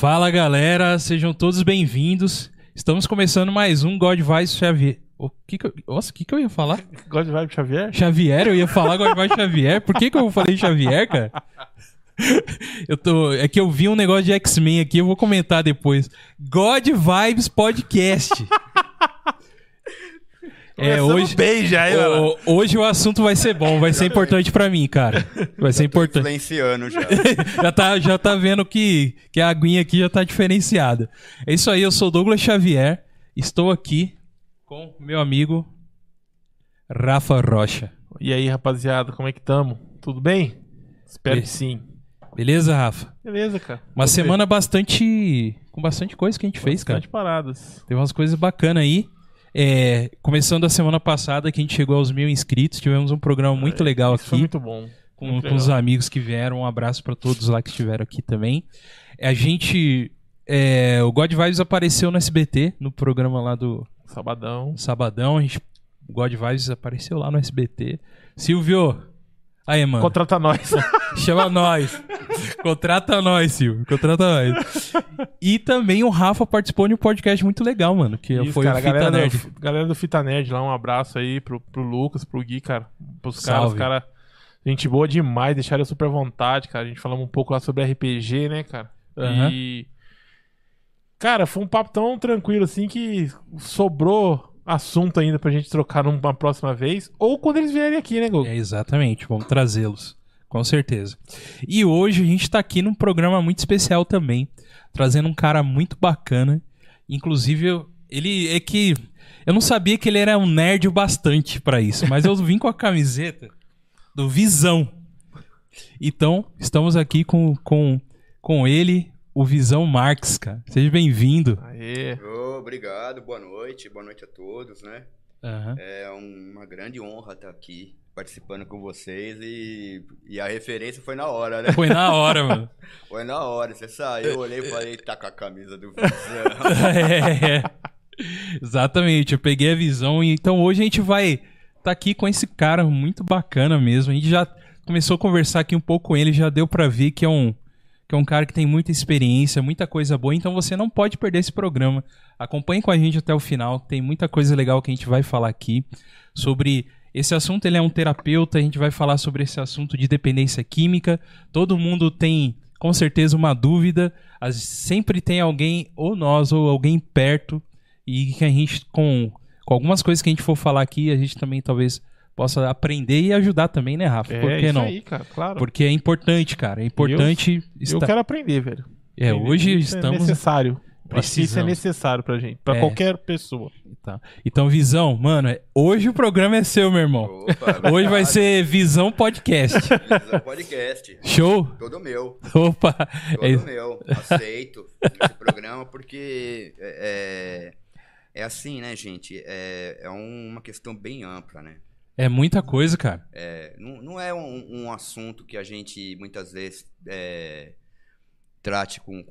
Fala galera, sejam todos bem-vindos. Estamos começando mais um God Vibes Xavier. Nossa, o que eu ia falar? God Vibes Xavier? Xavier? Eu ia falar God Vibes Xavier. Por que eu falei Xavier, cara? É que eu vi um negócio de X-Men aqui, eu vou comentar depois. God Vibes Podcast. Hoje, hoje o assunto vai ser bom, vai ser importante pra mim, cara. Vai ser importante. Influenciando já. já tá vendo que a aguinha aqui já tá diferenciada. É isso aí, eu sou Douglas Xavier. Estou aqui com meu amigo Rafa Rocha. E aí, rapaziada, como é que tamo? Tudo bem? Espero que sim. Beleza, Rafa? Beleza, cara. Uma semana com bastante coisa que a gente fez, cara. Bastante paradas. Teve umas coisas bacanas aí. Começando a semana passada, que a gente chegou aos 1.000 inscritos, tivemos um programa muito legal aqui. Foi muito bom. Com os amigos que vieram, um abraço pra todos lá que estiveram aqui também. O God Vibes apareceu no SBT, no programa lá do Sabadão. O God Vibes apareceu lá no SBT. Silvio, aí, mano. Contrata nós. Chama nós. Contrata nós, Silvio. Contrata nós. E também o Rafa participou de um podcast muito legal, mano. Que Isso, foi cara, o Fita Nerd. Galera do Fita Nerd lá, um abraço aí pro Lucas, pro Gui, cara. Pros caras, os caras. Gente boa demais, deixaram eu super à vontade, cara. A gente falou um pouco lá sobre RPG, né, cara? Uhum. E. Cara, foi um papo tão tranquilo assim que sobrou assunto ainda pra gente trocar numa próxima vez. Ou quando eles vierem aqui, né, Google? Exatamente, vamos trazê-los. Com certeza. E hoje a gente tá aqui num programa muito especial também, trazendo um cara muito bacana. Inclusive, eu não sabia que ele era um nerd o bastante pra isso, mas eu vim com a camiseta do Visão. Então, estamos aqui com ele, o Visão Marques, cara. Seja bem-vindo. Aê. Obrigado, boa noite a todos, né? Uhum. É uma grande honra estar aqui participando com vocês e a referência foi na hora, né? Foi na hora, mano. Foi na hora, você saiu, eu olhei e falei, tá com a camisa do Visão. Exatamente, eu peguei a visão e então hoje a gente vai tá aqui com esse cara muito bacana mesmo. A gente já começou a conversar aqui um pouco com ele, já deu pra ver que é um cara que tem muita experiência, muita coisa boa, então você não pode perder esse programa. Acompanhe com a gente até o final, tem muita coisa legal que a gente vai falar aqui sobre esse assunto. Ele é um terapeuta, a gente vai falar sobre esse assunto de dependência química. Todo mundo tem, com certeza, uma dúvida. Sempre tem alguém, ou nós, ou alguém perto, e que a gente, com algumas coisas que a gente for falar aqui, a gente também talvez possa aprender e ajudar também, né, Rafa? Por que não? Aí, cara, claro. Porque é importante, cara. É importante eu quero aprender, velho. Hoje estamos... É necessário. Precisamos. Isso é necessário pra gente, pra qualquer pessoa. Então, Visão, mano, hoje o programa é seu, meu irmão. Opa, hoje vai ser Visão Podcast. Visão Podcast. Show? Todo meu. Opa! Todo meu. Aceito esse programa porque é assim, né, gente? É uma questão bem ampla, né? É muita coisa, cara. Não é um assunto que a gente muitas vezes trate com,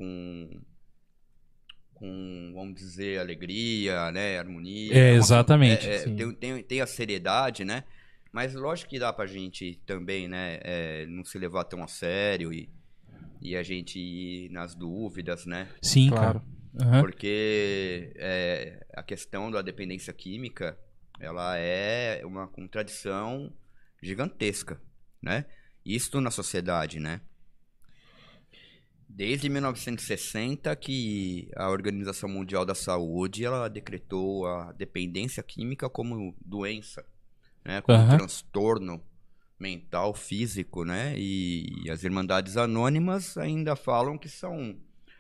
vamos dizer, alegria, né, harmonia. Exatamente. Tem a seriedade, né? Mas lógico que dá pra gente também, né, não se levar tão a sério e a gente ir nas dúvidas, né? Sim, claro. Cara. Uhum. Porque a questão da dependência química, ela é uma contradição gigantesca, né? Isto na sociedade, né? Desde 1960 que a Organização Mundial da Saúde ela decretou a dependência química como doença, né? Como transtorno mental, físico, né? E as Irmandades Anônimas ainda falam que são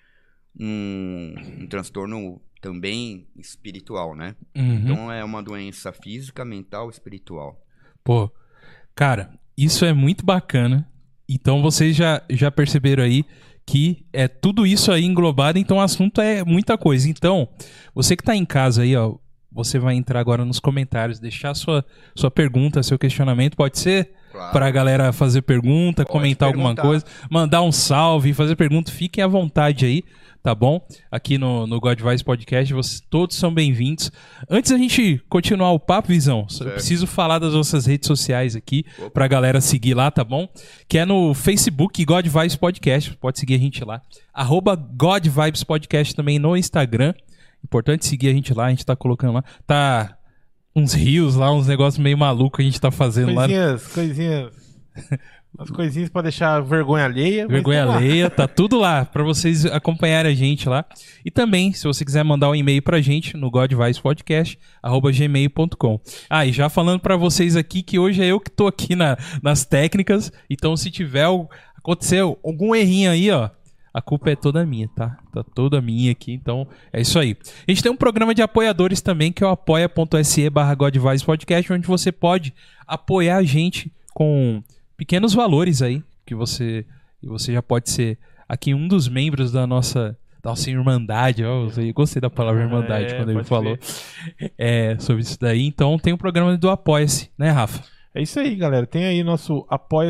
um transtorno também espiritual, né? Uhum. Então é uma doença física, mental, espiritual. Pô, cara, isso é muito bacana. Então vocês já perceberam aí que é tudo isso aí englobado, então o assunto é muita coisa. Então, você que tá em casa aí, ó, você vai entrar agora nos comentários, deixar sua pergunta, seu questionamento, pode ser? Claro. Pra galera fazer pergunta, pode comentar alguma coisa, mandar um salve, fazer pergunta, fiquem à vontade aí, tá bom? Aqui no God Vibes Podcast, todos são bem-vindos. Antes da gente continuar o papo, Visão, eu preciso falar das nossas redes sociais aqui, pra galera seguir lá, tá bom? Que é no Facebook God Vibes Podcast, pode seguir a gente lá. @God Vibes Podcast também no Instagram. Importante seguir a gente lá, a gente tá colocando lá. Tá uns rios lá, uns negócios meio malucos que a gente tá fazendo coisinhas. As coisinhas pra deixar vergonha alheia. Vergonha alheia, tá tudo lá pra vocês acompanharem a gente lá. E também, se você quiser mandar um e-mail pra gente no godvibespodcast@gmail.com. Ah, e já falando pra vocês aqui que hoje é eu que tô aqui nas técnicas. Então, se tiver aconteceu algum errinho aí, ó, a culpa é toda minha, tá? Tá toda minha aqui, então é isso aí. A gente tem um programa de apoiadores também, que é o apoia.se/godvibespodcast, onde você pode apoiar a gente com pequenos valores aí, que você já pode ser aqui um dos membros da nossa irmandade. Eu gostei da palavra irmandade quando ele falou sobre isso daí. Então tem um programa do Apoia-se, né, Rafa? É isso aí, galera. Tem aí nosso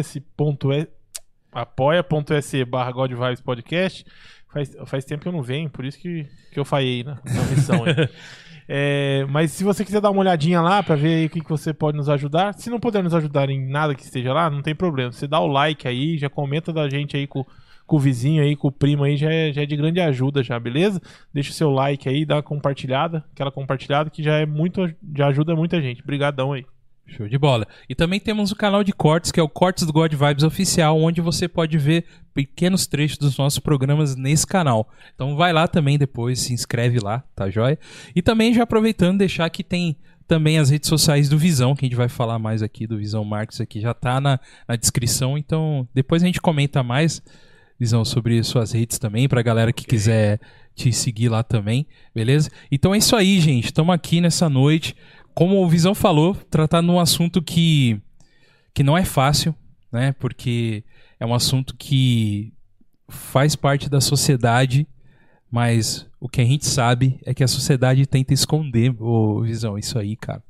apoia.se/godvibespodcast. Faz tempo que eu não venho, por isso que eu falhei na missão aí. Mas se você quiser dar uma olhadinha lá pra ver aí o que você pode nos ajudar, se não puder nos ajudar em nada que esteja lá, não tem problema. Você dá o like aí, já comenta da gente aí com o vizinho aí, com o primo aí, já é de grande ajuda já, beleza? Deixa o seu like aí, dá uma compartilhada, aquela compartilhada que já ajuda muita gente. Obrigadão aí. Show de bola. E também temos o canal de cortes, que é o Cortes do God Vibes Oficial, onde você pode ver pequenos trechos dos nossos programas nesse canal. Então vai lá também depois, se inscreve lá, tá joia? E também já aproveitando, deixar que tem também as redes sociais do Visão, que a gente vai falar mais aqui do Visão Marques aqui, já tá na descrição, então depois a gente comenta mais, Visão, sobre suas redes também, pra galera que quiser te seguir lá também, beleza? Então é isso aí, gente, estamos aqui nessa noite. Como o Visão falou, tratar num assunto que não é fácil, né? Porque é um assunto que faz parte da sociedade, mas o que a gente sabe é que a sociedade tenta esconder, Visão, isso aí, cara.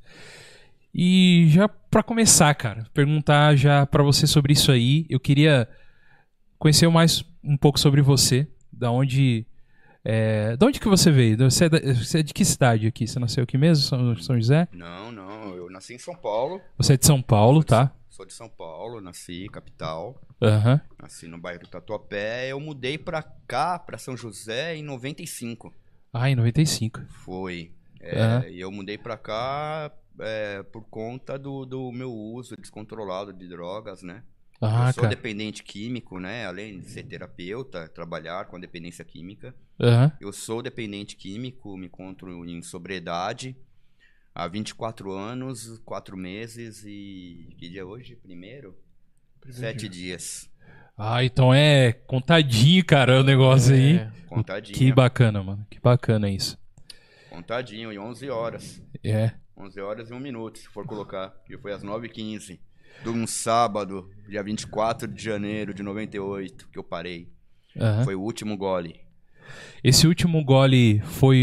E já pra começar, cara, perguntar já pra você sobre isso aí, eu queria conhecer mais um pouco sobre você, da onde que você veio? Você é de que cidade aqui? Você nasceu aqui mesmo, São José? Não, eu nasci em São Paulo. Você é de São Paulo, tá? Sou de São Paulo, nasci capital. Uhum. Nasci no bairro do Tatuapé. Eu mudei pra cá, pra São José, em 95. Ah, em 95. Foi. E eu mudei pra cá por conta do meu uso descontrolado de drogas, né? Eu sou dependente químico, né? Além de ser terapeuta, trabalhar com a dependência química. Eu sou dependente químico, me encontro em sobriedade há 24 anos, 4 meses e... Que dia é hoje? Primeiro 7 dias. Ah, então é contadinho, cara, o negócio aí. Contadinho. Que bacana, mano. Que bacana isso. Contadinho, em 11 horas. 11 horas e 1 minuto, se for colocar. E foi às 9h15. De um sábado, dia 24 de janeiro de 98, que eu parei. Foi o último gole. Esse último gole foi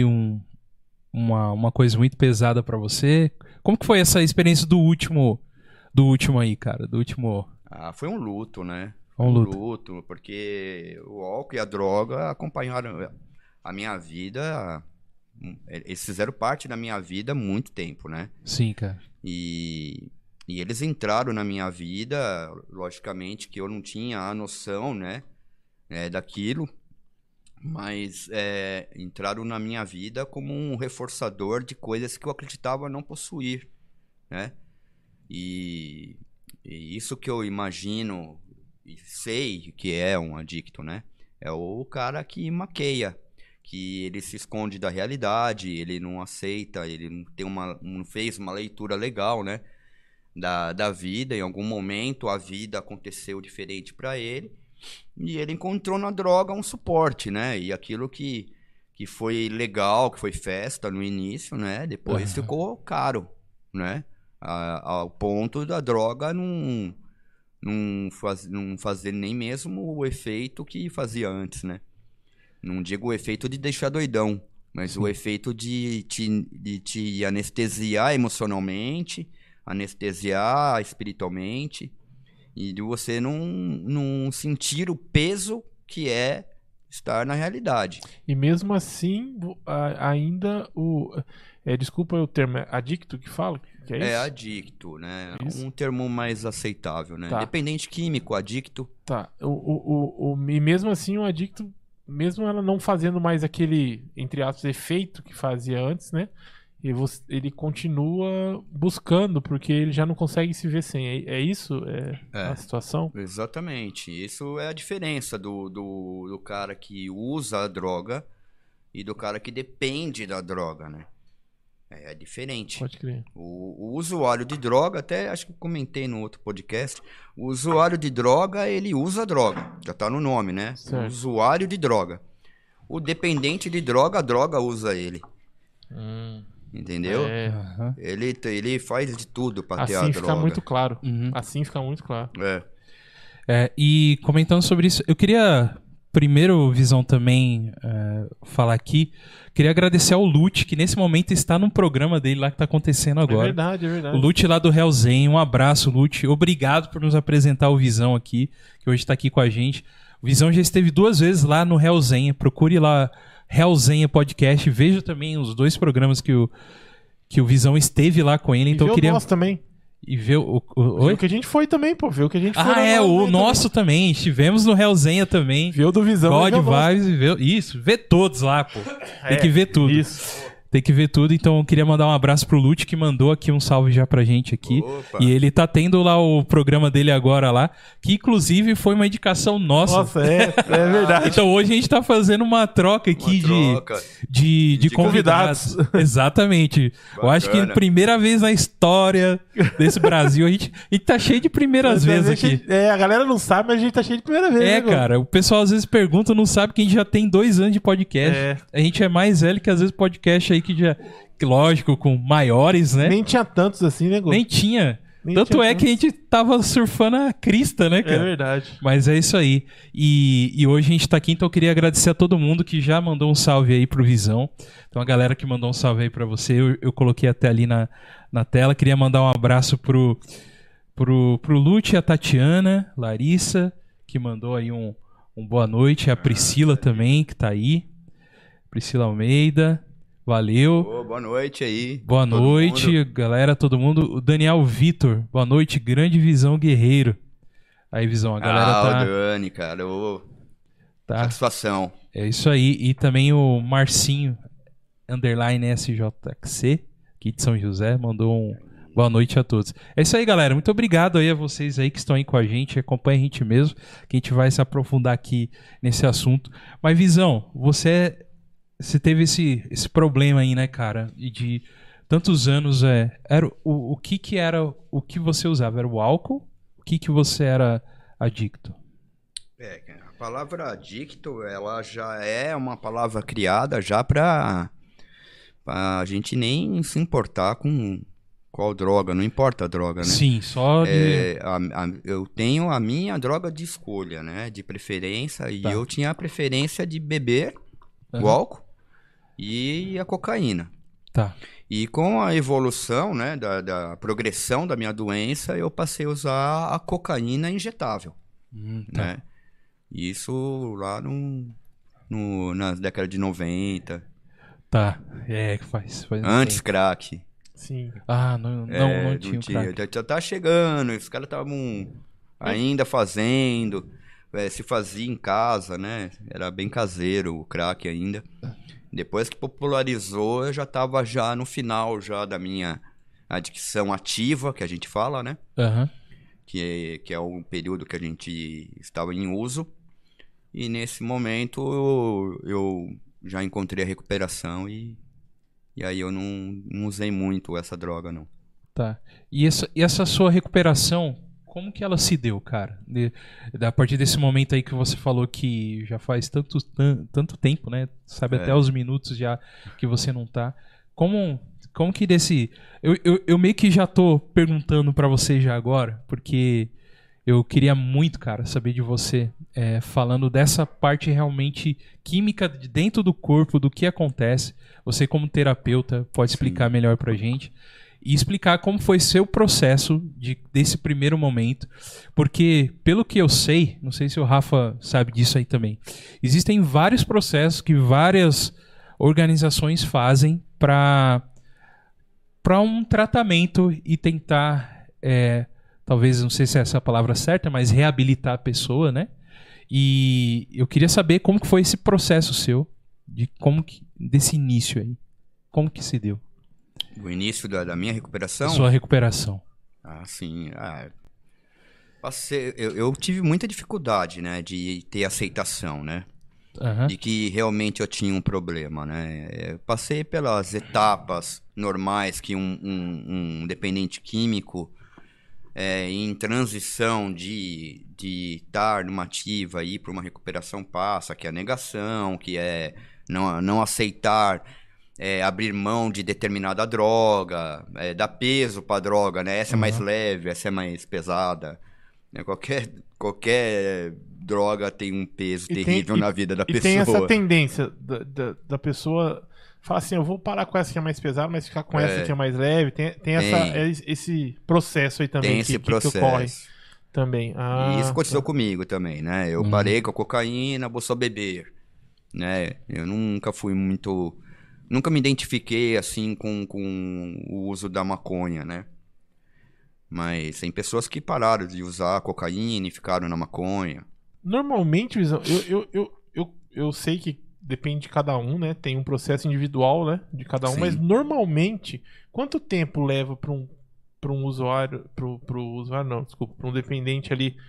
uma coisa muito pesada pra você? Como que foi essa experiência do último aí, cara? Foi um luto, né? Um luto, porque o álcool e a droga acompanharam a minha vida. Eles fizeram parte da minha vida há muito tempo, né? Sim, cara. E eles entraram na minha vida, logicamente que eu não tinha a noção, né, daquilo, mas entraram na minha vida como um reforçador de coisas que eu acreditava não possuir, né? E isso que eu imagino e sei que é um adicto, né? É o cara que maqueia, que ele se esconde da realidade, ele não aceita, ele não fez uma leitura legal, né? Da vida. Em algum momento a vida aconteceu diferente para ele e ele encontrou na droga um suporte, né? E aquilo que foi legal, que foi festa no início, né? Depois ficou caro, né? Ao ponto da droga não fazer nem mesmo o efeito que fazia antes, né? Não digo o efeito de deixar doidão, mas o efeito de te anestesiar emocionalmente, anestesiar espiritualmente, e de você não sentir o peso que é estar na realidade. E mesmo assim, ainda desculpa o termo, é adicto que fala? Que é isso? É adicto, né? Isso. Um termo mais aceitável, né? Tá. Dependente químico, adicto. Tá. E mesmo assim, o adicto, mesmo ela não fazendo mais aquele, entre aspas, efeito que fazia antes, né? Ele continua buscando, porque ele já não consegue se ver sem. É isso? A situação? Exatamente. Isso é a diferença do cara que usa a droga e do cara que depende da droga, né? É diferente. Pode crer. O usuário de droga, até acho que comentei no outro podcast, o usuário de droga, ele usa a droga. Já tá no nome, né? Certo. O usuário de droga. O dependente de droga, a droga usa ele. Entendeu? Aham. Ele faz de tudo pra ter a Assim droga. fica muito claro. Uhum. Assim fica muito claro. E comentando sobre isso, eu queria primeiro, Visão, também falar aqui, queria agradecer ao Lute, que nesse momento está num programa dele lá que tá acontecendo agora. É verdade, é verdade. O Lute lá do Hellzen, um abraço, Lute. Obrigado por nos apresentar o Visão aqui, que hoje tá aqui com a gente. O Visão já esteve 2 vezes lá no Hellzen, procure lá Hellzen Podcast, veja também os 2 programas que o Visão esteve lá com ele, então e eu queria... o nosso também. E ver o Viu o que a gente foi também, pô. Viu o que a gente foi. o nosso também. Estivemos no Hellzenha também. Viu do Visão. God Vibes. Isso, vê todos lá, pô. Tem que ver tudo. Isso. Tem que ver tudo. Então eu queria mandar um abraço pro Lute, que mandou aqui um salve já pra gente aqui. Opa. E ele tá tendo lá o programa dele agora lá, que inclusive foi uma indicação nossa. Nossa, é verdade. Então hoje a gente tá fazendo uma troca aqui de convidados. Exatamente. Eu acho que primeira vez na história desse Brasil, a gente tá cheio de primeiras vezes aqui. A galera não sabe, mas a gente tá cheio de primeira vez. É, né, cara, o pessoal às vezes pergunta, não sabe que a gente já tem 2 anos de podcast. A gente é mais velho que às vezes podcast aí que já, lógico, com maiores, né? Nem tinha tantos assim, né, Gu? Nem tinha. Tanto é que a gente tava surfando a crista, né, cara? É verdade. Mas é isso aí. E hoje a gente tá aqui, então eu queria agradecer a todo mundo que já mandou um salve aí pro Visão. Então a galera que mandou um salve aí pra você, eu coloquei até ali na tela. Queria mandar um abraço pro Lute, a Tatiana, Larissa, que mandou aí um boa noite. A Priscila também, que tá aí. Priscila Almeida. Valeu. Boa noite aí. Boa noite, galera, todo mundo. O Daniel Vitor, boa noite, grande Visão Guerreiro. Aí, Visão, a galera tá... Dani, cara, tá. Satisfação. É isso aí. E também o Marcinho, _SJC, aqui de São José, mandou um boa noite a todos. É isso aí, galera. Muito obrigado aí a vocês aí que estão aí com a gente. Acompanha a gente mesmo, que a gente vai se aprofundar aqui nesse assunto. Mas, Visão, você teve esse problema aí, né, cara? De tantos anos, era o que era o que você usava? Era o álcool? O que você era adicto? A palavra adicto, ela já é uma palavra criada já pra a gente nem se importar com qual droga, não importa a droga, né? Sim, só de... eu tenho a minha droga de escolha, né? De preferência, e eu tinha a preferência de beber o álcool e a cocaína. Tá. E com a evolução, né, da progressão da minha doença, eu passei a usar a cocaína injetável, né? Isso lá na década de 90. Tá, faz antes tempo. Crack. Sim. Ah, não tinha o crack. Já tá chegando, os caras estavam ainda fazendo, se fazia em casa, né? Era bem caseiro o crack ainda. Depois que popularizou, eu já tava no final já da minha adicção ativa, que a gente fala, né? Que é um período que a gente estava em uso. E nesse momento eu já encontrei a recuperação e aí eu não usei muito essa droga, não. Tá. E essa sua recuperação, como que ela se deu, cara? A partir desse momento aí que você falou que já faz tanto tempo, né? Sabe até os minutos já que você não tá. Como que desse... Eu meio que já tô perguntando pra você já agora, porque eu queria muito, cara, saber de você, falando dessa parte realmente química de dentro do corpo, do que acontece. Você como terapeuta pode explicar melhor pra gente. e explicar como foi seu processo desse primeiro momento, porque pelo que eu sei, não sei se o Rafa sabe disso aí também, existem vários processos que várias organizações fazem para um tratamento e tentar, talvez, não sei se é essa a palavra certa, mas reabilitar a pessoa, né? E eu queria saber como que foi esse processo seu, desse início aí, como que se deu? O início da minha recuperação? Sua recuperação. Ah, sim. Eu tive muita dificuldade, né, de ter aceitação, né? Uhum. De que realmente eu tinha um problema, né? Eu passei pelas etapas normais que um dependente químico em transição de estar numa ativa e ir para uma recuperação passa, que é a negação, que é não aceitar abrir mão de determinada droga, dar peso para a droga, né? Essa é mais leve, essa é mais pesada. Né? Qualquer droga tem um peso terrível na vida da pessoa. E tem essa tendência da pessoa falar assim, eu vou parar com essa que é mais pesada, mas ficar com essa que é mais leve. Tem esse processo aí também. Tem esse processo. Que ocorre também. E isso aconteceu comigo também, né? Eu parei com a cocaína, vou só beber. Né? Eu nunca me identifiquei assim com o uso da maconha, né? Mas tem pessoas que pararam de usar cocaína e ficaram na maconha. Normalmente, eu sei que depende de cada um, né? Tem um processo individual, né? De cada um, sim. Mas normalmente, quanto tempo leva para um usuário, para um dependente ali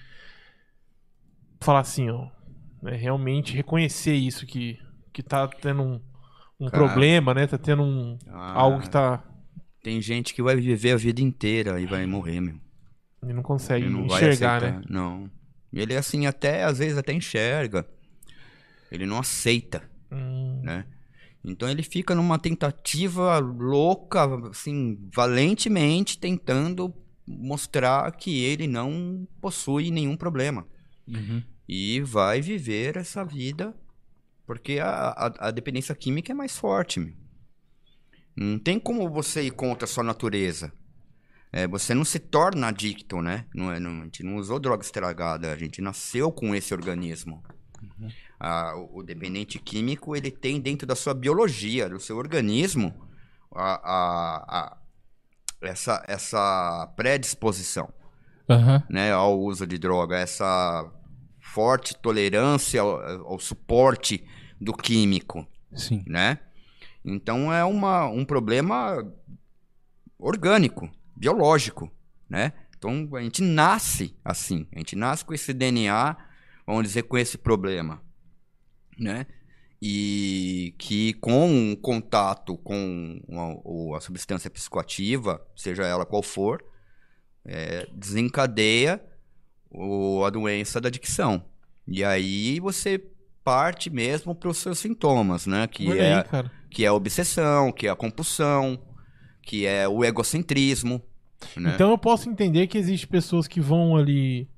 falar assim, ó, realmente reconhecer isso que tá tendo um problema, né? Tá tendo algo que tá... Tem gente que vai viver a vida inteira e vai morrer, meu. E não consegue enxergar, né? Não. Ele, assim, às vezes até enxerga. Ele não aceita, né? Então ele fica numa tentativa louca, assim, valentemente tentando mostrar que ele não possui nenhum problema. Uhum. E vai viver essa vida, porque a dependência química é mais forte, meu. Não tem como você ir contra a sua natureza. Você não se torna adicto, né? A gente não usou droga estragada, a gente nasceu com esse organismo. Uhum. O dependente químico, ele tem dentro da sua biologia, do seu organismo, essa predisposição, né, ao uso de droga, essa forte tolerância ao suporte do químico. Sim. Né? Então é um problema orgânico, biológico, né? Então a gente nasce assim, a gente nasce com esse DNA, vamos dizer, com esse problema, né? E que com o contato com a substância psicoativa, seja ela qual for, desencadeia a doença da adicção. E aí você parte mesmo para os seus sintomas, né? Que é a obsessão, que é a compulsão, que é o egocentrismo. Né? Então eu posso entender que existem pessoas que vão ali...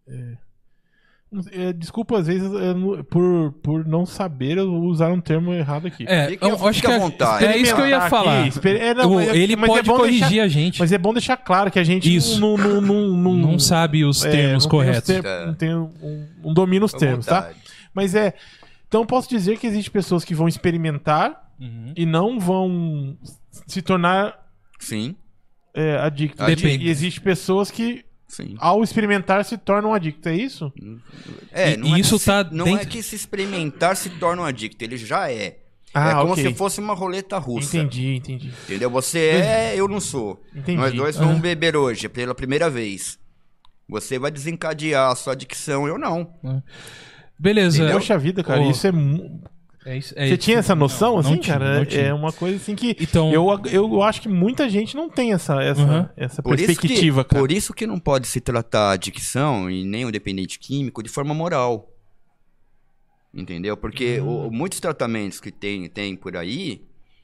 desculpa, às vezes, por não saber usar um termo errado aqui. Eu acho que à vontade. É isso que eu ia falar. Ele pode corrigir a gente. Mas é bom deixar claro que a gente não sabe os termos corretos. Não domina os termos, tá? Mas então eu posso dizer que existem pessoas que vão experimentar e não vão se tornar adictos. E existem pessoas que ao experimentar se tornam adictos, é isso? Não é que se experimentar se torna um adicto, ele já é. Como se fosse uma roleta russa. Entendi. Entendeu? Você eu não sou. Entendi. Nós dois vamos beber hoje, pela primeira vez. Você vai desencadear a sua adicção, eu não. Beleza. Entendeu? Poxa vida, cara, isso é... Você tinha essa noção, assim, cara? Não tinha. É uma coisa assim que... Então... Eu acho que muita gente não tem essa perspectiva, cara. Por isso que não pode se tratar a adicção, e nem o dependente químico, de forma moral. Entendeu? Porque muitos tratamentos que tem por aí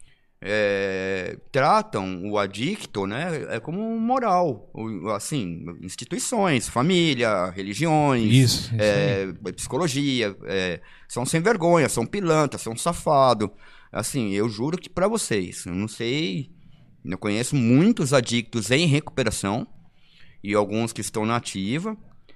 tratam o adicto, né, como moral. Assim, instituições, família, religiões, isso psicologia, são sem vergonha, são pilantra, são safado. Assim, eu juro que pra vocês, eu não sei Eu conheço muitos adictos em recuperação e alguns que estão na ativa,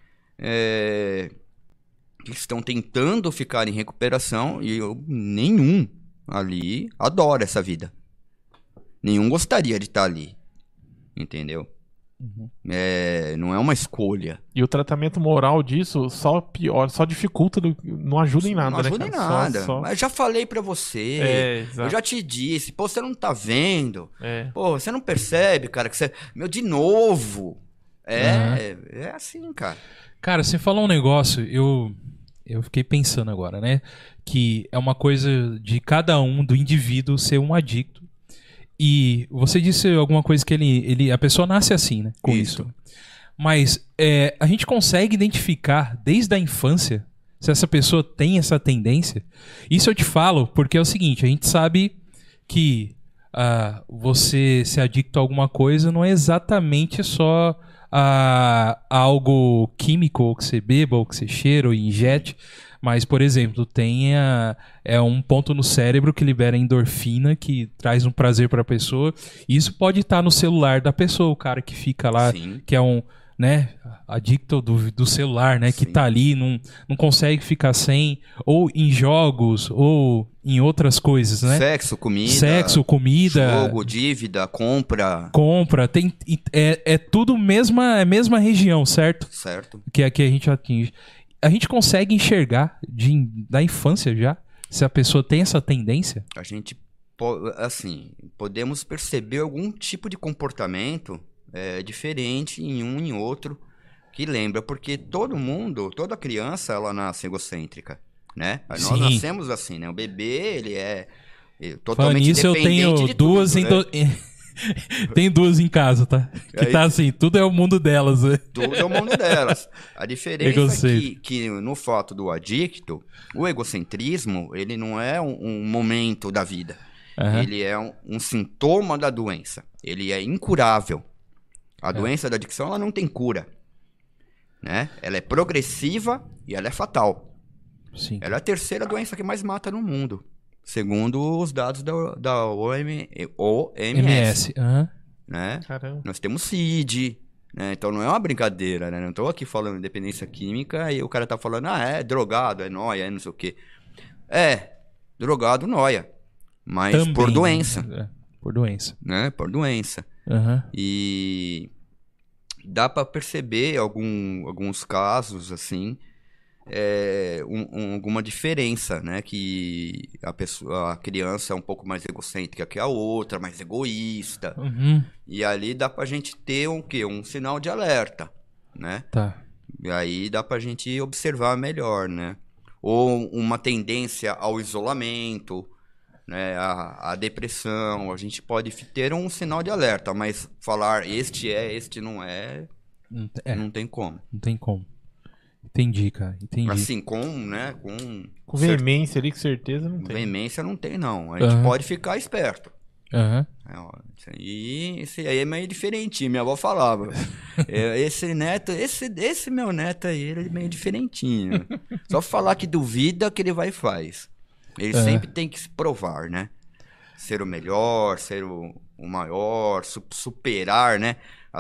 que estão tentando ficar em recuperação e nenhum ali adora essa vida. Nenhum gostaria de estar ali, entendeu? Uhum. Não é uma escolha. E o tratamento moral disso só piora, só dificulta, não ajuda em nada, Não ajuda né, em cara? nada. Mas já falei pra você, eu exato. já te disse, pô, você não tá vendo. É. Pô, você não percebe, cara, que você... Meu, de novo. É assim, cara. Cara, você falou um negócio, eu fiquei pensando agora, né? Que é uma coisa de cada um, do indivíduo, ser um adicto. E você disse alguma coisa que a pessoa nasce assim, né? Com isso. Mas a gente consegue identificar desde a infância se essa pessoa tem essa tendência. Isso eu te falo porque é o seguinte, a gente sabe que você ser adicto a alguma coisa não é exatamente só algo químico, ou que você beba, ou que você cheira, ou injete. Mas, por exemplo, tem um ponto no cérebro que libera endorfina, que traz um prazer para a pessoa. E isso pode estar no celular da pessoa, o cara que fica lá, Sim. que é adicto do celular, né? Que Sim. tá ali, não consegue ficar sem. Ou em jogos, ou em outras coisas, né? Sexo, comida. Jogo, dívida, compra. É tudo mesma região, certo? Certo. Que aqui a gente atinge. A gente consegue enxergar da infância já se a pessoa tem essa tendência? A gente, assim, podemos perceber algum tipo de comportamento diferente em um e em outro que lembra, porque toda criança, ela nasce egocêntrica, né? Nós nascemos assim, né? O bebê, ele é totalmente nisso, dependente eu tenho de duas tudo, né? Tem duas em casa, tá? Que tá assim, tudo é o mundo delas, né? Tudo é o mundo delas. A diferença é que no fato do adicto, o egocentrismo, ele não é um momento da vida. Uhum. Ele é um sintoma da doença. Ele é incurável. A doença da adicção, ela não tem cura, né? Ela é progressiva e ela é fatal. Sim. Ela é a terceira doença que mais mata no mundo, segundo os dados da OMS. Uhum. Né? Caramba. Nós temos CID, né? Então não é uma brincadeira, né? Não estou aqui falando de dependência química e o cara tá falando, é drogado, é nóia, é não sei o quê. Drogado, nóia. Mas também, por doença. Por doença. Né? Por doença. Uhum. E dá para perceber alguns casos, assim, alguma diferença, né? Que a criança é um pouco mais egocêntrica que a outra, mais egoísta. Uhum. E ali dá pra gente ter um sinal de alerta, né? Tá. E aí dá pra gente observar melhor, né? Ou uma tendência ao isolamento, né? A depressão. A gente pode ter um sinal de alerta, mas falar este não é, não tem como. Não tem como. Entendi, cara. Entendi. Assim, com veemência ali, com certeza não tem. Veemência não tem, não. A gente pode ficar esperto. Uhum. Isso aí é meio diferentinho. Minha avó falava. Esse meu neto aí, ele é meio diferentinho. Só falar que duvida que ele vai e faz. Ele sempre tem que se provar, né? Ser o melhor, ser o maior, superar, né?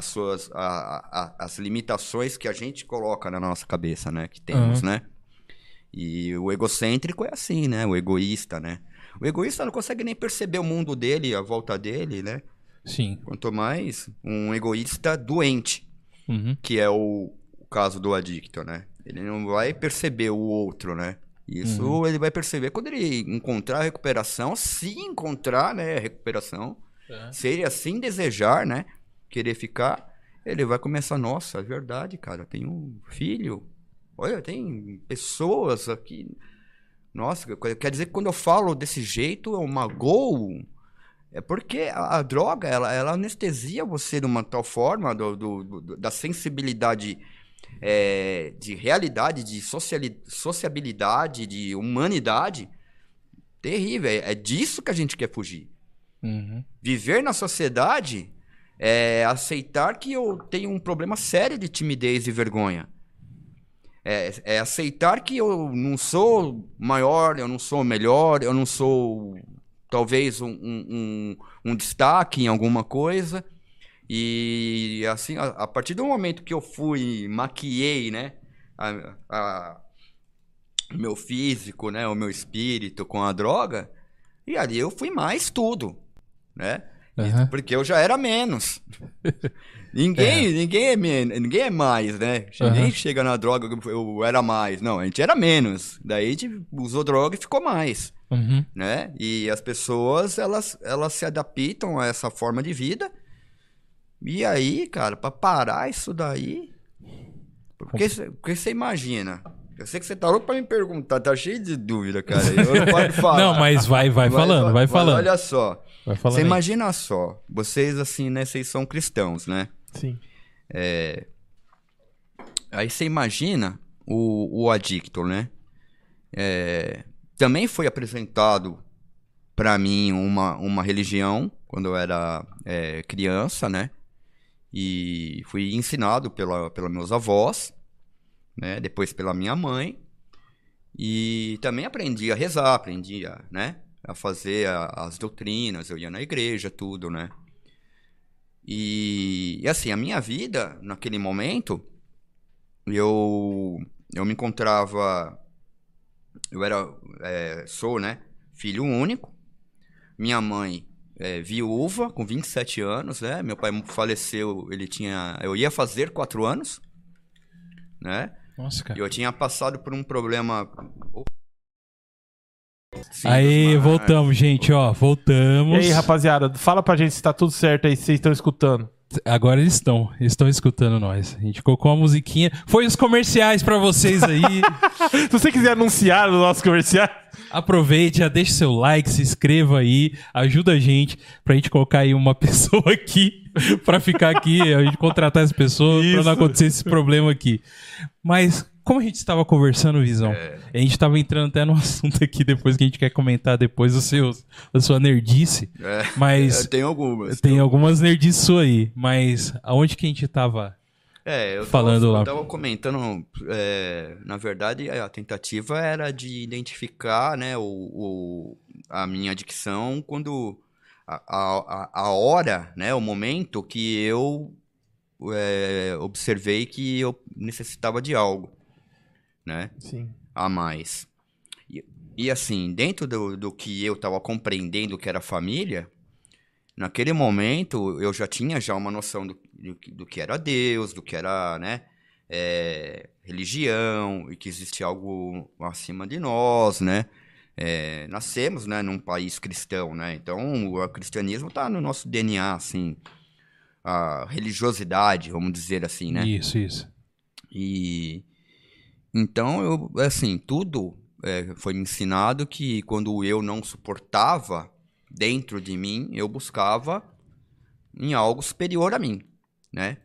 As limitações que a gente coloca na nossa cabeça, né? Que temos, né? E o egocêntrico é assim, né? O egoísta, né? O egoísta não consegue nem perceber o mundo dele, a volta dele, né? Sim. Quanto mais um egoísta doente, que é o caso do adicto, né? Ele não vai perceber o outro, né? Isso ele vai perceber quando ele encontrar a recuperação, se encontrar, né, a recuperação, se ele assim desejar, né, querer ficar, ele vai começar, nossa, é verdade, cara, eu tenho um filho, olha, tem pessoas aqui, nossa, quer dizer que quando eu falo desse jeito, eu magoo, é porque a droga, ela anestesia você de uma tal forma da sensibilidade de realidade, de sociabilidade, de humanidade, terrível. É disso que a gente quer fugir. Viver na sociedade é aceitar que eu tenho um problema sério de timidez e vergonha. É aceitar que eu não sou maior, eu não sou melhor, eu não sou talvez um destaque em alguma coisa. E assim, a partir do momento que eu maquiei, né, o meu físico, né, o meu espírito com a droga, e ali eu fui mais tudo, né? Uhum. Porque eu já era menos. Ninguém é mais, né? Ninguém chega na droga, eu era mais. Não, a gente era menos. Daí a gente usou droga e ficou mais. Uhum. Né? E as pessoas, elas se adaptam a essa forma de vida. E aí, cara, pra parar isso daí... Porque você imagina... Eu sei que você tá louco pra me perguntar, tá cheio de dúvida, cara. Eu não pode falar. Não, mas vai falando, vai falando. Olha só. Você imagina só, vocês assim, né, vocês são cristãos, né? Sim. Aí você imagina o adicto, né? Também foi apresentado pra mim uma religião quando eu era criança, né? E fui ensinado pelos meus avós, né? Depois pela minha mãe. E também aprendi a rezar, né? A fazer as doutrinas, eu ia na igreja, tudo, né? E assim, a minha vida, naquele momento, eu me encontrava... sou, né? Filho único. Minha mãe viúva, com 27 anos, né? Meu pai faleceu, eu ia fazer 4 anos, né? Nossa, cara. Eu tinha passado por um problema... Aí, voltamos, gente, ó. Voltamos. E aí, rapaziada, fala pra gente se tá tudo certo aí, se vocês estão escutando. Agora eles estão escutando nós. A gente colocou uma musiquinha. Foi os comerciais pra vocês aí. Se você quiser anunciar no nosso comercial... Aproveite, já deixa seu like, se inscreva aí, ajuda a gente pra gente colocar aí uma pessoa aqui pra ficar aqui, a gente contratar essa pessoa pra não acontecer esse problema aqui. Mas, como a gente estava conversando, Visão, a gente estava entrando até no assunto aqui depois que a gente quer comentar depois da sua nerdice, mas... Tem algumas. Tem algumas nerdices suas aí, mas aonde que a gente estava... eu tava comentando, na verdade, a tentativa era de identificar, né, a minha adicção quando a hora, né, o momento que eu observei que eu necessitava de algo, né, Sim. a mais. E assim, dentro do que eu estava compreendendo que era família, naquele momento eu já tinha uma noção do que era Deus, do que era, né, religião, e que existia algo acima de nós, né? Nascemos, né, num país cristão, né? Então o cristianismo está no nosso DNA, assim, a religiosidade, vamos dizer assim, né? Isso. E então assim, tudo foi me ensinado que quando eu não suportava dentro de mim, eu buscava em algo superior a mim, né?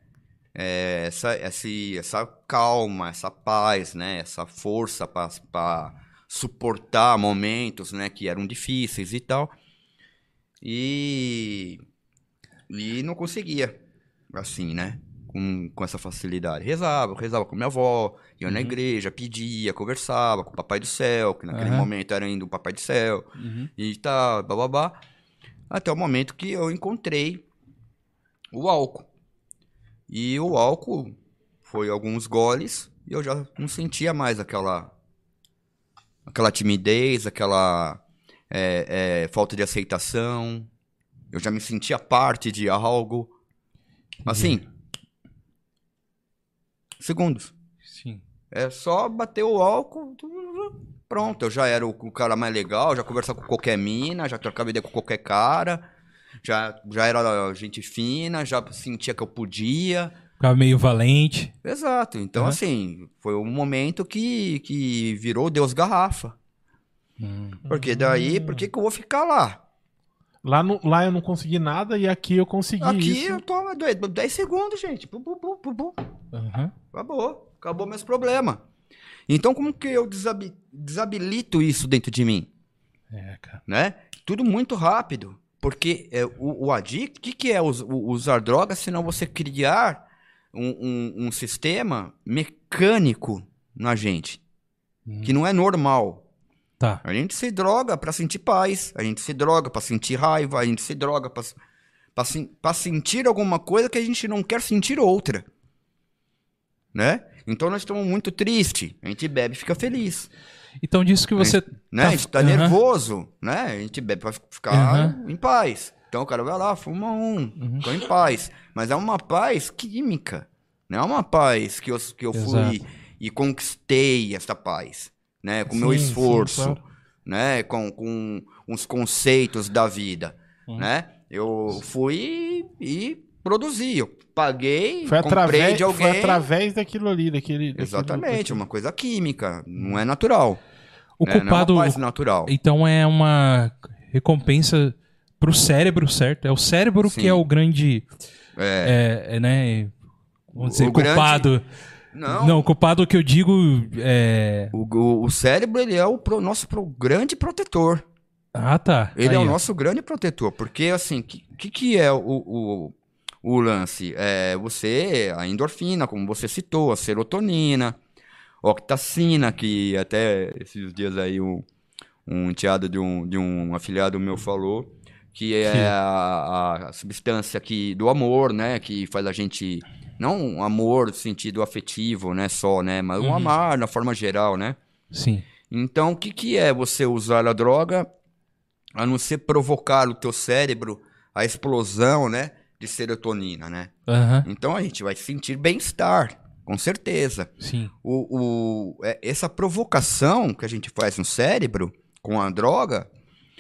Essa calma, essa paz, né? Essa força para suportar momentos, né, que eram difíceis e tal. E não conseguia, assim, né? Com essa facilidade. Rezava com minha avó, ia na igreja, pedia, conversava com o Papai do Céu, que naquele momento era ainda o Papai do Céu, e tal, bababá. Até o momento que eu encontrei o álcool. E o álcool foi alguns goles e eu já não sentia mais aquela timidez, aquela falta de aceitação. Eu já me sentia parte de algo. Assim, segundos. Sim. Só bater o álcool, pronto. Eu já era o cara mais legal, já conversava com qualquer mina, já trocava ideia com qualquer cara, já era gente fina, já sentia que eu podia. Ficava meio valente. Exato. Então, assim, foi um momento que virou Deus garrafa. Porque daí, por que eu vou ficar lá? Lá eu não consegui nada e aqui eu consegui Aqui isso. eu tô 10 segundos, gente. Acabou meus problemas. Então, como que eu desabilito isso dentro de mim? Cara. Né? Tudo muito rápido. Porque o adicto, o que é usar drogas, senão você criar um sistema mecânico na gente, que não é normal. Tá. A gente se droga pra sentir paz, a gente se droga pra sentir raiva, a gente se droga pra sentir alguma coisa que a gente não quer sentir outra. Né? Então nós estamos muito tristes, a gente bebe e fica feliz. Então disso que você... Né? A gente tá nervoso, né? A gente bebe pra ficar em paz. Então o cara vai lá, fuma fica em paz. Mas é uma paz química. Não é uma paz que eu fui e conquistei essa paz. Né? Com o meu esforço. Sim, claro. Né? Com os conceitos da vida. Né? Eu fui e produzi. Eu paguei, comprei de alguém. Foi através daquilo ali, Exatamente, uma coisa química, não é natural. O culpado, não é uma paz natural. Então é uma recompensa pro cérebro, certo? É o cérebro que é o grande, né? Vamos dizer, culpado. Não, o culpado que eu digo é... O cérebro, ele é o nosso grande protetor. Ah, tá. Ele é o nosso grande protetor, porque assim, que é o lance? É a endorfina, como você citou, a serotonina, octacina, que até esses dias aí um enteado de um afiliado meu falou, que é a substância do amor, né? Que faz a gente... Não um amor no sentido afetivo, né? Só, né? Mas um amar na forma geral, né? Sim. Então, o que é você usar a droga a não ser provocar o teu cérebro a explosão, né? De serotonina, né? Então, a gente vai sentir bem-estar, com certeza. Sim. Essa provocação que a gente faz no cérebro com a droga...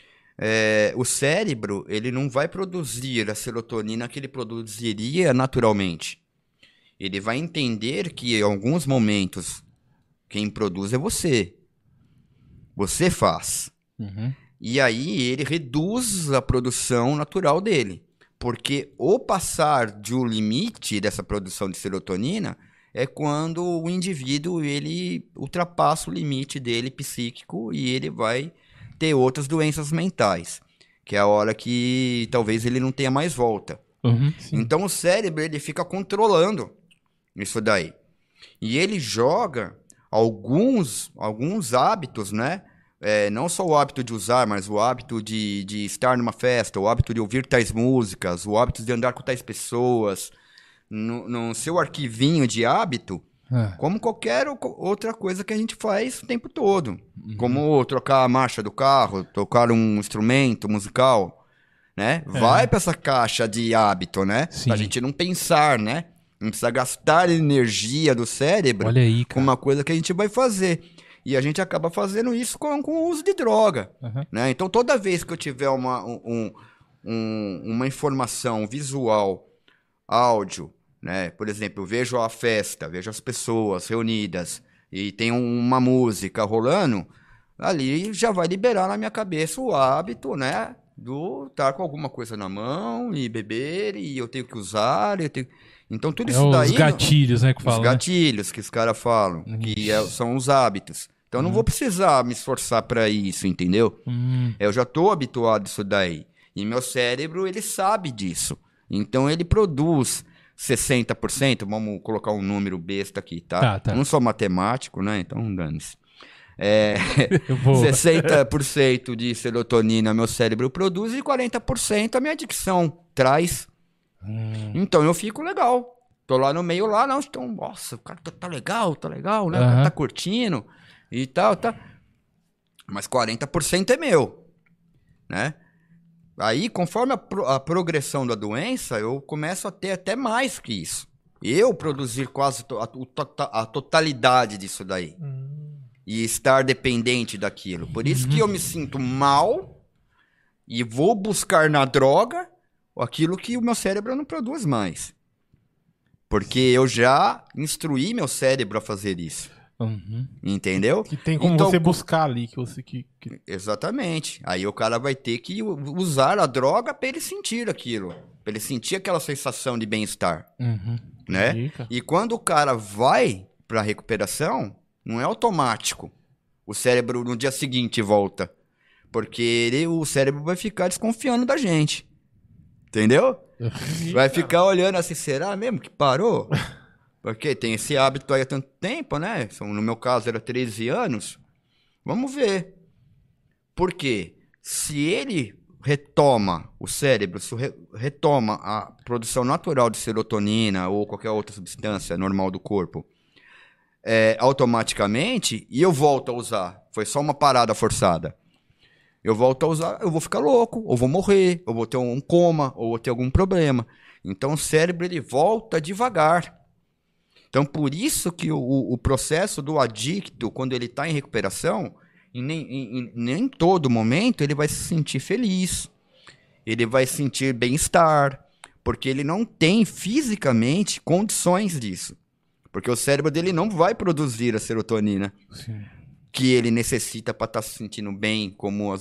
o cérebro, ele não vai produzir a serotonina que ele produziria naturalmente. Ele vai entender que em alguns momentos quem produz é você. Você faz. E aí ele reduz a produção natural dele. Porque o passar de um limite dessa produção de serotonina é quando o indivíduo ele ultrapassa o limite dele psíquico e ele vai ter outras doenças mentais, que é a hora que talvez ele não tenha mais volta. Então o cérebro ele fica controlando isso daí. E ele joga alguns hábitos, né? Não só o hábito de usar, mas o hábito de estar numa festa, o hábito de ouvir tais músicas, o hábito de andar com tais pessoas, no seu arquivinho de hábito, como qualquer outra coisa que a gente faz o tempo todo. Como trocar a marcha do carro, tocar um instrumento musical, né? Vai para essa caixa de hábito, né? Sim. Pra gente não pensar, né? Não precisa gastar energia do cérebro com uma coisa que a gente vai fazer. E a gente acaba fazendo isso com o uso de droga. Né? Então, toda vez que eu tiver uma informação visual, áudio, né? Por exemplo, eu vejo a festa, vejo as pessoas reunidas e tem uma música rolando, ali já vai liberar na minha cabeça o hábito, né? Do estar com alguma coisa na mão e beber, e eu tenho que usar, Então tudo isso daí... Os gatilhos, né, que falam. Os gatilhos que os caras falam, que são os hábitos. Então eu não vou precisar me esforçar para isso, entendeu? Eu já estou habituado a isso daí. E meu cérebro, ele sabe disso. Então ele produz 60%, vamos colocar um número besta aqui, tá? Eu não sou matemático, né? Então dane-se. 60% de serotonina meu cérebro produz e 40% a minha dicção traz. Então eu fico legal. Tô lá no meio lá, não. Então, nossa, o cara tá legal, né? O cara tá curtindo e tal, tá. Mas 40% é meu, né? Aí, conforme a progressão da doença, eu começo a ter até mais que isso. Eu produzir quase a totalidade disso daí. E estar dependente daquilo. Por isso que eu me sinto mal e vou buscar na droga aquilo que o meu cérebro não produz mais. Porque eu já instruí meu cérebro a fazer isso. Entendeu? Que tem como você buscar ali. Exatamente. Aí o cara vai ter que usar a droga para ele sentir aquilo. Para ele sentir aquela sensação de bem-estar. Né? E quando o cara vai para a recuperação, não é automático. O cérebro no dia seguinte volta. Porque o cérebro vai ficar desconfiando da gente. Entendeu? Vai ficar olhando assim, será mesmo que parou? Porque tem esse hábito aí há tanto tempo, né? No meu caso era 13 anos. Vamos ver. Por quê? Se ele retoma o cérebro, se retoma a produção natural de serotonina ou qualquer outra substância normal do corpo, automaticamente, e eu volto a usar, foi só uma parada forçada, eu volto a usar, eu vou ficar louco, ou vou morrer, ou vou ter um coma, ou vou ter algum problema. Então o cérebro ele volta devagar. Então por isso que o processo do adicto, quando ele está em recuperação, nem em todo momento ele vai se sentir feliz, ele vai sentir bem-estar, porque ele não tem fisicamente condições disso. Porque o cérebro dele não vai produzir a serotonina que ele necessita para estar se sentindo bem, com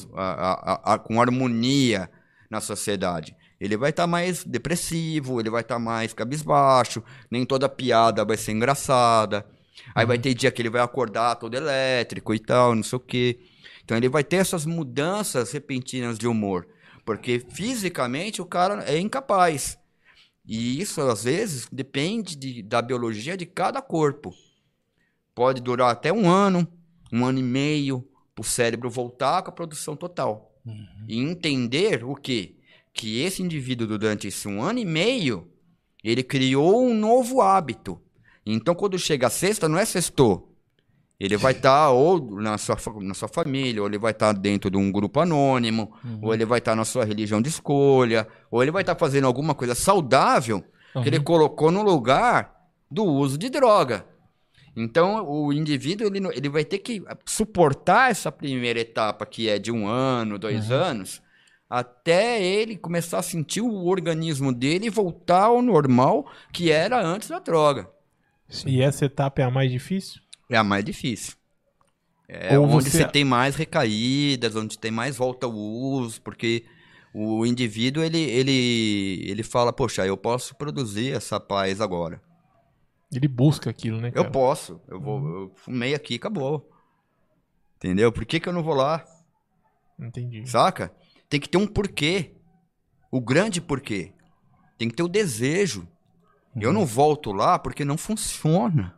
harmonia na sociedade. Ele vai estar mais depressivo, ele vai estar mais cabisbaixo, nem toda piada vai ser engraçada. Aí vai ter dia que ele vai acordar todo elétrico e tal, não sei o quê. Então ele vai ter essas mudanças repentinas de humor, porque fisicamente o cara é incapaz. E isso, às vezes, depende da biologia de cada corpo. Pode durar até 1 ano, 1 ano e meio, para o cérebro voltar com a produção total. E entender o quê? Que esse indivíduo, durante esse 1 ano e meio, ele criou um novo hábito. Então, quando chega a sexta, não é sextou. Ele vai estar ou na sua família, ou ele vai estar dentro de um grupo anônimo, ou ele vai estar na sua religião de escolha, ou ele vai estar fazendo alguma coisa saudável que ele colocou no lugar do uso de droga. Então, o indivíduo ele vai ter que suportar essa primeira etapa, que é de 1 ano, 2 anos, até ele começar a sentir o organismo dele voltar ao normal que era antes da droga. Sim. E essa etapa é a mais difícil? É a mais difícil. É onde você tem mais recaídas, onde tem mais volta ao uso, porque o indivíduo, ele fala, poxa, eu posso produzir essa paz agora. Ele busca aquilo, né, cara? Eu posso. Eu fumei aqui, acabou. Entendeu? Por que eu não vou lá? Entendi. Saca? Tem que ter um porquê. O grande porquê. Tem que ter o desejo. Eu não volto lá porque não funciona.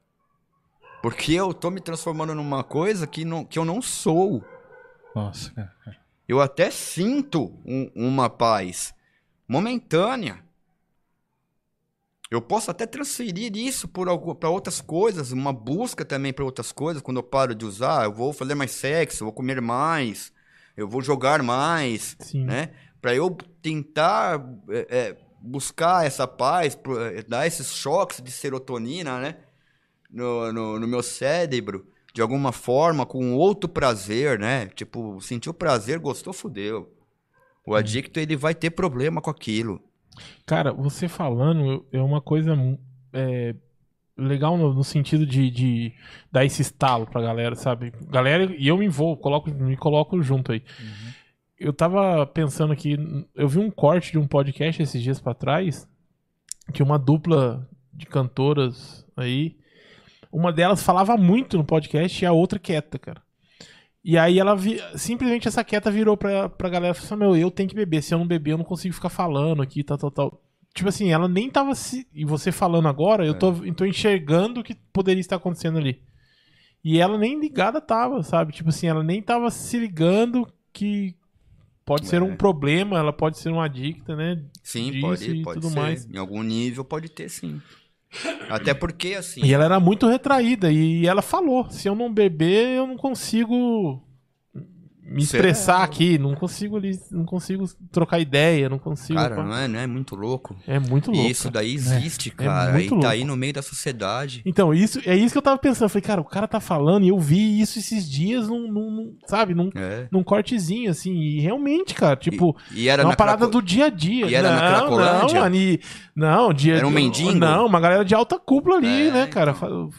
Porque eu tô me transformando numa coisa que eu não sou. Nossa, cara. Eu até sinto uma paz momentânea. Eu posso até transferir isso para outras coisas, uma busca também para outras coisas. Quando eu paro de usar, eu vou fazer mais sexo, eu vou comer mais, eu vou jogar mais, né? Para eu tentar buscar essa paz, dar esses choques de serotonina, né? No meu cérebro, de alguma forma, com outro prazer, né? Tipo, sentiu prazer, gostou, fudeu. O adicto, ele vai ter problema com aquilo. Cara, você falando é uma coisa legal no sentido de dar esse estalo pra galera, sabe? Galera, e eu me coloco junto aí. Eu tava pensando aqui, eu vi um corte de um podcast esses dias pra trás, que uma dupla de cantoras aí, uma delas falava muito no podcast e a outra quieta, cara. E aí simplesmente essa quieta virou pra galera e falou assim, meu, eu tenho que beber, se eu não beber eu não consigo ficar falando aqui, tal. Tipo assim, ela nem tava e você falando agora, eu tô enxergando o que poderia estar acontecendo ali. E ela nem ligada tava, sabe? Tipo assim, ela nem tava se ligando que pode ser um problema, ela pode ser uma adicta, né? Sim, disso pode tudo ser. Mais. Em algum nível pode ter, sim. Até porque, assim... E ela era muito retraída, e ela falou, se eu não beber, eu não consigo me expressar aqui, não consigo trocar ideia, não consigo... Cara, não é muito louco? É muito louco. E isso daí existe, cara, e louco. tá aí no meio da sociedade. Então, isso que eu tava pensando, eu falei, cara, o cara tá falando, e eu vi isso esses dias num cortezinho, assim, e realmente, cara, tipo, e era uma parada do dia a dia. E era na Cracolândia? Era um mendigo? Não, uma galera de alta cúpula ali, né, cara? Então.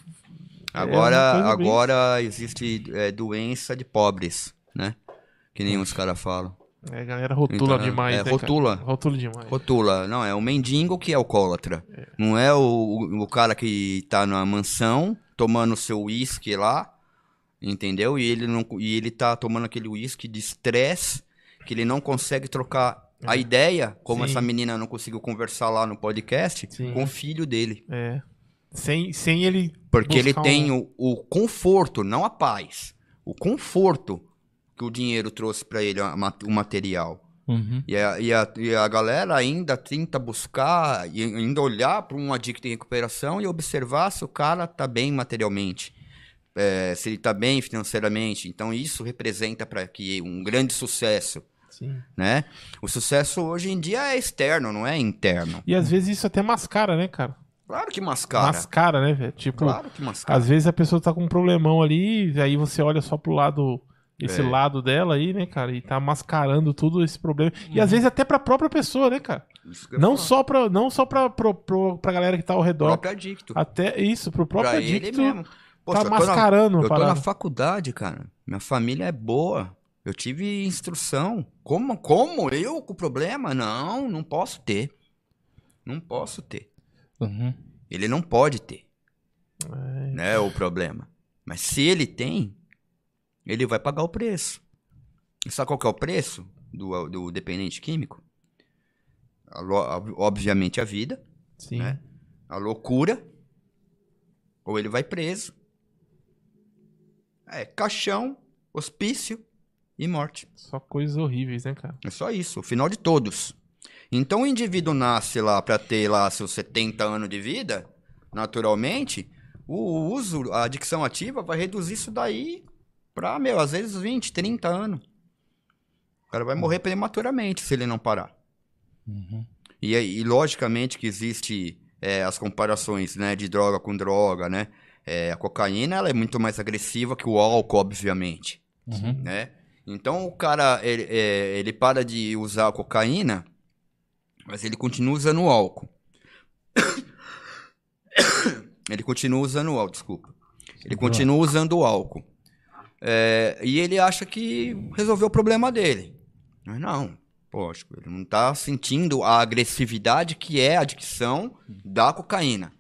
Agora existe doença de pobres, né? Que nem os caras falam. A galera rotula demais, né, rotula. Cara? Rotula demais. Rotula. Não, é o mendigo que é alcoólatra. Não é o cara que tá na mansão tomando seu uísque lá, entendeu? E ele tá tomando aquele uísque de estresse que ele não consegue trocar a ideia, como essa menina não conseguiu conversar lá no podcast, com o filho dele. Sem ele... Porque ele tem o conforto, não a paz. O conforto que o dinheiro trouxe pra ele, o material. Uhum. E a galera ainda tenta buscar, e ainda olhar para um adicto em recuperação e observar se o cara tá bem materialmente, se ele tá bem financeiramente. Então isso representa para que um grande sucesso. Sim. Né? O sucesso hoje em dia é externo, não é interno. E às vezes isso até mascara, né, cara? Claro que mascara. Mascara, né, velho? Tipo, Claro que mascara. às vezes a pessoa tá com um problemão ali, e aí você olha só pro lado, esse lado dela aí, né, cara? E tá mascarando tudo esse problema. E às vezes até pra própria pessoa, né, cara? Não só pra galera que tá ao redor. O próprio adicto. Até isso, pro próprio Pra adicto. ele mesmo. Poxa, Tá mascarando a eu tô parada. na faculdade, cara. Minha família é boa. Eu tive instrução. Como eu com problema? Não posso ter. Não posso ter. Uhum. Ele não pode ter. Né, o problema. Mas se ele tem, ele vai pagar o preço. E sabe qual que é o preço do dependente químico? Obviamente a vida. Sim. Né? A loucura. Ou ele vai preso. Caixão, hospício e morte. Só coisas horríveis, né, cara? É só isso, o final de todos. Então o indivíduo nasce lá para ter lá seus 70 anos de vida, naturalmente, a adicção ativa vai reduzir isso daí para, às vezes 20, 30 anos. O cara vai morrer prematuramente se ele não parar. Uhum. E logicamente que existe as comparações, né, de droga com droga, né? A cocaína ela é muito mais agressiva que o álcool, obviamente. Uhum. Né? Então o cara ele para de usar a cocaína, mas ele continua usando o álcool. Ele continua usando o álcool, desculpa. Ele continua usando o álcool. E ele acha que resolveu o problema dele. Mas não, poxa, ele não está sentindo a agressividade que é a adicção da cocaína.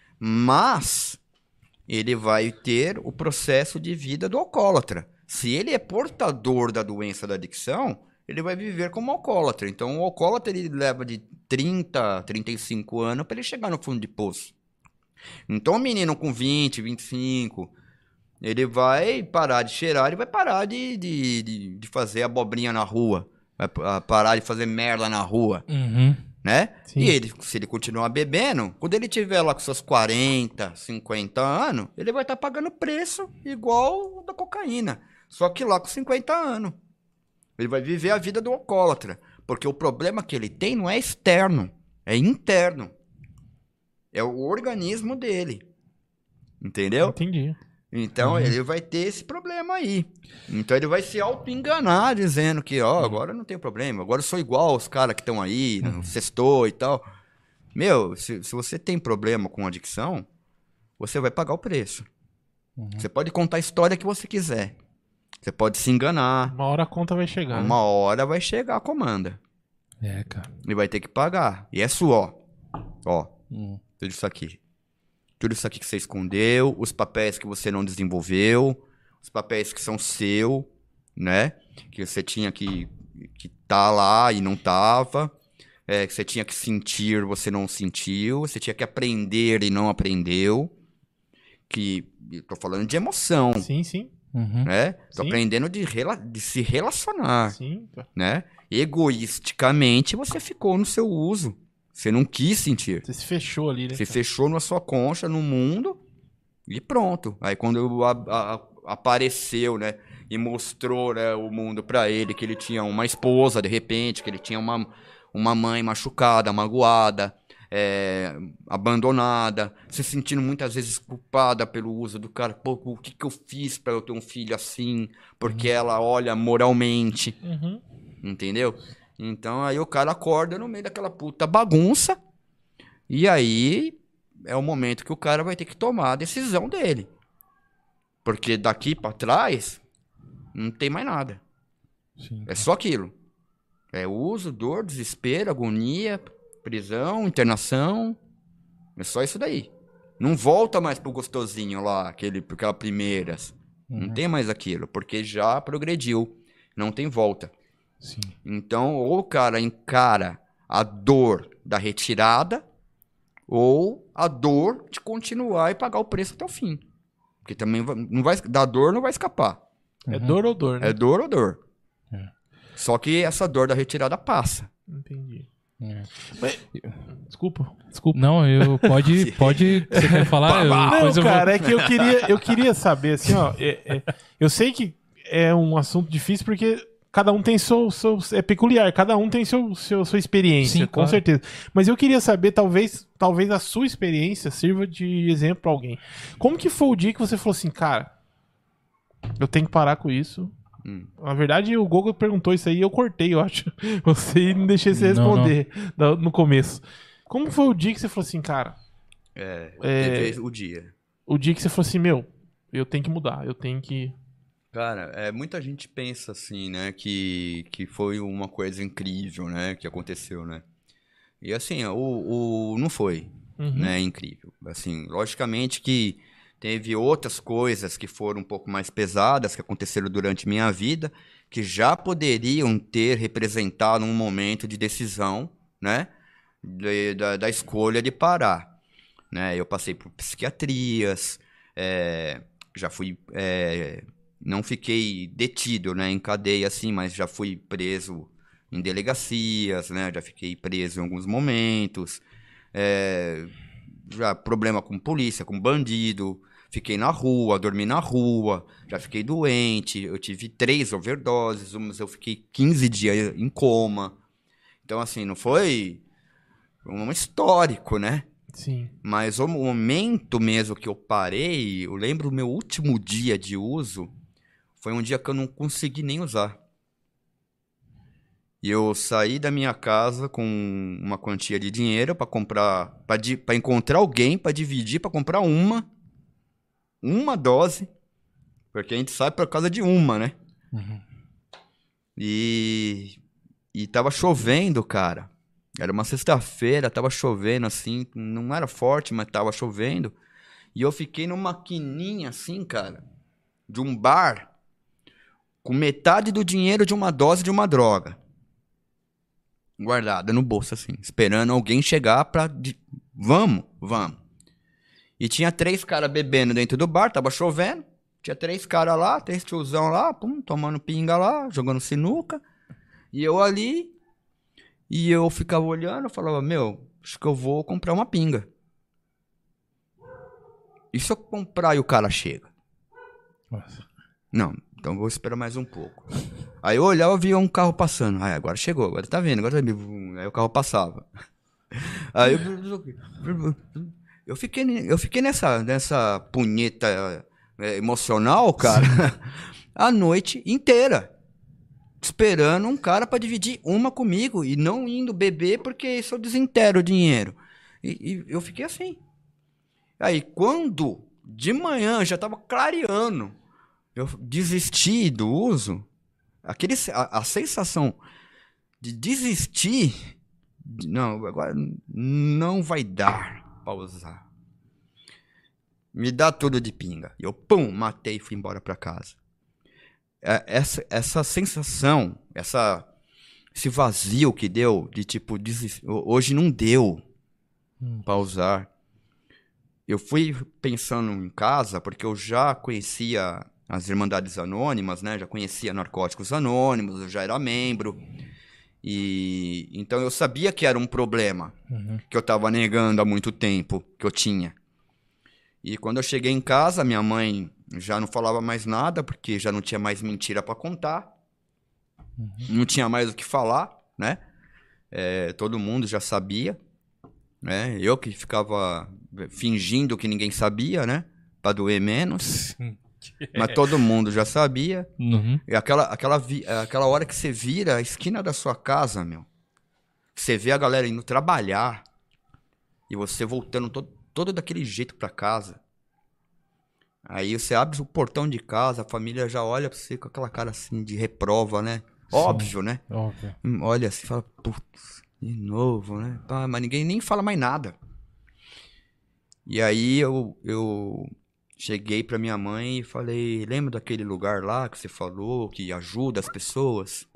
Mas ele vai ter o processo de vida do alcoólatra. Se ele é portador da doença da adicção, ele vai viver como alcoólatra. Então, o alcoólatra ele leva de 30, 35 anos para ele chegar no fundo de poço. Então, o menino com 20, 25, ele vai parar de cheirar, ele vai parar de fazer abobrinha na rua, vai parar de fazer merda na rua. Uhum. Né? Sim. E se ele continuar bebendo, quando ele tiver lá com seus 40, 50 anos, ele vai estar pagando preço igual o da cocaína. Só que lá com 50 anos. Ele vai viver a vida do alcoólatra. Porque o problema que ele tem não é externo, é interno. É o organismo dele. Entendeu? Entendi. Então ele vai ter esse problema aí. Então ele vai se auto-enganar dizendo que, agora não tem problema, agora eu sou igual aos caras que estão aí, no sextou e tal. Meu, se você tem problema com adicção, você vai pagar o preço. Você pode contar a história que você quiser. Você pode se enganar. Uma hora a conta vai chegar. Uma hora vai chegar a comanda. Cara. E vai ter que pagar. E é sua, ó. Tudo isso aqui. Tudo isso aqui que você escondeu, os papéis que você não desenvolveu, os papéis que são seu, né? Que você tinha que tá lá e não tava. Que você tinha que sentir, você não sentiu. Você tinha que aprender e não aprendeu. Eu tô falando de emoção. Sim, sim. Né? Tô Sim. aprendendo de se relacionar. Sim. Né? Egoisticamente, você ficou no seu uso. Você não quis sentir. Você se fechou ali, né? Você fechou na sua concha, no mundo, e pronto. Aí quando apareceu, né, e mostrou, né, o mundo pra ele, que ele tinha uma esposa, de repente, que ele tinha uma mãe machucada, magoada, abandonada, se sentindo muitas vezes culpada pelo uso do cara. Pô, o que eu fiz pra eu ter um filho assim? Porque ela olha moralmente, entendeu? Então aí o cara acorda no meio daquela puta bagunça. E aí é o momento que o cara vai ter que tomar a decisão dele. Porque daqui pra trás não tem mais nada. Sim. É só aquilo. É uso, dor, desespero, agonia, prisão, internação. É só isso daí. Não volta mais pro gostosinho lá, aquela primeiras. Não tem mais aquilo, porque já progrediu. Não tem volta. Sim. Então, ou o cara encara a dor da retirada, ou a dor de continuar e pagar o preço até o fim. Porque também da dor não vai escapar. É dor ou dor, né? É dor ou dor. É. Só que essa dor da retirada passa. Entendi. É. Mas... Desculpa. Não, pode, você quer falar? Não, cara, é que eu queria saber, assim, ó, eu sei que é um assunto difícil porque cada um tem seu é peculiar, cada um tem sua experiência, Sim, com claro. certeza. Mas eu queria saber, talvez a sua experiência sirva de exemplo pra alguém. Como que foi o dia que você falou assim, cara, eu tenho que parar com isso? Na verdade, o Google perguntou isso aí e eu cortei, eu acho. Você não deixei você responder no começo. Como foi o dia que você falou assim, cara? Teve o dia. O dia que você falou assim, meu, eu tenho que mudar, eu tenho que... Cara, muita gente pensa assim, né, que foi uma coisa incrível, né, que aconteceu, né. E assim, não foi, né, incrível. Assim, logicamente que teve outras coisas que foram um pouco mais pesadas, que aconteceram durante minha vida, que já poderiam ter representado um momento de decisão, né, da escolha de parar. Né? Eu passei por psiquiatrias, já fui... não fiquei detido, né, em cadeia, assim, mas já fui preso em delegacias, né, já fiquei preso em alguns momentos, já problema com polícia, com bandido, fiquei na rua, dormi na rua, já fiquei doente, eu tive 3 overdoses, umas eu fiquei 15 dias em coma. Então, assim, não foi um histórico, né? Sim. Mas o momento mesmo que eu parei, eu lembro o meu último dia de uso, foi um dia que eu não consegui nem usar. E eu saí da minha casa com uma quantia de dinheiro para comprar, para encontrar alguém para dividir, para comprar uma dose, porque a gente sai por causa de uma, né? E tava chovendo, cara. Era uma sexta-feira, tava chovendo assim, não era forte, mas tava chovendo. E eu fiquei numa maquininha assim, cara, de um bar, com metade do dinheiro de uma dose de uma droga. Guardada no bolso, assim, esperando alguém chegar pra... Vamos. E tinha 3 caras bebendo dentro do bar, tava chovendo. Tinha 3 caras lá, 3 tiozão lá, tomando pinga lá, jogando sinuca. E eu ali... E eu ficava olhando, eu falava, meu, acho que eu vou comprar uma pinga. E se eu comprar e o cara chega? Nossa. Não, então eu vou esperar mais um pouco. Aí eu olhava e via um carro passando. Aí agora chegou, agora tá vendo, agora tá vendo. Aí o carro passava. Aí eu fiquei nessa punheta emocional, cara, a noite inteira. Esperando um cara pra dividir uma comigo e não indo beber porque isso eu desinteiro o dinheiro. E eu fiquei assim. Aí quando de manhã já tava clareando, eu desisti do uso, a sensação de desistir, não, agora não vai dar pra usar. Me dá tudo de pinga. E eu, matei e fui embora pra casa. Essa sensação, esse vazio que deu, de tipo, hoje não deu pra usar. Eu fui pensando em casa, porque eu já conhecia as Irmandades Anônimas, né? Já conhecia Narcóticos Anônimos, eu já era membro. E então eu sabia que era um problema que eu tava negando há muito tempo, que eu tinha. E quando eu cheguei em casa, minha mãe já não falava mais nada, porque já não tinha mais mentira para contar. Não tinha mais o que falar, né? Todo mundo já sabia, né? Eu que ficava fingindo que ninguém sabia, né? Para doer menos. Mas todo mundo já sabia. E aquela hora que você vira a esquina da sua casa, meu, você vê a galera indo trabalhar e você voltando todo daquele jeito para casa. Aí você abre o portão de casa, a família já olha pra você com aquela cara assim de reprova, né? Sim, óbvio, né? Óbvio. Olha assim e fala, putz, de novo, né? Mas ninguém nem fala mais nada. E aí eu cheguei pra minha mãe e falei, lembra daquele lugar lá que você falou, que ajuda as pessoas?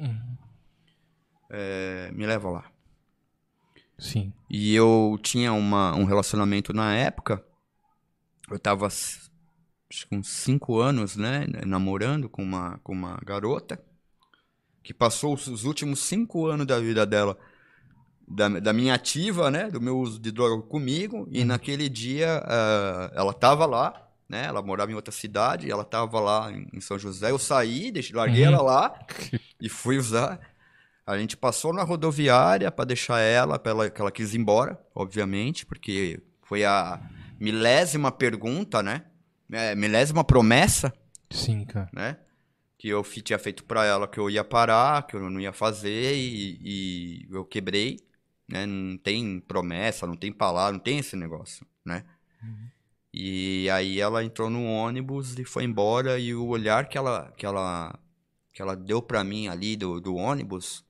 Me leva lá. Sim. E eu tinha um relacionamento na época, eu tava acho que uns 5 anos, né, namorando com uma garota, que passou os últimos 5 anos da vida dela, da minha ativa, né, do meu uso de droga comigo, e naquele dia ela tava lá, né, ela morava em outra cidade, ela tava lá em São José, eu saí, larguei ela lá e fui usar. A gente passou na rodoviária para deixar ela, que ela quis ir embora, obviamente, porque foi a milésima pergunta, né, milésima promessa. Sim, cara. Né? Que eu tinha feito pra ela que eu ia parar, que eu não ia fazer e eu quebrei, né? Não tem promessa, não tem palavra, não tem esse negócio, né? E aí ela entrou no ônibus e foi embora e o olhar que ela deu pra mim ali do ônibus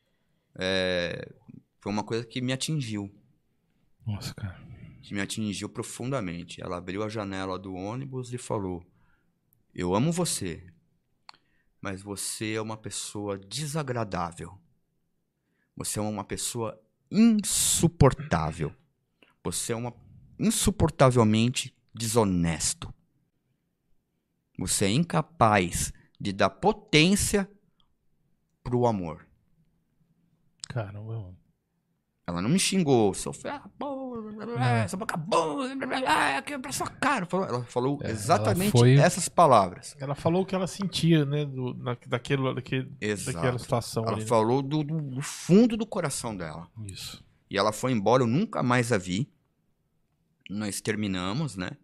foi uma coisa que me atingiu. Nossa, cara. Que me atingiu profundamente. Ela abriu a janela do ônibus e falou: eu amo você, mas você é uma pessoa desagradável. Você é uma pessoa insuportável. Você é insuportavelmente desonesto. Você é incapaz de dar potência pro amor. Caramba, mano. Ela não me xingou, só foi, essa boca boa, aqui pra sua cara. Ela falou exatamente essas palavras. Ela falou o que ela sentia, né, daquela situação. Ela ali, falou do fundo do coração dela. Isso. E ela foi embora, eu nunca mais a vi. Nós terminamos, né?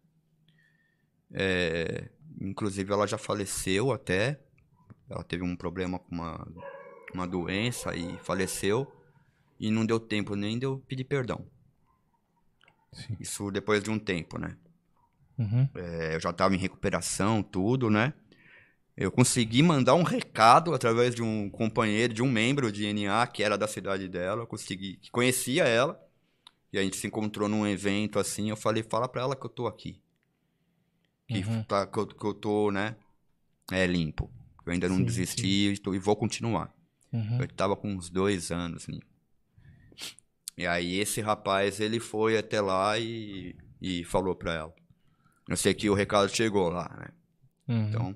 Inclusive ela já faleceu até. Ela teve um problema com uma doença e faleceu. E não deu tempo nem de eu pedir perdão. Sim. Isso depois de um tempo, né? Uhum. Eu já estava em recuperação, tudo, né? Eu consegui mandar um recado através de um companheiro, de um membro de NA, que era da cidade dela, que conhecia ela. E a gente se encontrou num evento assim, eu falei, fala pra ela que eu tô aqui. Que eu tô, né, limpo. Eu ainda não desisti e vou continuar. Eu tava com uns 2 anos limpo. E aí esse rapaz, ele foi até lá e falou pra ela. Eu sei que o recado chegou lá, né? Então,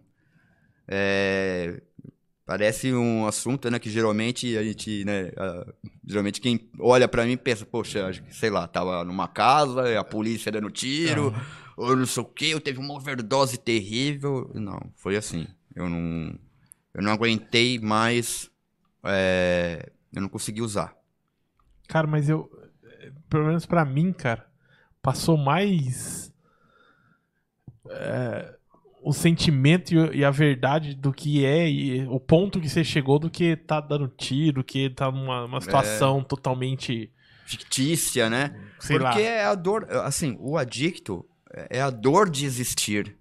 parece um assunto, né, que geralmente a gente, né, geralmente quem olha pra mim pensa, poxa, sei lá, tava numa casa, a polícia dando tiro, ou não sei o quê, eu teve uma overdose terrível. Não, foi assim. Eu não aguentei mais, eu não consegui usar. Cara, mas pelo menos pra mim, cara, passou mais o sentimento e a verdade do que e o ponto que você chegou do que tá dando tiro, que tá numa situação totalmente fictícia, né? Sei Porque lá. é a dor, assim, o adicto é a dor de existir.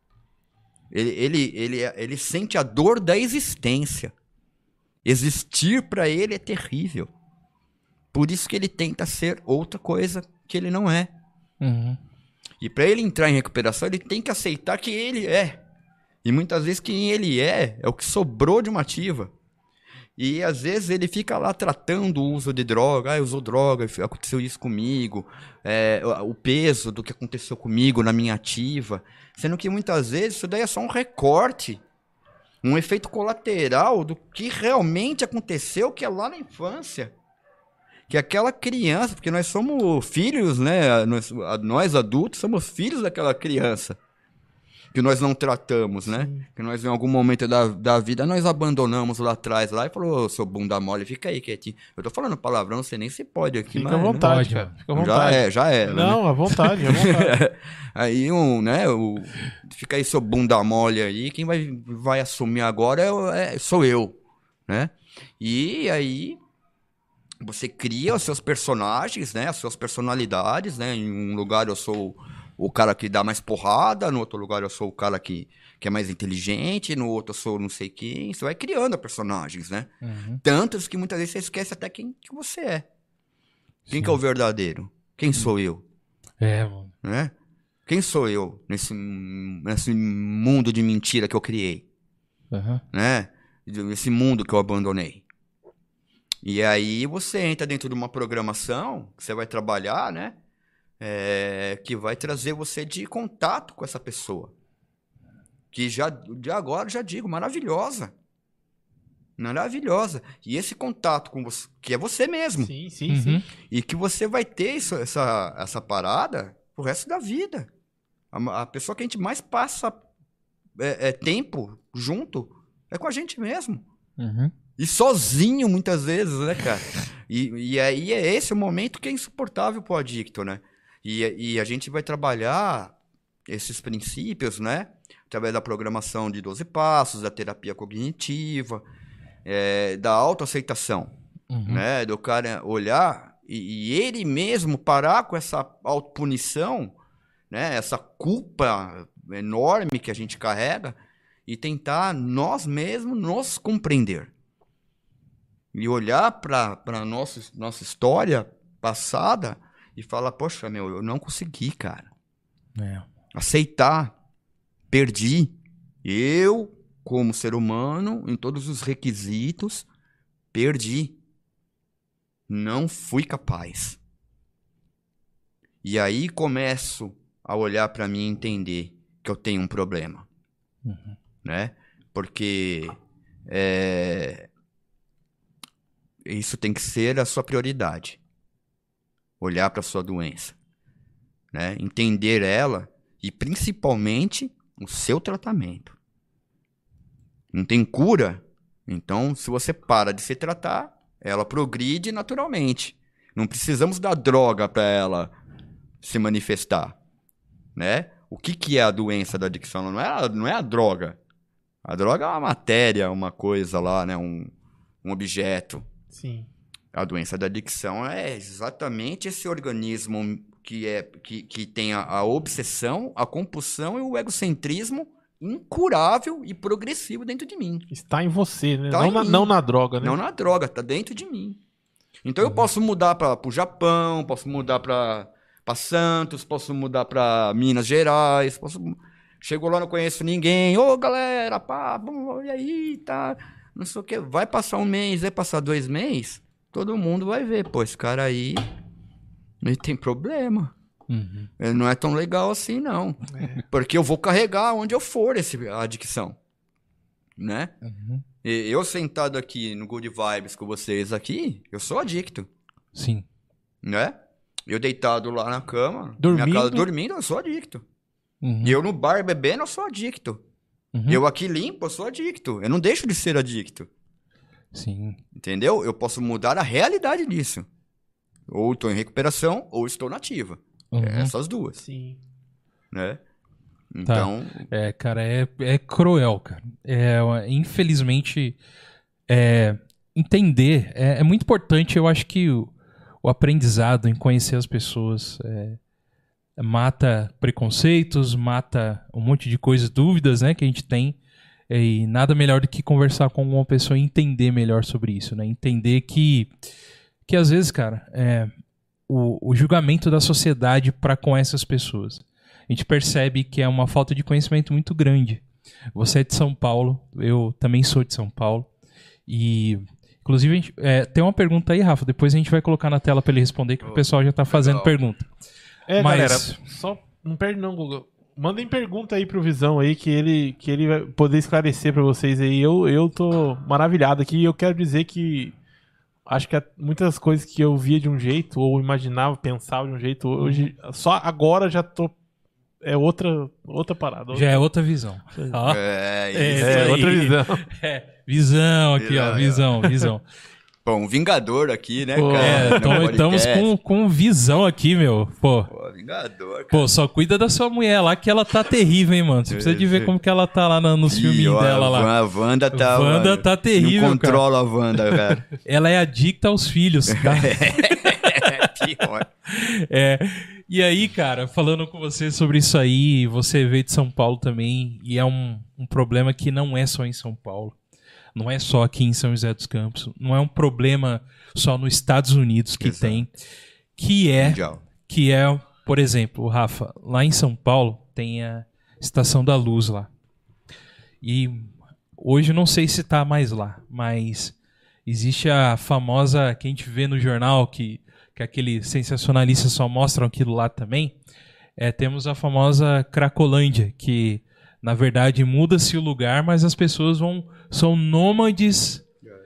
Ele sente a dor da existência. Existir pra ele é terrível. Por isso que ele tenta ser outra coisa que ele não é. E para ele entrar em recuperação, ele tem que aceitar quem ele é. E muitas vezes quem ele é o que sobrou de uma ativa. E às vezes ele fica lá tratando o uso de droga. Usou droga, aconteceu isso comigo. O peso do que aconteceu comigo na minha ativa. Sendo que muitas vezes isso daí é só um recorte. Um efeito colateral do que realmente aconteceu, que é lá na infância. Que aquela criança, porque nós somos filhos, né? Nós adultos somos filhos daquela criança que nós não tratamos, né? Que nós em algum momento da vida nós abandonamos lá atrás lá e falou, seu bunda mole, fica aí quietinho. Eu tô falando palavrão, não sei nem se pode aqui, Fica mas... à vontade, né? cara. Fica à vontade. Já é. Não, à vontade, à vontade. Aí, fica aí seu bunda mole aí, quem vai assumir agora sou eu, né? E aí... Você cria os seus personagens, né? As suas personalidades, né? Em um lugar eu sou o cara que dá mais porrada, no outro lugar eu sou o cara que é mais inteligente, no outro eu sou não sei quem. Você vai criando personagens, né? Tantos que muitas vezes você esquece até quem que você é. Quem que é o verdadeiro? Quem sou eu? Mano. Né? Quem sou eu nesse mundo de mentira que eu criei? Né? Esse mundo que eu abandonei. E aí você entra dentro de uma programação que você vai trabalhar, né? Que vai trazer você de contato com essa pessoa. que de agora já digo, maravilhosa. Maravilhosa. E esse contato com você, que é você mesmo. Sim, sim, sim. E que você vai ter essa parada pro resto da vida. A pessoa que a gente mais passa tempo junto é com a gente mesmo. E sozinho, muitas vezes, né, cara? E aí é esse o momento que é insuportável pro adicto, né? E a gente vai trabalhar esses princípios, né? Através da programação de 12 passos, da terapia cognitiva, da autoaceitação, né? Do cara olhar e ele mesmo parar com essa autopunição, né? Essa culpa enorme que a gente carrega e tentar nós mesmos nos compreender. E olhar para a nossa história passada e falar, poxa, eu não consegui, cara. Aceitar. Perdi. Eu, como ser humano, em todos os requisitos, perdi. Não fui capaz. E aí começo a olhar para mim e entender que eu tenho um problema. Né? Porque isso tem que ser a sua prioridade. Olhar para a sua doença. Né? Entender ela e, principalmente, o seu tratamento. Não tem cura? Então, se você para de se tratar, ela progride naturalmente. Não precisamos dar droga para ela se manifestar. Né? O que é a doença da adicção? Não é a droga. A droga é uma matéria, uma coisa lá, né? Um objeto. Sim. A doença da adicção é exatamente esse organismo que tem a obsessão, a compulsão e o egocentrismo incurável e progressivo dentro de mim. Está em você, né? Tá não na droga, né? Não na droga, tá dentro de mim. Então eu posso mudar para o Japão, posso mudar para Santos, posso mudar para Minas Gerais, chegou lá, não conheço ninguém, ô galera, pá, bom, e aí, tá, não sei o que, vai passar um mês, vai passar 2 meses, todo mundo vai ver, pô, esse cara aí, ele tem problema. Ele não é tão legal assim, não. Porque eu vou carregar onde eu for a adicção. Né? E eu sentado aqui no Good Vibes com vocês aqui, eu sou adicto. Sim. Né? Eu deitado lá na cama, minha casa dormindo, eu sou adicto. E eu no bar bebendo, eu sou adicto. Eu aqui limpo, eu sou adicto. Eu não deixo de ser adicto. Sim. Entendeu? Eu posso mudar a realidade disso. Ou estou em recuperação, ou estou nativa. Essas duas. Sim. Né? Então... Tá. Cara, é cruel, cara. Infelizmente, entender é muito importante. Eu acho que o aprendizado em conhecer as pessoas mata preconceitos, mata um monte de coisas, dúvidas, né, que a gente tem. E nada melhor do que conversar com uma pessoa e entender melhor sobre isso, né? Entender que às vezes, cara, o julgamento da sociedade para com essas pessoas. A gente percebe que é uma falta de conhecimento muito grande. Você é de São Paulo, eu também sou de São Paulo. E, inclusive, tem uma pergunta aí, Rafa, depois a gente vai colocar na tela para ele responder, que o pessoal já está fazendo pergunta. Galera, só não perde não, Google. Mandem pergunta aí pro Visão aí, que ele vai poder esclarecer para vocês aí. Eu tô maravilhado aqui e eu quero dizer que acho que muitas coisas que eu via de um jeito, ou imaginava, pensava de um jeito, hoje, só agora já tô... É outra parada. Já é outra visão. Isso. Outra visão. Visão aqui, ó. Visão. Bom, Vingador aqui, né, Pô, cara? Estamos com visão aqui, meu. Pô, Vingador, cara. Pô, só cuida da sua mulher lá, que ela tá terrível, hein, mano. Você precisa de ver como que ela tá lá nos filminhos dela lá. A Wanda tá... Wanda tá terrível, não controla a Wanda, cara. Ela é adicta aos filhos, tá? Pior. E aí, cara, falando com você sobre isso aí, você veio de São Paulo também, e é um problema que não é só em São Paulo. Não é só aqui em São José dos Campos. Não é um problema só nos Estados Unidos que tem. Que é, por exemplo, Rafa, lá em São Paulo tem a Estação da Luz lá. E hoje não sei se tá mais lá, mas existe a famosa, que a gente vê no jornal, que aquele sensacionalista só mostram aquilo lá também. Temos a famosa Cracolândia, que Na verdade, muda-se o lugar, mas as pessoas são nômades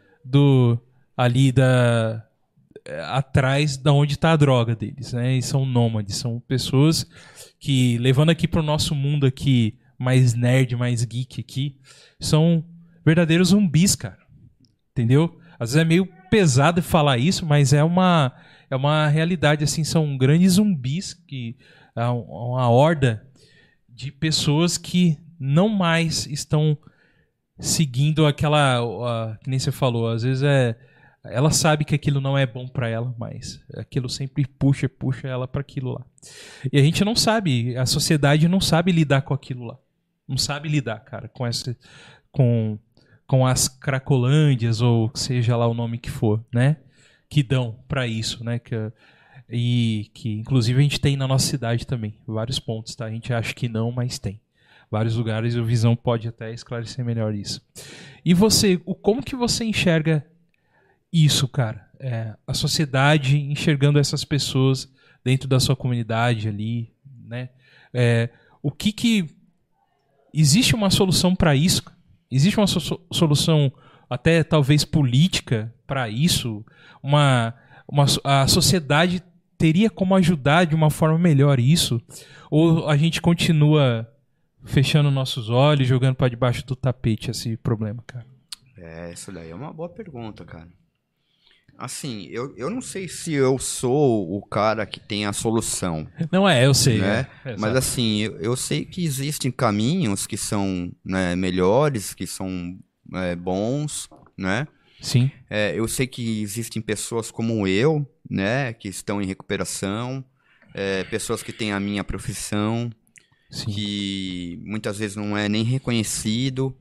atrás da onde está a droga deles, né? E são nômades, são pessoas que, levando aqui para o nosso mundo aqui, mais nerd, mais geek aqui, são verdadeiros zumbis, cara. Entendeu? Às vezes é meio pesado falar isso, mas é uma realidade, assim, são grandes zumbis, que é uma horda de pessoas que não mais estão seguindo aquela, que nem você falou, às vezes ela sabe que aquilo não é bom pra ela, mas aquilo sempre puxa ela pra aquilo lá. E a gente não sabe, a sociedade não sabe lidar com aquilo lá. Não sabe lidar, cara, com as cracolândias, ou seja lá o nome que for, né? Que dão pra isso, né? E que inclusive a gente tem na nossa cidade também, vários pontos, tá? A gente acha que não, mas tem. Vários lugares, o Visão pode até esclarecer melhor isso. E você, como que você enxerga isso, cara? A sociedade enxergando essas pessoas dentro da sua comunidade ali, né? O que existe uma solução para isso? Existe uma solução até talvez política para isso? A sociedade teria como ajudar de uma forma melhor isso? Ou a gente continua fechando nossos olhos, jogando para debaixo do tapete esse problema, cara? Isso daí é uma boa pergunta, cara. Assim, eu não sei se eu sou o cara que tem a solução. Não eu sei. Né? Mas assim, eu sei que existem caminhos que são, né, melhores, que são bons, né? Sim. Eu sei que existem pessoas como eu, né, que estão em recuperação, pessoas que têm a minha profissão, sim, que muitas vezes não é nem reconhecido,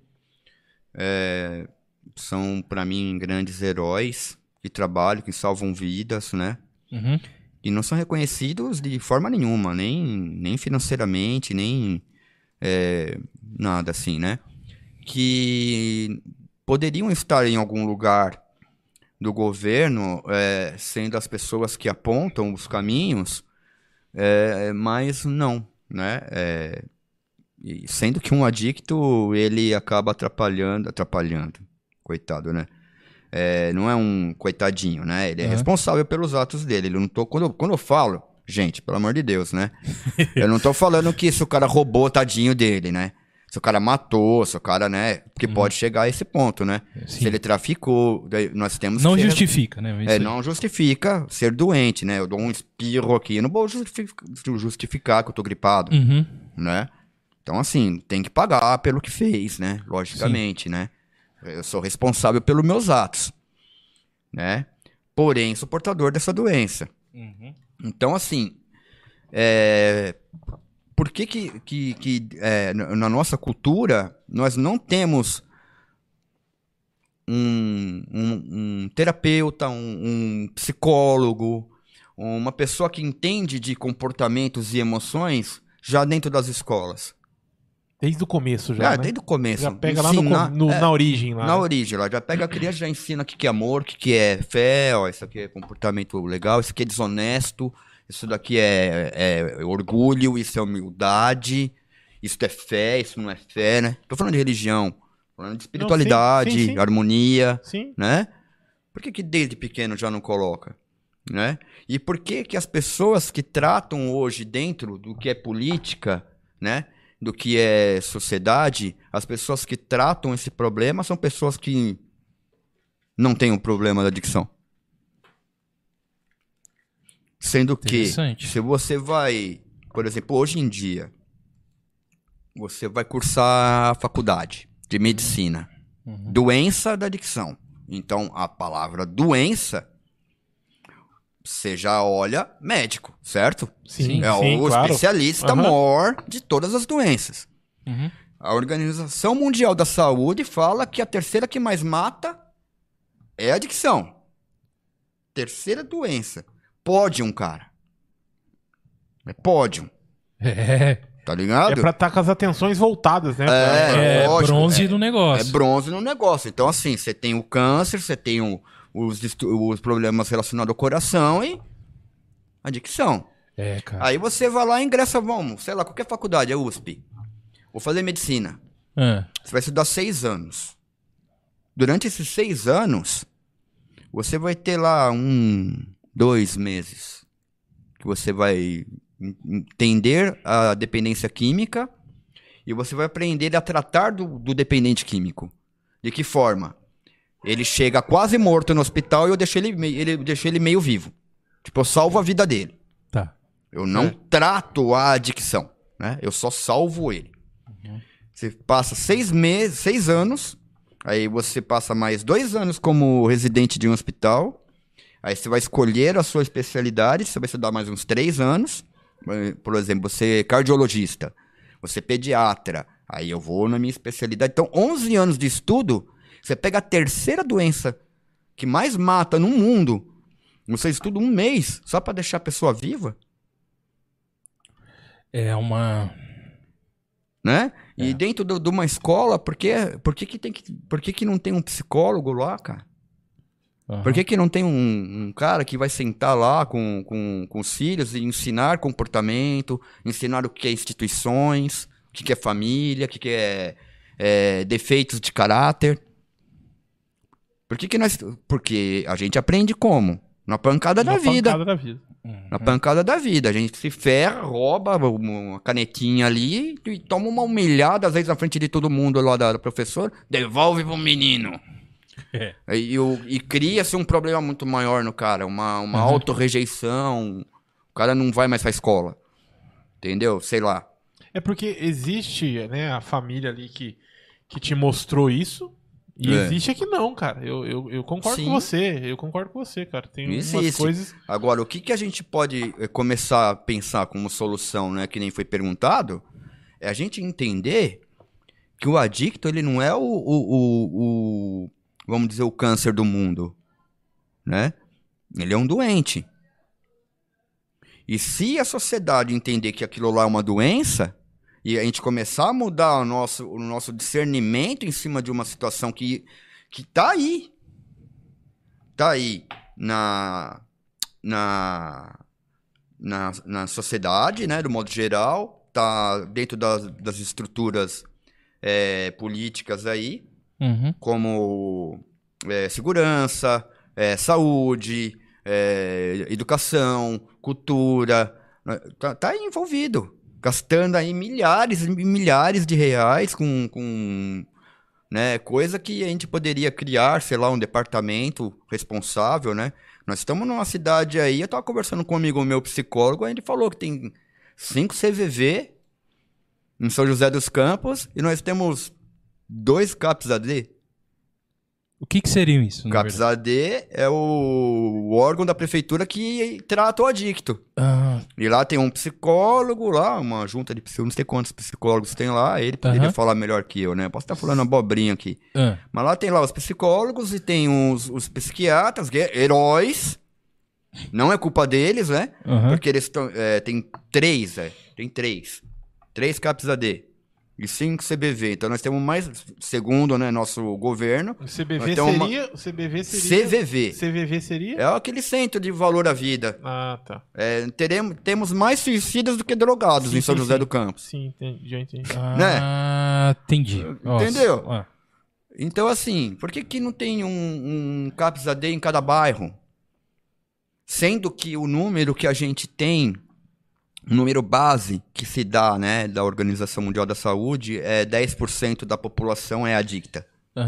são para mim grandes heróis que trabalham, que salvam vidas, né? Uhum. E não são reconhecidos de forma nenhuma, nem financeiramente, nem nada assim, né? Que poderiam estar em algum lugar do governo, sendo as pessoas que apontam os caminhos, mas não, né? Sendo que um adicto, ele acaba atrapalhando, coitado, né? Não é um coitadinho, né? Ele é responsável pelos atos dele. Ele não quando eu falo, gente, pelo amor de Deus, né? Eu não tô falando que se o cara roubou, tadinho dele, né? Se o cara matou, se o cara, né? Porque pode chegar a esse ponto, né? Sim. Se ele traficou, nós temos não que justifica, né? não justifica ser doente, né? Eu dou um espirro aqui, eu não vou justificar que eu tô gripado, né? Então, assim, tem que pagar pelo que fez, né? Logicamente, sim, né? Eu sou responsável pelos meus atos, né? Porém, sou portador dessa doença. Então, assim, por que na nossa cultura nós não temos um terapeuta, um psicólogo, uma pessoa que entende de comportamentos e emoções já dentro das escolas? Desde o começo já, né? Desde o começo. Já pega lá na origem. Lá, na né? origem, lá. Já pega a criança, já ensina o que é amor, o que é fé, ó, isso aqui é comportamento legal, isso aqui é desonesto, isso daqui é orgulho, isso é humildade, isso é fé, isso não é fé, né? Tô falando de religião, falando de espiritualidade, não, sim. harmonia, sim, né? Por que desde pequeno já não coloca? Né? E por que as pessoas que tratam hoje dentro do que é política, né? Do que é sociedade, as pessoas que tratam esse problema são pessoas que não têm um problema da adicção. Sendo que, se você vai, por exemplo, hoje em dia, você vai cursar a faculdade de medicina, doença da adicção. Então, a palavra doença, você já olha médico, certo? Sim, o claro. especialista maior de todas as doenças. A Organização Mundial da Saúde fala que a terceira que mais mata é a adicção. Terceira doença. Pódium, cara. É pódium. Tá ligado? É pra estar com as atenções voltadas, né? Lógico, bronze no negócio. É bronze no negócio. Então, assim, você tem o câncer, você tem os problemas relacionados ao coração e adicção. Cara. Aí você vai lá e ingressa, vamos, sei lá, qualquer faculdade, é USP. vou fazer medicina. Ah. Você vai estudar 6 anos. Durante esses 6 anos, você vai ter lá 2 meses que você vai entender a dependência química e você vai aprender a tratar do dependente químico. De que forma? Ele chega quase morto no hospital e eu deixo ele meio vivo. Tipo, eu salvo a vida dele. Tá. Eu não trato a adicção, né? Eu só salvo ele. Você passa 6 anos, aí você passa mais 2 anos como residente de um hospital, aí você vai escolher a sua especialidade, você vai estudar mais uns 3 anos, por exemplo, você é cardiologista, você é pediatra, aí eu vou na minha especialidade. Então, 11 anos de estudo, você pega a terceira doença que mais mata no mundo, você estuda 1 mês só para deixar a pessoa viva? É uma... Né? E dentro de uma escola, por que não tem um psicólogo lá, cara? Uhum. Por que não tem um cara que vai sentar lá com os filhos e ensinar comportamento, ensinar o que é instituições, o que é família, o que é defeitos de caráter? Porque a gente aprende como? Na pancada da vida. Na pancada da vida. A gente se ferra, rouba uma canetinha ali e toma uma humilhada, às vezes, na frente de todo mundo lá da professora. Devolve pro menino. E cria-se um problema muito maior no cara. Uma autorrejeição. O cara não vai mais pra escola. Entendeu? Sei lá. É porque existe, né, a família ali que te mostrou isso. E existe aqui não, cara. Eu concordo com você. Eu concordo com você, cara. Tem umas coisas... Agora, o que a gente pode começar a pensar como solução, né? Que nem foi perguntado, é a gente entender que o adicto, ele não é vamos dizer, o câncer do mundo, né? Ele é um doente. E se a sociedade entender que aquilo lá é uma doença... E a gente começar a mudar o nosso discernimento em cima de uma situação que tá aí. Tá aí na sociedade, né, do modo geral. Tá dentro das estruturas políticas aí. Como segurança, saúde, educação, cultura. Tá aí envolvido. Gastando aí milhares e milhares de reais com né, coisa que a gente poderia criar, sei lá, um departamento responsável, né? Nós estamos numa cidade aí, eu estava conversando com um amigo meu, psicólogo, a gente falou que tem 5 CVV em São José dos Campos e nós temos 2 CAPS AD. O que seriam isso? O CAPS AD é o órgão da prefeitura que trata o adicto. E lá tem um psicólogo, lá, uma junta de psicólogos, não sei quantos psicólogos tem lá, ele poderia falar melhor que eu, né? Eu posso estar falando abobrinha aqui. Mas lá tem lá os psicólogos e tem os psiquiatras, heróis. Não é culpa deles, né? Porque eles tem 3, tem 3. 3 CAPS AD. E 5 CBV. Então nós temos mais, segundo, né, nosso governo. O CBV seria? O CBV seria? CVV. CVV seria? É aquele centro de valor à vida. Ah, tá. Temos mais suicidas do que drogados em São José do Campo. Sim, já entendi. Entendi. Entendeu? Então, assim, por que não tem um CAPS AD em cada bairro? Sendo que o número que a gente tem, o número base que se dá, né, da Organização Mundial da Saúde, 10% da população é adicta.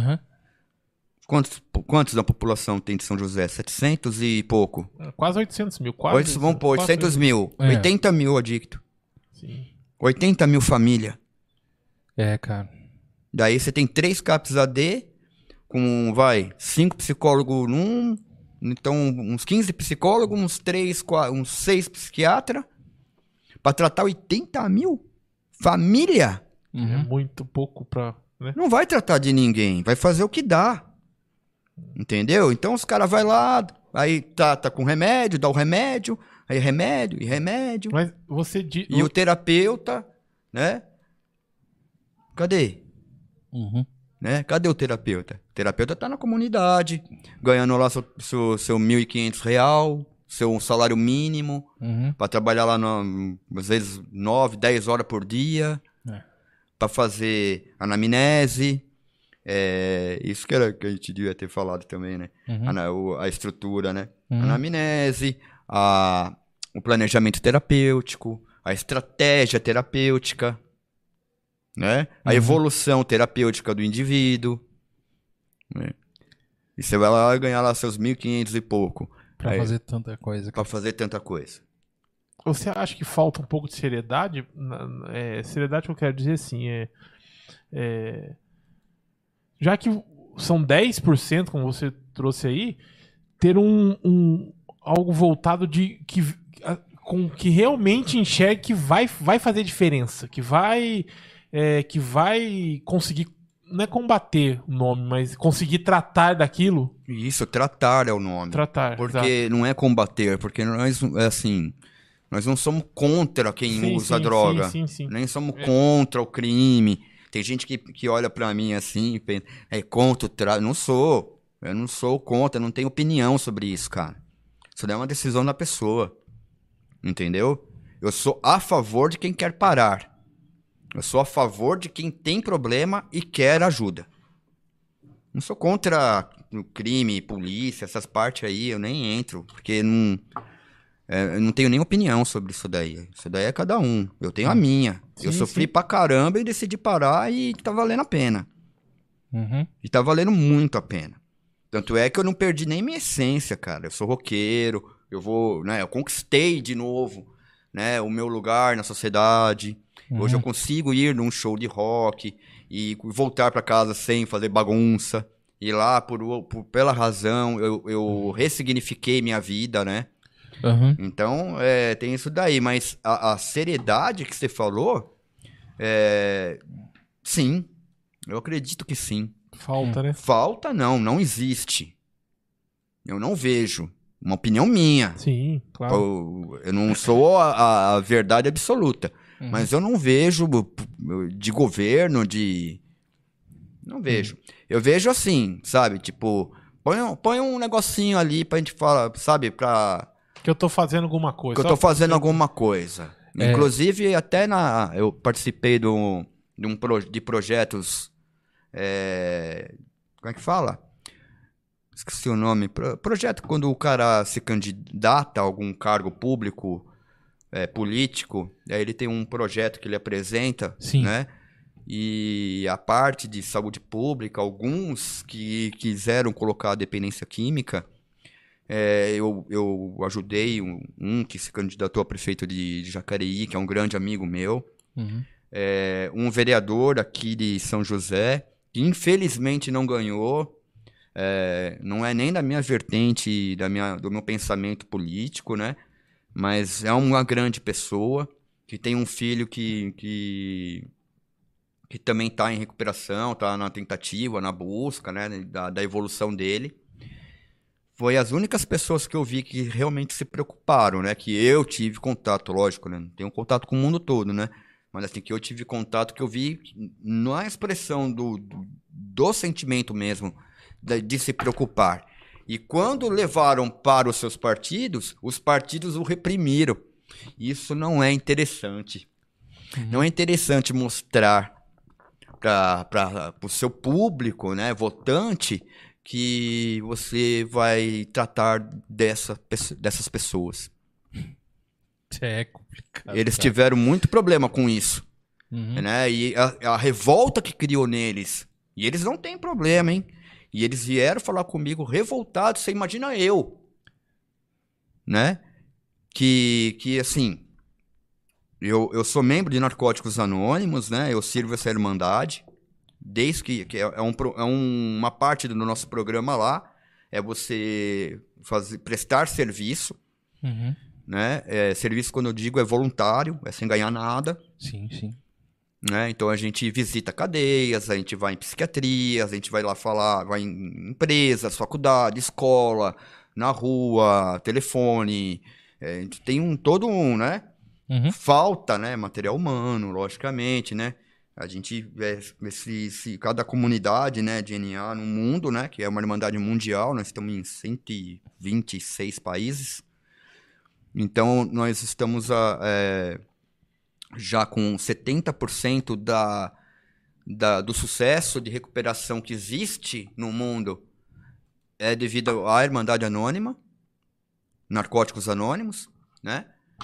Quantos da população tem de São José? 700 e pouco. Quase 800 mil. Vamos pôr 800 mil. 80 mil adictos. Sim. 80 mil família. Cara. Daí você tem 3 CAPS AD, com, 5 psicólogos num, então uns 15 psicólogos, uns 6 psiquiatras, para tratar 80 mil família. É muito pouco pra... Né? Não vai tratar de ninguém, vai fazer o que dá. Entendeu? Então os caras vão lá, aí tá com remédio, dá o remédio, aí remédio e remédio. Mas você E o terapeuta, né? Cadê? Né? Cadê o terapeuta? O terapeuta tá na comunidade, ganhando lá seu R$1.500, seu salário mínimo, para trabalhar lá, às vezes, 9, 10 horas por dia. para fazer anamnese, isso que a gente devia ter falado também, né? A estrutura, né? Anamnese, o planejamento terapêutico, a estratégia terapêutica, né? A evolução terapêutica do indivíduo, né? E você vai lá ganhar lá seus 1.500 e pouco. Pra fazer tanta coisa. Pra fazer tanta coisa. Você acha que falta um pouco de seriedade? Seriedade que eu quero dizer assim, já que são 10%, como você trouxe aí, ter algo voltado que realmente enxergue que vai fazer diferença, que vai conseguir, não é combater o nome, mas conseguir tratar daquilo. Isso, tratar é o nome. Tratar, porque exato. não é combater, porque nós, assim, nós não somos contra quem usa droga. Sim. Nem somos contra o crime. Tem gente que olha pra mim assim e pensa, contra o tráfico. Não sou. Eu não sou contra, não tenho opinião sobre isso, cara. Isso daí é uma decisão da pessoa. Entendeu? Eu sou a favor de quem quer parar. Eu sou a favor de quem tem problema e quer ajuda. Não sou contra o crime, polícia, essas partes aí, eu nem entro, porque eu não tenho nem opinião sobre isso daí. Isso daí é cada um. Eu tenho a minha. Eu sofri pra caramba e decidi parar e tá valendo a pena. E tá valendo muito a pena. Tanto é que eu não perdi nem minha essência, cara. Eu sou roqueiro, eu conquistei de novo, né, o meu lugar na sociedade. Hoje eu consigo ir num show de rock e voltar pra casa sem fazer bagunça. E lá, pela razão, eu ressignifiquei minha vida, né? Então, tem isso daí. Mas a seriedade que você falou, sim, eu acredito que sim. Falta, né? Falta não existe. Eu não vejo. Uma opinião minha. Sim, claro. Eu não sou a verdade absoluta. Mas eu não vejo de governo, não vejo. Eu vejo assim, sabe? Tipo, põe um negocinho ali pra gente falar, sabe? Que eu tô fazendo alguma coisa. Que eu tô fazendo alguma coisa. Inclusive, até eu participei de projetos... como é que fala? Esqueci o nome. Projeto quando o cara se candidata a algum cargo público, político, aí ele tem um projeto que ele apresenta, né? E a parte de saúde pública, alguns que quiseram colocar a dependência química, eu ajudei um que se candidatou a prefeito de Jacareí, que é um grande amigo meu, um vereador aqui de São José, que infelizmente não ganhou, não é nem da minha vertente, do meu pensamento político, né? Mas é uma grande pessoa, que tem um filho que também está em recuperação, está na tentativa, na busca, né, da evolução dele. Foi as únicas pessoas que eu vi que realmente se preocuparam, né? Que eu tive contato, lógico, né? Não tenho contato com o mundo todo, né? Mas assim, que eu tive contato, que eu vi na expressão do sentimento mesmo, de se preocupar. E quando levaram para os seus partidos, os partidos o reprimiram. Isso não é interessante. Não é interessante mostrar para o seu público, né, votante, que você vai tratar dessas pessoas. É complicado. Eles tiveram muito problema com isso. Né? E a revolta que criou neles. E eles não têm problema, hein? E eles vieram falar comigo revoltados. Você imagina eu, né? Que assim, eu sou membro de Narcóticos Anônimos, né? Eu sirvo essa irmandade. Desde que uma parte do nosso programa lá é você prestar serviço, né? Serviço, quando eu digo, é voluntário, é sem ganhar nada. Sim. Né? Então a gente visita cadeias, a gente vai em psiquiatrias, a gente vai lá vai em empresas, faculdade, escola, na rua, telefone. A gente tem todo um, né? Falta, né? Material humano, logicamente, né? A gente vê se cada comunidade, né, de NA no mundo, né, que é uma irmandade mundial, nós estamos em 126 países. Então, nós estamos já com 70% do sucesso de recuperação que existe no mundo é devido à Irmandade Anônima, Narcóticos Anônimos, né?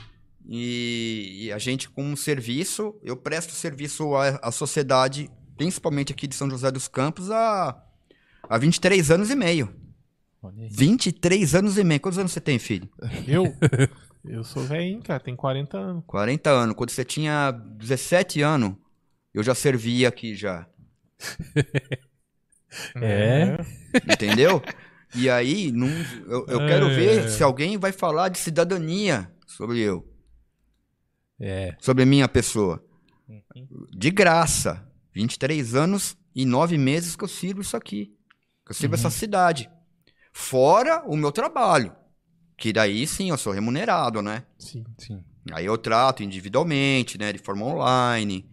E a gente, como serviço, eu presto serviço à sociedade, principalmente aqui de São José dos Campos, há 23 anos e meio. 23 anos e meio. Quantos anos você tem, filho? Eu sou velhinho, cara, tenho 40 anos. 40 anos. Quando você tinha 17 anos, eu já servia aqui já. Entendeu? E aí, eu quero ver se alguém vai falar de cidadania sobre eu. Sobre a minha pessoa. De graça. 23 anos e 9 meses que eu sirvo isso aqui. Que eu sirvo essa cidade. Fora o meu trabalho. Que daí sim eu sou remunerado, né? Sim. Aí eu trato individualmente, né? De forma online.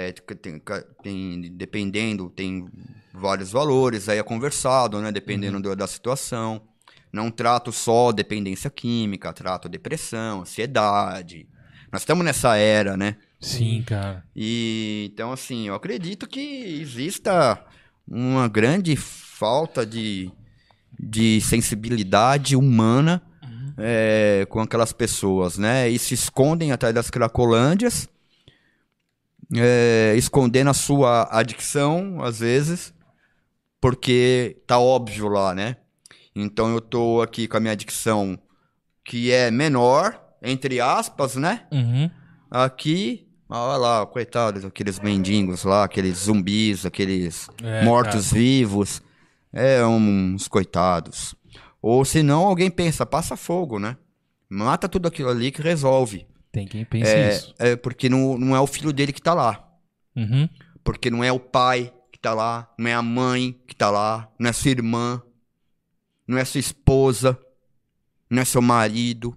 Dependendo, tem vários valores. Aí é conversado, né? Dependendo da situação. Não trato só dependência química, trato depressão, ansiedade. Nós estamos nessa era, né? Sim, cara. E então, assim, eu acredito que exista uma grande falta de sensibilidade humana com aquelas pessoas, né? E se escondem atrás das cracolândias, escondendo a sua adicção, às vezes, porque tá óbvio lá, né? Então eu tô aqui com a minha adicção, que é menor, entre aspas, né? Aqui, olha lá, coitados, aqueles mendigos lá, aqueles zumbis, aqueles mortos-vivos. Uns coitados. Ou senão alguém pensa, passa fogo, né? Mata tudo aquilo ali que resolve. Tem quem pense isso. Porque não é o filho dele que tá lá. Porque não é o pai que tá lá, não é a mãe que tá lá, não é sua irmã, não é sua esposa, não é seu marido.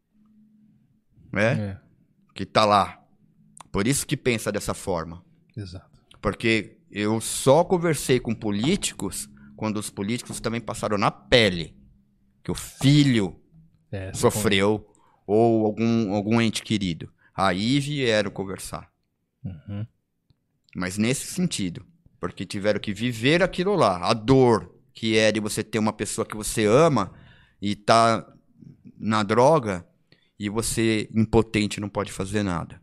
Que tá lá. Por isso que pensa dessa forma. Exato. Porque eu só conversei com políticos quando os políticos também passaram na pele que o filho sofreu ou algum ente querido. Aí vieram conversar. Mas nesse sentido. Porque tiveram que viver aquilo lá. A dor que é de você ter uma pessoa que você ama e tá na droga e você, impotente, não pode fazer nada.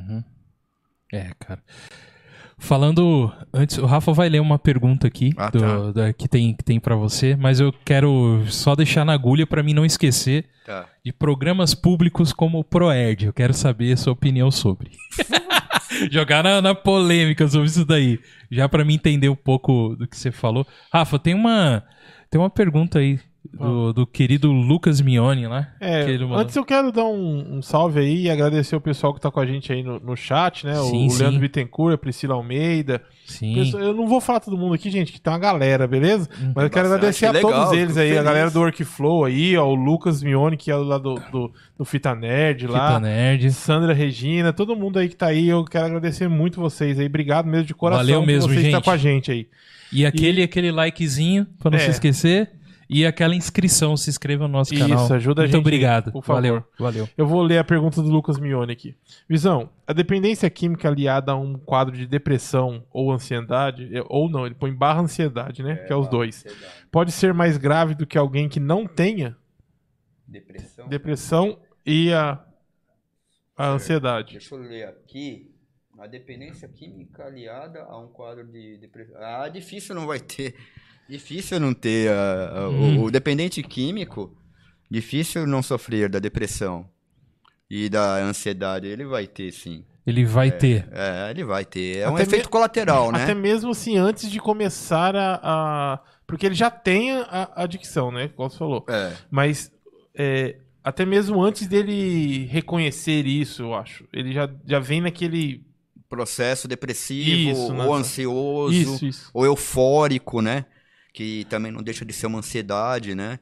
Cara. Falando antes, o Rafa vai ler uma pergunta aqui que tem para você, mas eu quero só deixar na agulha para mim não esquecer de programas públicos como o Proerd. Eu quero saber a sua opinião sobre. Jogar na polêmica sobre isso daí, já para mim entender um pouco do que você falou. Rafa, tem uma pergunta aí do querido Lucas Mione lá. Antes eu quero dar um salve aí e agradecer o pessoal que tá com a gente aí no chat, né? Sim, o Leandro Bittencourt, a Priscila Almeida. Eu não vou falar todo mundo aqui, gente, que tem uma galera, beleza? Mas eu quero agradecer a todos eles aí, a galera do Workflow aí, ó, o Lucas Mione, que é lá do Fita Nerd lá. Fita Nerd. Sandra Regina, todo mundo aí que tá aí, eu quero agradecer muito vocês aí. Obrigado mesmo de coração. Valeu mesmo, por vocês gente. que tá com a gente aí. E aquele likezinho, pra não se esquecer. E aquela inscrição, se inscreva no nosso canal. Isso, ajuda a gente. Muito obrigado. Aí, por favor. Valeu. Eu vou ler a pergunta do Lucas Mione aqui. Visão, a dependência química aliada a um quadro de depressão ou ansiedade, ou não, ele põe barra ansiedade, né? Que é os dois. Pode ser mais grave do que alguém que não tenha depressão e a ansiedade. Deixa eu ler aqui. A dependência química aliada a um quadro de depressão. Difícil não vai ter. Difícil não ter. O dependente químico, difícil não sofrer da depressão e da ansiedade. Ele vai ter, sim. Ele vai ter. Ele vai ter. É um efeito colateral, né? Até mesmo assim, antes de começar porque ele já tem a adicção, né? Como você falou. Mas até mesmo antes dele reconhecer isso, eu acho. Ele já vem naquele processo depressivo, ou ansioso, isso. ou eufórico, né? Que também não deixa de ser uma ansiedade, né?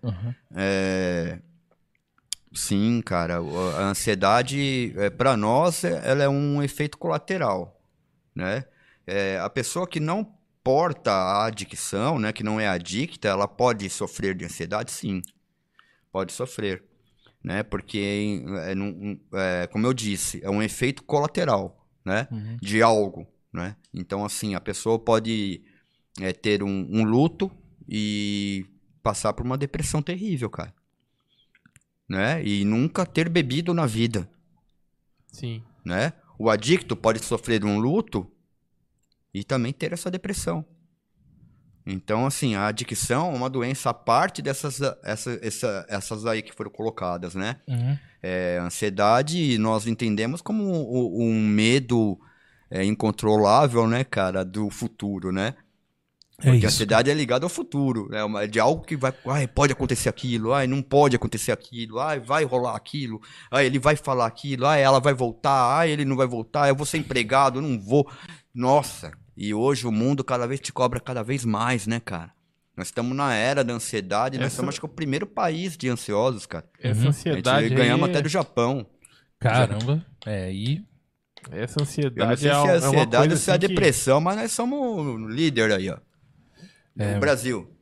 Sim, cara. A ansiedade, para nós, ela é um efeito colateral, né? A pessoa que não porta a adicção, né? Que não é adicta, ela pode sofrer de ansiedade? Sim, pode sofrer, né? Porque, como eu disse, é um efeito colateral, né? De algo, né? Então, assim, a pessoa pode ter um luto e passar por uma depressão terrível, cara. Né? E nunca ter bebido na vida. Sim. Né? O adicto pode sofrer um luto e também ter essa depressão. Então, assim, a adicção é uma doença à parte essas aí que foram colocadas, né? Ansiedade nós entendemos como um medo incontrolável, né, cara, do futuro, né? Porque a ansiedade é ligada ao futuro, né? De algo que pode acontecer aquilo, não pode acontecer aquilo, vai rolar aquilo, ele vai falar aquilo, ela vai voltar, ele não vai voltar, eu vou ser empregado, eu não vou. Nossa, e hoje o mundo cada vez te cobra cada vez mais, né, cara? Nós estamos na era da ansiedade, nós somos, acho que, o primeiro país de ansiosos, cara. Essa ansiedade. A gente ganhamos até do Japão. Caramba, Essa ansiedade. Eu não sei se é a ansiedade ou se é a depressão, mas nós somos líder aí, ó. No Brasil.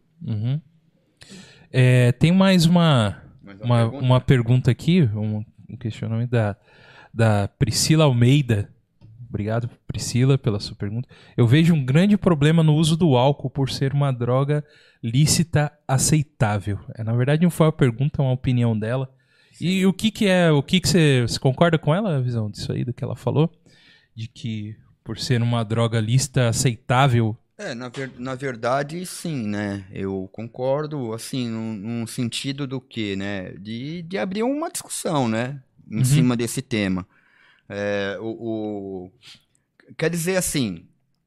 Tem mais uma pergunta aqui, um questionamento da Priscila Almeida. Obrigado, Priscila, pela sua pergunta. Eu vejo um grande problema no uso do álcool por ser uma droga lícita aceitável. Na verdade, não foi uma pergunta, é uma opinião dela. Sim. E o que você concorda com ela, a visão disso aí, do que ela falou? De que por ser uma droga lícita aceitável... Na verdade, sim, né? Eu concordo, assim, num sentido do quê, né? De abrir uma discussão, né? Em cima desse tema. Quer dizer, assim,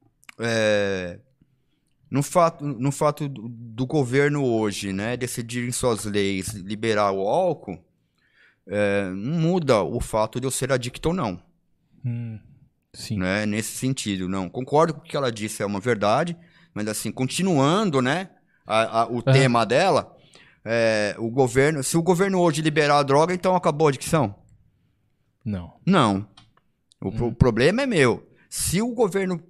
no fato do governo hoje, né? Decidir em suas leis liberar o álcool, não muda o fato de eu ser adicto ou não. Sim. Né? Nesse sentido, não. Concordo com o que ela disse, é uma verdade, mas assim, continuando, né, o tema dela, se o governo hoje liberar a droga, então acabou a adicção? Não. O problema é meu. Se o governo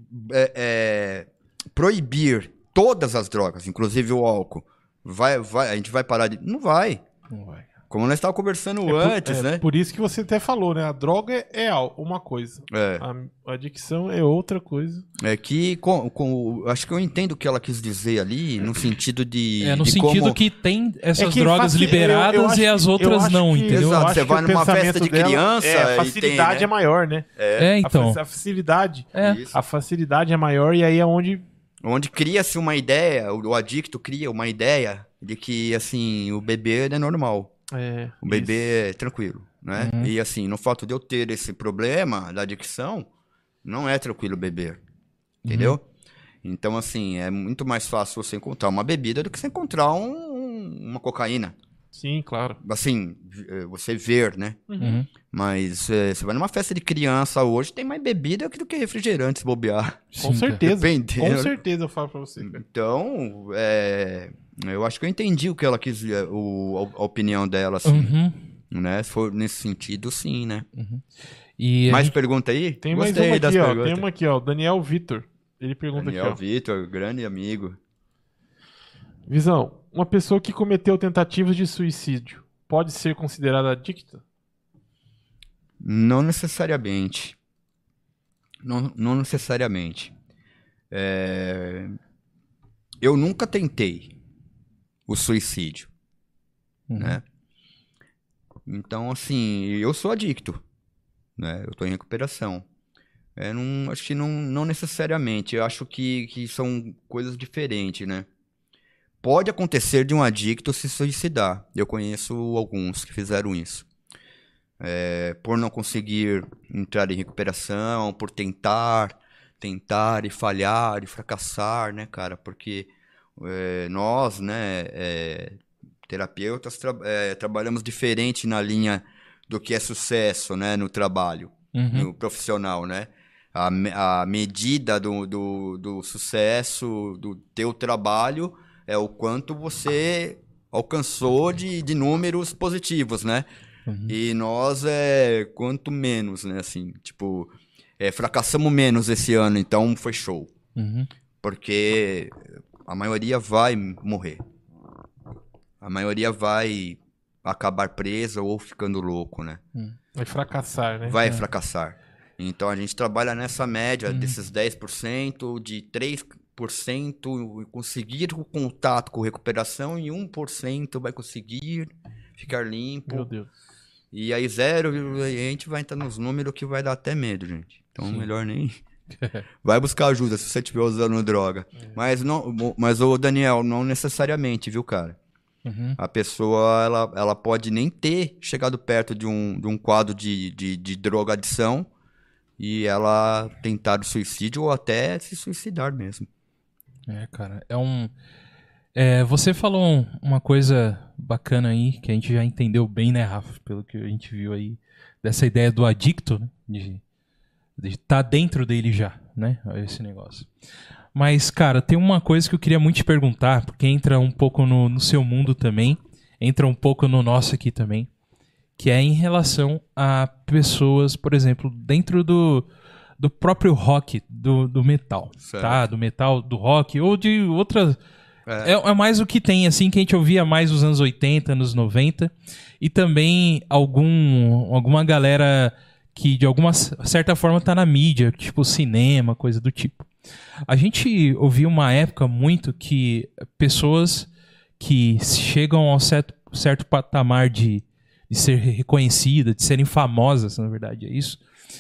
proibir todas as drogas, inclusive o álcool, a gente vai parar de... Não vai. Como nós estávamos conversando antes, né? Por isso que você até falou, né? A droga é uma coisa. A adicção é outra coisa. Acho que eu entendo o que ela quis dizer ali, no sentido de... no sentido como... que tem essas drogas liberadas e as outras não, entendeu? Exato, você vai numa festa de criança... A facilidade é maior, né? Então. A facilidade. A facilidade é maior e aí é onde... Onde cria-se uma ideia, o adicto cria uma ideia de que, assim, o beber é normal. O bebê é tranquilo, né? E assim, no fato de eu ter esse problema da adicção, não é tranquilo beber, entendeu? Então, assim, é muito mais fácil você encontrar uma bebida do que você encontrar uma cocaína. Sim, claro. Assim, você ver, né? Mas você vai numa festa de criança hoje, tem mais bebida do que refrigerante, se bobear. Com certeza. Dependendo. Com certeza eu falo pra você. Então, eu acho que eu entendi o que ela quis, a opinião dela, assim. Né? Se for nesse sentido, sim, né? E mais pergunta aí? Tem mais uma aqui, ó. Tem uma aqui, ó. Daniel Vitor. Ele pergunta aqui, ó. Daniel Vitor, grande amigo. Visão, uma pessoa que cometeu tentativas de suicídio pode ser considerada adicta? Não necessariamente. Não necessariamente. Eu nunca tentei o suicídio, né? Então, assim, eu sou adicto, né? Eu estou em recuperação. Acho que não necessariamente. Eu acho que são coisas diferentes, né? Pode acontecer de um adicto se suicidar. Eu conheço alguns que fizeram isso. Por não conseguir entrar em recuperação, por tentar e falhar e fracassar, né, cara? Porque nós, né, terapeutas, trabalhamos diferente na linha do que é sucesso, né, no trabalho, no profissional, né? A medida do sucesso do teu trabalho é o quanto você alcançou de números positivos, né? E nós quanto menos, né? Assim, tipo, fracassamos menos esse ano, então foi show. Porque a maioria vai morrer. A maioria vai acabar presa ou ficando louco, né? Vai fracassar, né? Vai fracassar. Então a gente trabalha nessa média desses 10%, de 3% conseguir o contato com recuperação e 1% vai conseguir ficar limpo. Meu Deus. E aí 0, a gente vai entrar nos números que vai dar até medo, gente. Então melhor nem... Vai buscar ajuda se você estiver usando droga. Mas o Daniel, não necessariamente, viu, cara? A pessoa, ela pode nem ter chegado perto de um quadro de drogadição e ela tentar o suicídio ou até se suicidar mesmo. Cara, você falou uma coisa bacana aí, que a gente já entendeu bem, né, Rafa? Pelo que a gente viu aí, dessa ideia do adicto, né? De estar dentro dele já, né? Esse negócio. Mas, cara, tem uma coisa que eu queria muito te perguntar, porque entra um pouco no seu mundo também, entra um pouco no nosso aqui também, que é em relação a pessoas, por exemplo, dentro do próprio rock, do metal, certo. Tá? Do metal, do rock, ou de outras... É mais o que tem, assim, que a gente ouvia mais nos anos 80, anos 90, e também alguma galera que, de alguma certa forma, tá na mídia, tipo cinema, coisa do tipo. A gente ouvia uma época muito que pessoas que chegam ao certo patamar de ser reconhecidas, de serem famosas, na verdade, é isso,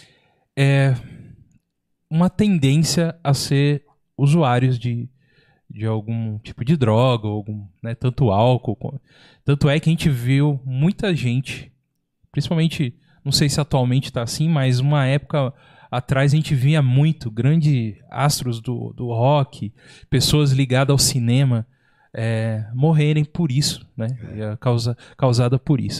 uma tendência a ser usuários de algum tipo de droga, ou né, tanto álcool. Tanto é que a gente viu muita gente, principalmente, não sei se atualmente está assim, mas uma época atrás a gente via muito grandes astros do rock, pessoas ligadas ao cinema, morrerem por isso, né? Causada por isso.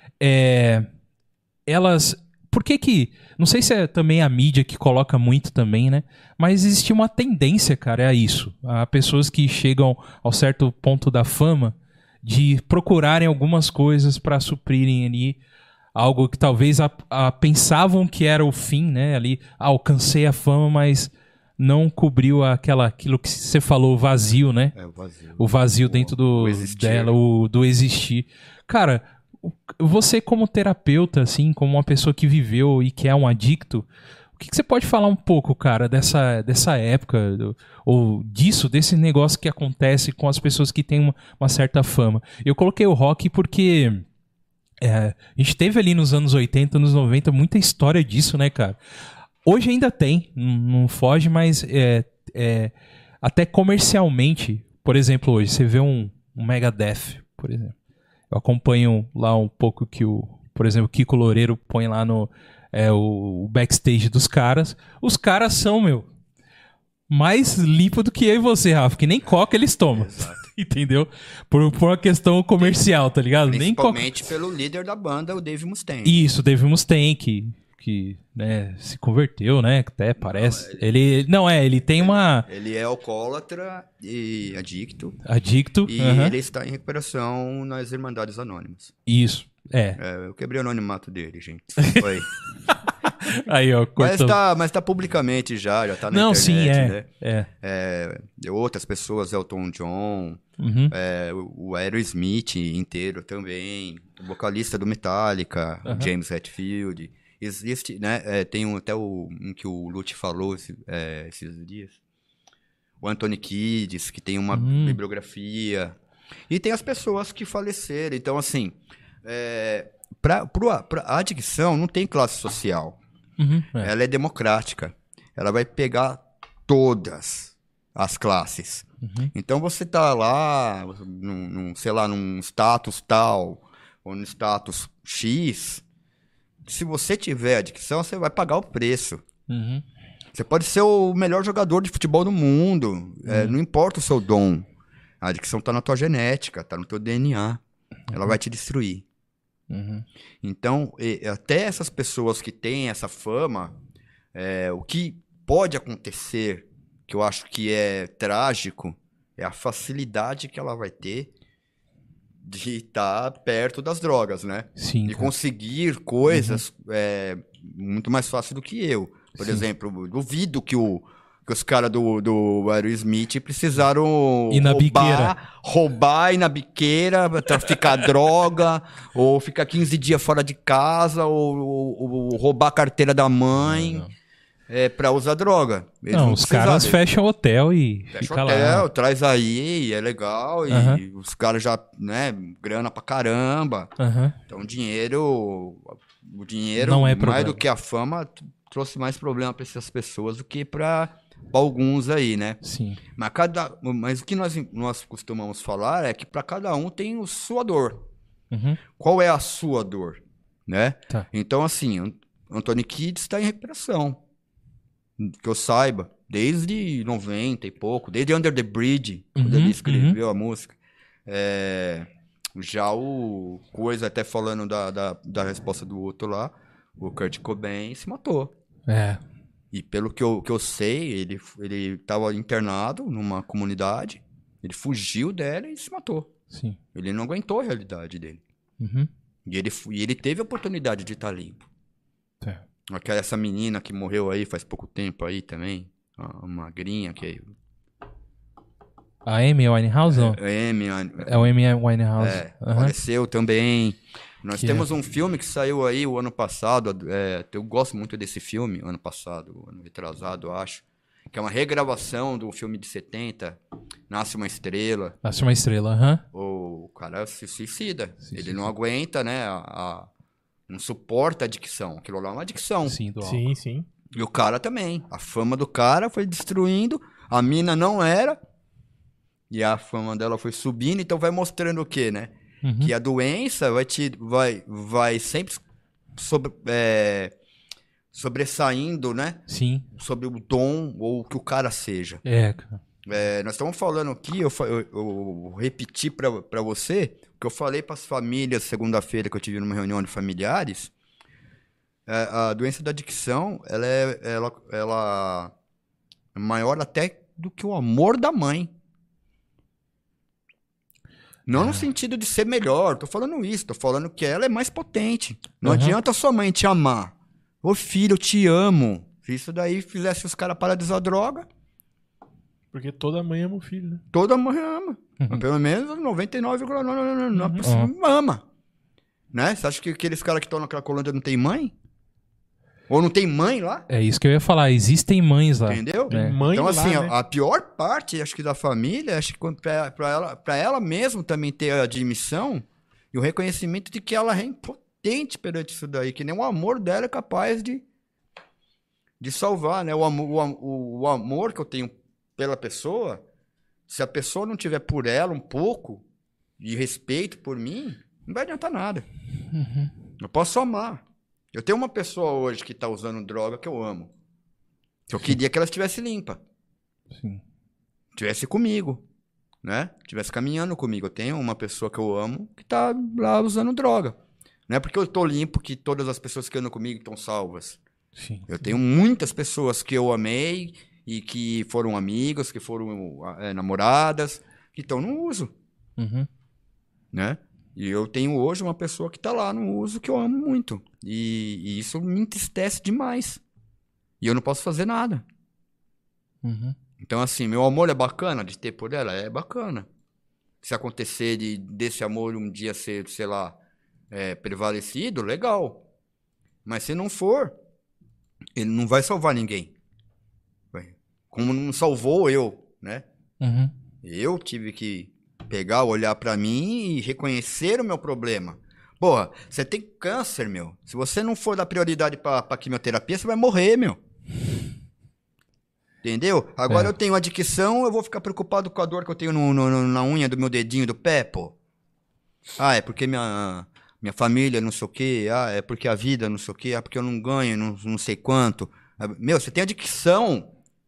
Por que não sei se é também a mídia que coloca muito também, né? Mas existe uma tendência, cara, a isso. A pessoas que chegam ao certo ponto da fama de procurarem algumas coisas para suprirem ali algo que talvez pensavam que era o fim, né? Ali, alcancei a fama, mas não cobriu aquilo que você falou, o vazio, né? O vazio. O vazio dentro dela, do existir. Cara, você como terapeuta, assim, como uma pessoa que viveu e que é um adicto, o que você pode falar um pouco, cara, dessa época, ou desse negócio que acontece com as pessoas que têm uma certa fama? Eu coloquei o rock porque... a gente teve ali nos anos 80, anos 90, muita história disso, né, cara? Hoje ainda tem, não foge, mas até comercialmente, por exemplo, hoje, você vê um Megadeth, por exemplo. Eu acompanho lá um pouco que por exemplo, o Kiko Loureiro põe lá o backstage dos caras. Os caras são, mais limpo do que eu e você, Rafa, que nem coca eles tomam. Exato. Entendeu? Por uma questão comercial, tá ligado? Principalmente pelo líder da banda, o Dave Mustaine. Isso, Dave Mustaine, que né, se converteu, né? Até parece. Ele tem uma... Ele é alcoólatra e adicto. E ele está em recuperação nas Irmandades Anônimas. Isso, eu quebrei o anonimato dele, gente. Foi. Aí, ó, mas tá publicamente já tá na internet, né? Outras pessoas, Elton John, o Aerosmith inteiro também, o vocalista do Metallica, James Hetfield. Existe, né? Tem até um que o Lute falou esses dias. O Anthony Kiedis, que tem uma bibliografia. E tem as pessoas que faleceram. Então, assim, a adicção não tem classe social. Ela é democrática. Ela vai pegar todas as classes. Então você tá lá, num status tal, ou no status X. Se você tiver adicção, você vai pagar o preço. Você pode ser o melhor jogador de futebol do mundo. Não importa o seu dom. A adicção tá na tua genética, tá no teu DNA. Ela vai te destruir. Então, até essas pessoas que têm essa fama, o que pode acontecer, que eu acho que é trágico, é a facilidade que ela vai ter de estar perto das drogas, né? Sim, de conseguir coisas muito mais fácil do que eu. Por exemplo, duvido que o que os caras do Aerosmith precisaram Ir na biqueira. roubar, ir na biqueira, traficar droga, ou ficar 15 dias fora de casa, ou roubar a carteira da mãe. Pra usar droga. Eles não, os caras fecham hotel e fecha fica hotel, lá. traz aí, é legal. E os caras já, né, grana pra caramba. Então o dinheiro não é mais problema. do que a fama, trouxe mais problema pra essas pessoas do que pra alguns aí, né? Sim. Mas o que nós costumamos falar é que pra cada um tem a sua dor. Uhum. Qual é a sua dor, né? Tá. Então, assim, Anthony Kiedis está em recuperação. Que eu saiba, desde 90 e pouco, desde Under the Bridge, quando ele escreveu a música. Já o Coisa, até falando da resposta do outro lá, o Kurt Cobain se matou. E pelo que eu sei, ele estava internado numa comunidade, ele fugiu dela e se matou. Sim. Ele não aguentou a realidade dele. E ele teve a oportunidade de estar limpo. Essa menina que morreu aí faz pouco tempo aí também, a magrinha que... A Amy Winehouse? É o Amy Winehouse. Faleceu também. Nós temos um filme que saiu aí o ano passado, eu gosto muito desse filme, ano retrasado, eu acho, que é uma regravação do filme de 70, Nasce uma Estrela. Nasce uma Estrela, O cara se suicida. Ele não aguenta, né, não suporta a adicção. Aquilo lá é uma adicção. Sim. E o cara também. A fama do cara foi destruindo. A mina não era. E a fama dela foi subindo. Então vai mostrando o quê, né? Que a doença vai sempre sobressaindo, né? Sim. Sobre o dom ou o que o cara seja. Nós estamos falando aqui, eu repeti para você, que eu falei para as famílias segunda-feira que eu tive numa reunião de familiares. A doença da adicção, ela é maior até do que o amor da mãe. Não no sentido de ser melhor, tô falando isso, tô falando que ela é mais potente. Não adianta sua mãe te amar. Ô filho, eu te amo. Se isso daí fizesse os caras parar de usar droga. Porque toda mãe ama o filho, né? Toda mãe ama. Mas pelo menos 99,9% ama. Né? Você acha que aqueles caras que estão naquela colônia não tem mãe? Ou não tem mãe lá? É isso que eu ia falar, existem mães lá. Entendeu? Mãe então, assim, lá, né? a pior parte, acho que da família, acho que pra ela mesmo também ter a admissão e o reconhecimento de que ela é impotente perante isso daí, que nem o amor dela é capaz de salvar, né? O amor que eu tenho pela pessoa, se a pessoa não tiver por ela um pouco de respeito por mim, não vai adiantar nada. Eu posso amar. Eu tenho uma pessoa hoje que tá usando droga que eu amo. Eu queria que ela estivesse limpa. Sim. Estivesse comigo, né? Estivesse caminhando comigo. Eu tenho uma pessoa que eu amo que tá lá usando droga. Não é porque eu tô limpo que todas as pessoas que andam comigo estão salvas. Sim. Eu tenho muitas pessoas que eu amei e que foram amigas, que foram namoradas, que estão no uso, né? E eu tenho hoje uma pessoa que tá lá no uso que eu amo muito. E isso me entristece demais. E eu não posso fazer nada. Então, assim, meu amor é bacana de ter por ela? É bacana. Se acontecer desse amor um dia ser, sei lá, prevalecido, legal. Mas se não for, ele não vai salvar ninguém. Como não salvou eu, né? Eu tive que pegar, olhar pra mim e reconhecer o meu problema. Porra, você tem câncer, meu. Se você não for dar prioridade pra quimioterapia, você vai morrer, meu. Entendeu? Agora eu tenho adicção, eu vou ficar preocupado com a dor que eu tenho na unha do meu dedinho do pé, pô. Ah, é porque minha família não sei o quê. Ah, é porque a vida não sei o quê. Ah, porque eu não ganho não sei quanto. Meu, você tem adicção.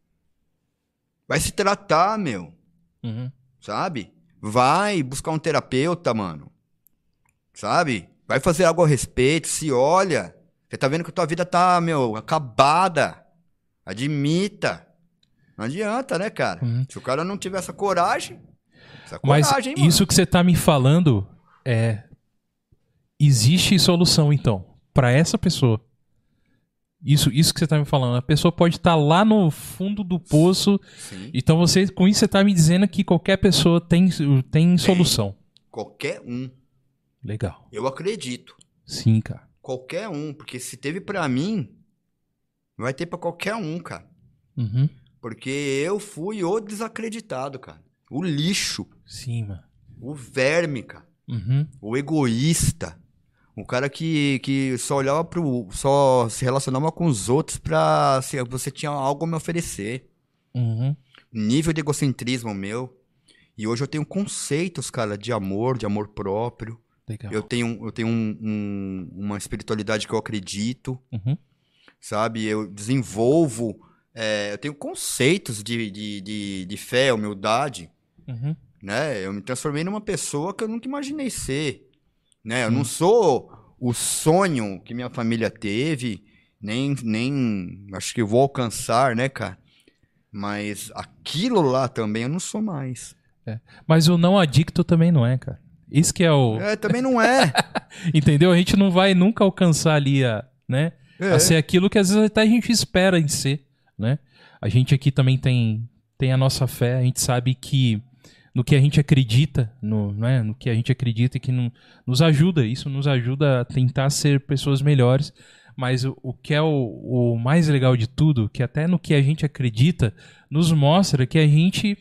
Vai se tratar, meu. Sabe? Vai buscar um terapeuta, mano. Sabe? Vai fazer algo a respeito, se olha. Você tá vendo que a tua vida tá, meu, acabada. Admita. Não adianta, né, cara? Se o cara não tiver essa coragem... Mas isso que você tá me falando existe solução, então, pra essa pessoa. Isso que você tá me falando. A pessoa pode estar lá no fundo do poço. Sim. Então com isso você tá me dizendo que qualquer pessoa tem solução. Qualquer um. Legal. Eu acredito. Sim, cara. Qualquer um. Porque se teve pra mim, vai ter pra qualquer um, cara. Uhum. Porque eu fui o desacreditado, cara. O lixo. Sim, mano. O verme, cara. Uhum. O egoísta. O cara que só olhava só se relacionava com os outros pra se você tinha algo a me oferecer. Uhum. Nível de egocentrismo meu. E hoje eu tenho conceitos, cara, de amor próprio. Legal. Eu tenho uma espiritualidade que eu acredito, Uhum. sabe? Eu desenvolvo... eu tenho conceitos de fé, humildade, Uhum. né? Eu me transformei numa pessoa que eu nunca imaginei ser. Né? Eu não sou o sonho que minha família teve, nem acho que eu vou alcançar, né, cara? Mas aquilo lá também eu não sou mais. Mas o não adicto também não é, cara. Isso que é o... Também não é. Entendeu? A gente não vai nunca alcançar ali né? A ser aquilo que às vezes até a gente espera em ser, né? A gente aqui também tem a nossa fé, a gente sabe que no que a gente acredita, né? No que a gente acredita e que nos ajuda, isso nos ajuda a tentar ser pessoas melhores, mas o que é o mais legal de tudo, que até no que a gente acredita, nos mostra que a gente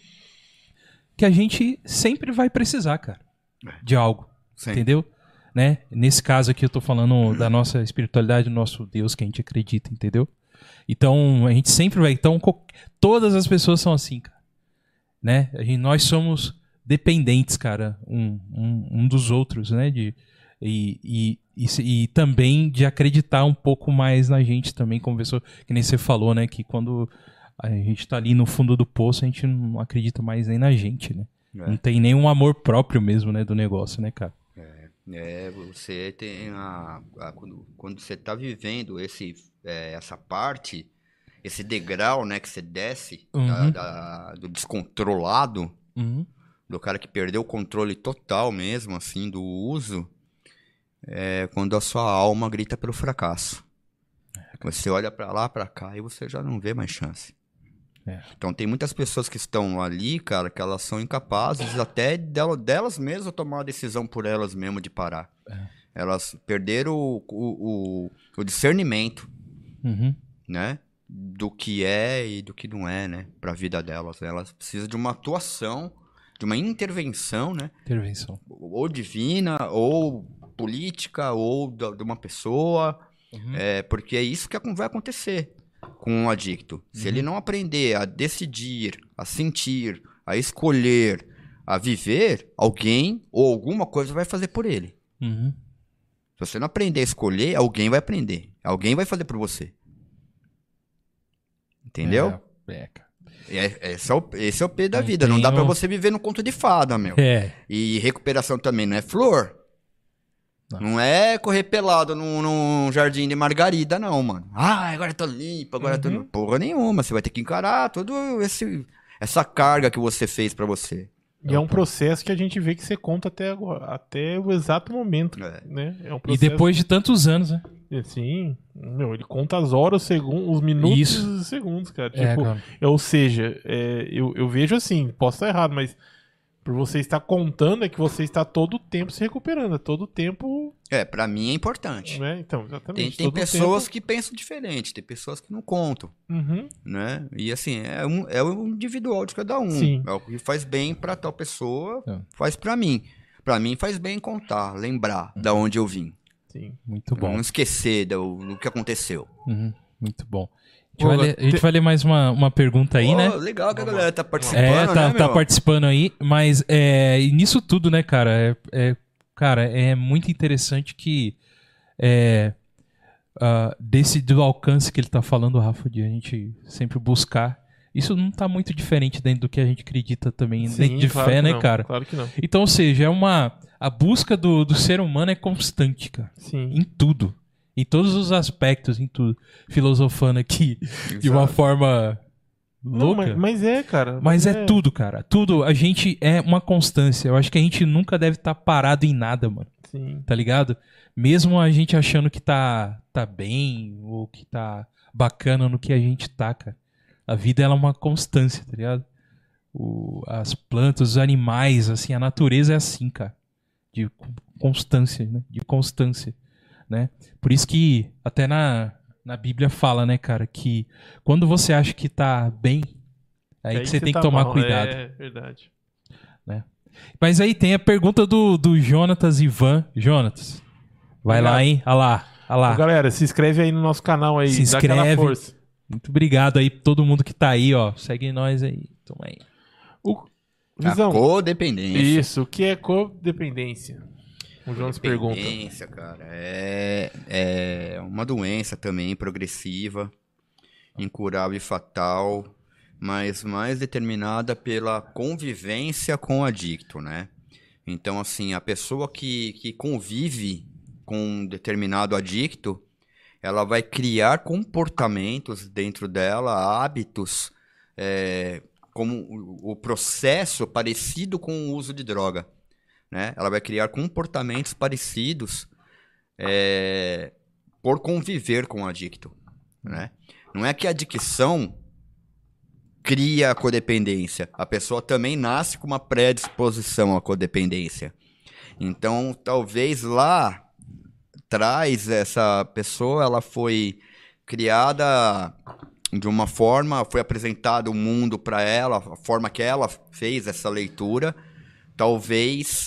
sempre vai precisar, cara, de algo, Sim. entendeu? Né? Nesse caso aqui eu tô falando da nossa espiritualidade, do nosso Deus que a gente acredita, entendeu? Então a gente sempre vai, então todas as pessoas são assim, cara. Né? Nós somos dependentes, cara, um dos outros, né? E também de acreditar um pouco mais na gente também, como pessoa, que nem você falou, né? Que quando a gente tá ali no fundo do poço, a gente não acredita mais nem na gente, né? Não tem nenhum amor próprio mesmo, né? Do negócio, né, cara? Você tem quando você tá vivendo essa parte... Esse degrau, né, que você desce do descontrolado, do cara que perdeu o controle total mesmo, assim, do uso, quando a sua alma grita pelo fracasso. Você olha pra lá, pra cá, e você já não vê mais chance. Então tem muitas pessoas que estão ali, cara, que elas são incapazes até delas mesmas tomar a decisão por elas mesmas de parar. Elas perderam o discernimento, né? Do que é e do que não é, né? Pra vida delas. Elas precisam de uma atuação, de uma intervenção, né? Intervenção. Ou divina, ou política, ou de uma pessoa. Porque é isso que vai acontecer com o adicto. Se ele não aprender a decidir, a sentir, a escolher, a viver, alguém ou alguma coisa vai fazer por ele. Se você não aprender a escolher, alguém vai aprender. Alguém vai fazer por você. Entendeu? Cara. Esse é o P da vida. Não dá pra você viver no conto de fada, meu. E recuperação também não é flor. Não é correr pelado num jardim de margarida, não, mano. Agora eu tô limpo, agora eu tô... Porra nenhuma. Você vai ter que encarar toda essa carga que você fez pra você. E é um processo que a gente vê que você conta até agora, até o exato momento, né? É um processo... E depois de tantos anos, né? Sim, ele conta as horas, os minutos e os segundos, cara. Cara. Ou seja, eu vejo assim, posso estar errado, mas por você estar contando é que você está todo o tempo se recuperando, todo o tempo... Pra mim é importante. Então, exatamente. Tem pessoas que pensam diferente, tem pessoas que não contam, né? E assim, é o individual de cada um. Sim. É o que faz bem pra tal pessoa, faz pra mim. Pra mim faz bem contar, lembrar da onde eu vim. Sim. Muito bom. Não esquecer do que aconteceu. Muito bom. A gente vai ler mais uma pergunta aí, né? Legal que a galera tá participando, né, tá participando aí. Mas nisso tudo, né, cara? Cara, é muito interessante que do alcance que ele tá falando, Rafa, de a gente sempre buscar. Isso não tá muito diferente dentro do que a gente acredita também, dentro de fé, né, cara? Claro que não. Então, ou seja, a busca do ser humano é constante, cara. Sim. Em tudo. Em todos os aspectos, em tudo. Filosofando aqui de uma forma louca. Não, mas cara. Mas é tudo, cara. Tudo. A gente é uma constância. Eu acho que a gente nunca deve estar parado em nada, mano. Sim. tá ligado? Mesmo a gente achando que tá bem ou que tá bacana no que a gente tá, cara. A vida, ela é uma constância, tá ligado? As plantas, os animais, assim, a natureza é assim, cara. De constância, né? De constância, né? Por isso que até na Bíblia fala, né, cara, que quando você acha que tá bem, aí que você tem que tomar cuidado. É verdade. Né? Mas aí tem a pergunta do Jonatas Ivan. Jonatas, vai Obrigado. lá, hein? Olha lá, olha lá. Ô, galera, se inscreve aí no nosso canal aí, Se dá aquela inscreve. força. Muito obrigado aí todo mundo que tá aí, ó. Segue nós aí. Toma aí. Visão. A codependência. Isso, o que é codependência? O Jonas pergunta. Dependência, cara, é uma doença também progressiva, incurável e fatal, mas mais determinada pela convivência com o adicto, né? Então, assim, a pessoa que convive com um determinado adicto, ela vai criar comportamentos dentro dela, hábitos, como o processo parecido com o uso de droga. Né? Ela vai criar comportamentos parecidos por conviver com o adicto. Né? Não é que a adicção cria a codependência. A pessoa também nasce com uma predisposição à codependência. Então, talvez lá atrás, essa pessoa ela foi criada de uma forma, foi apresentado o mundo para ela, a forma que ela fez essa leitura, talvez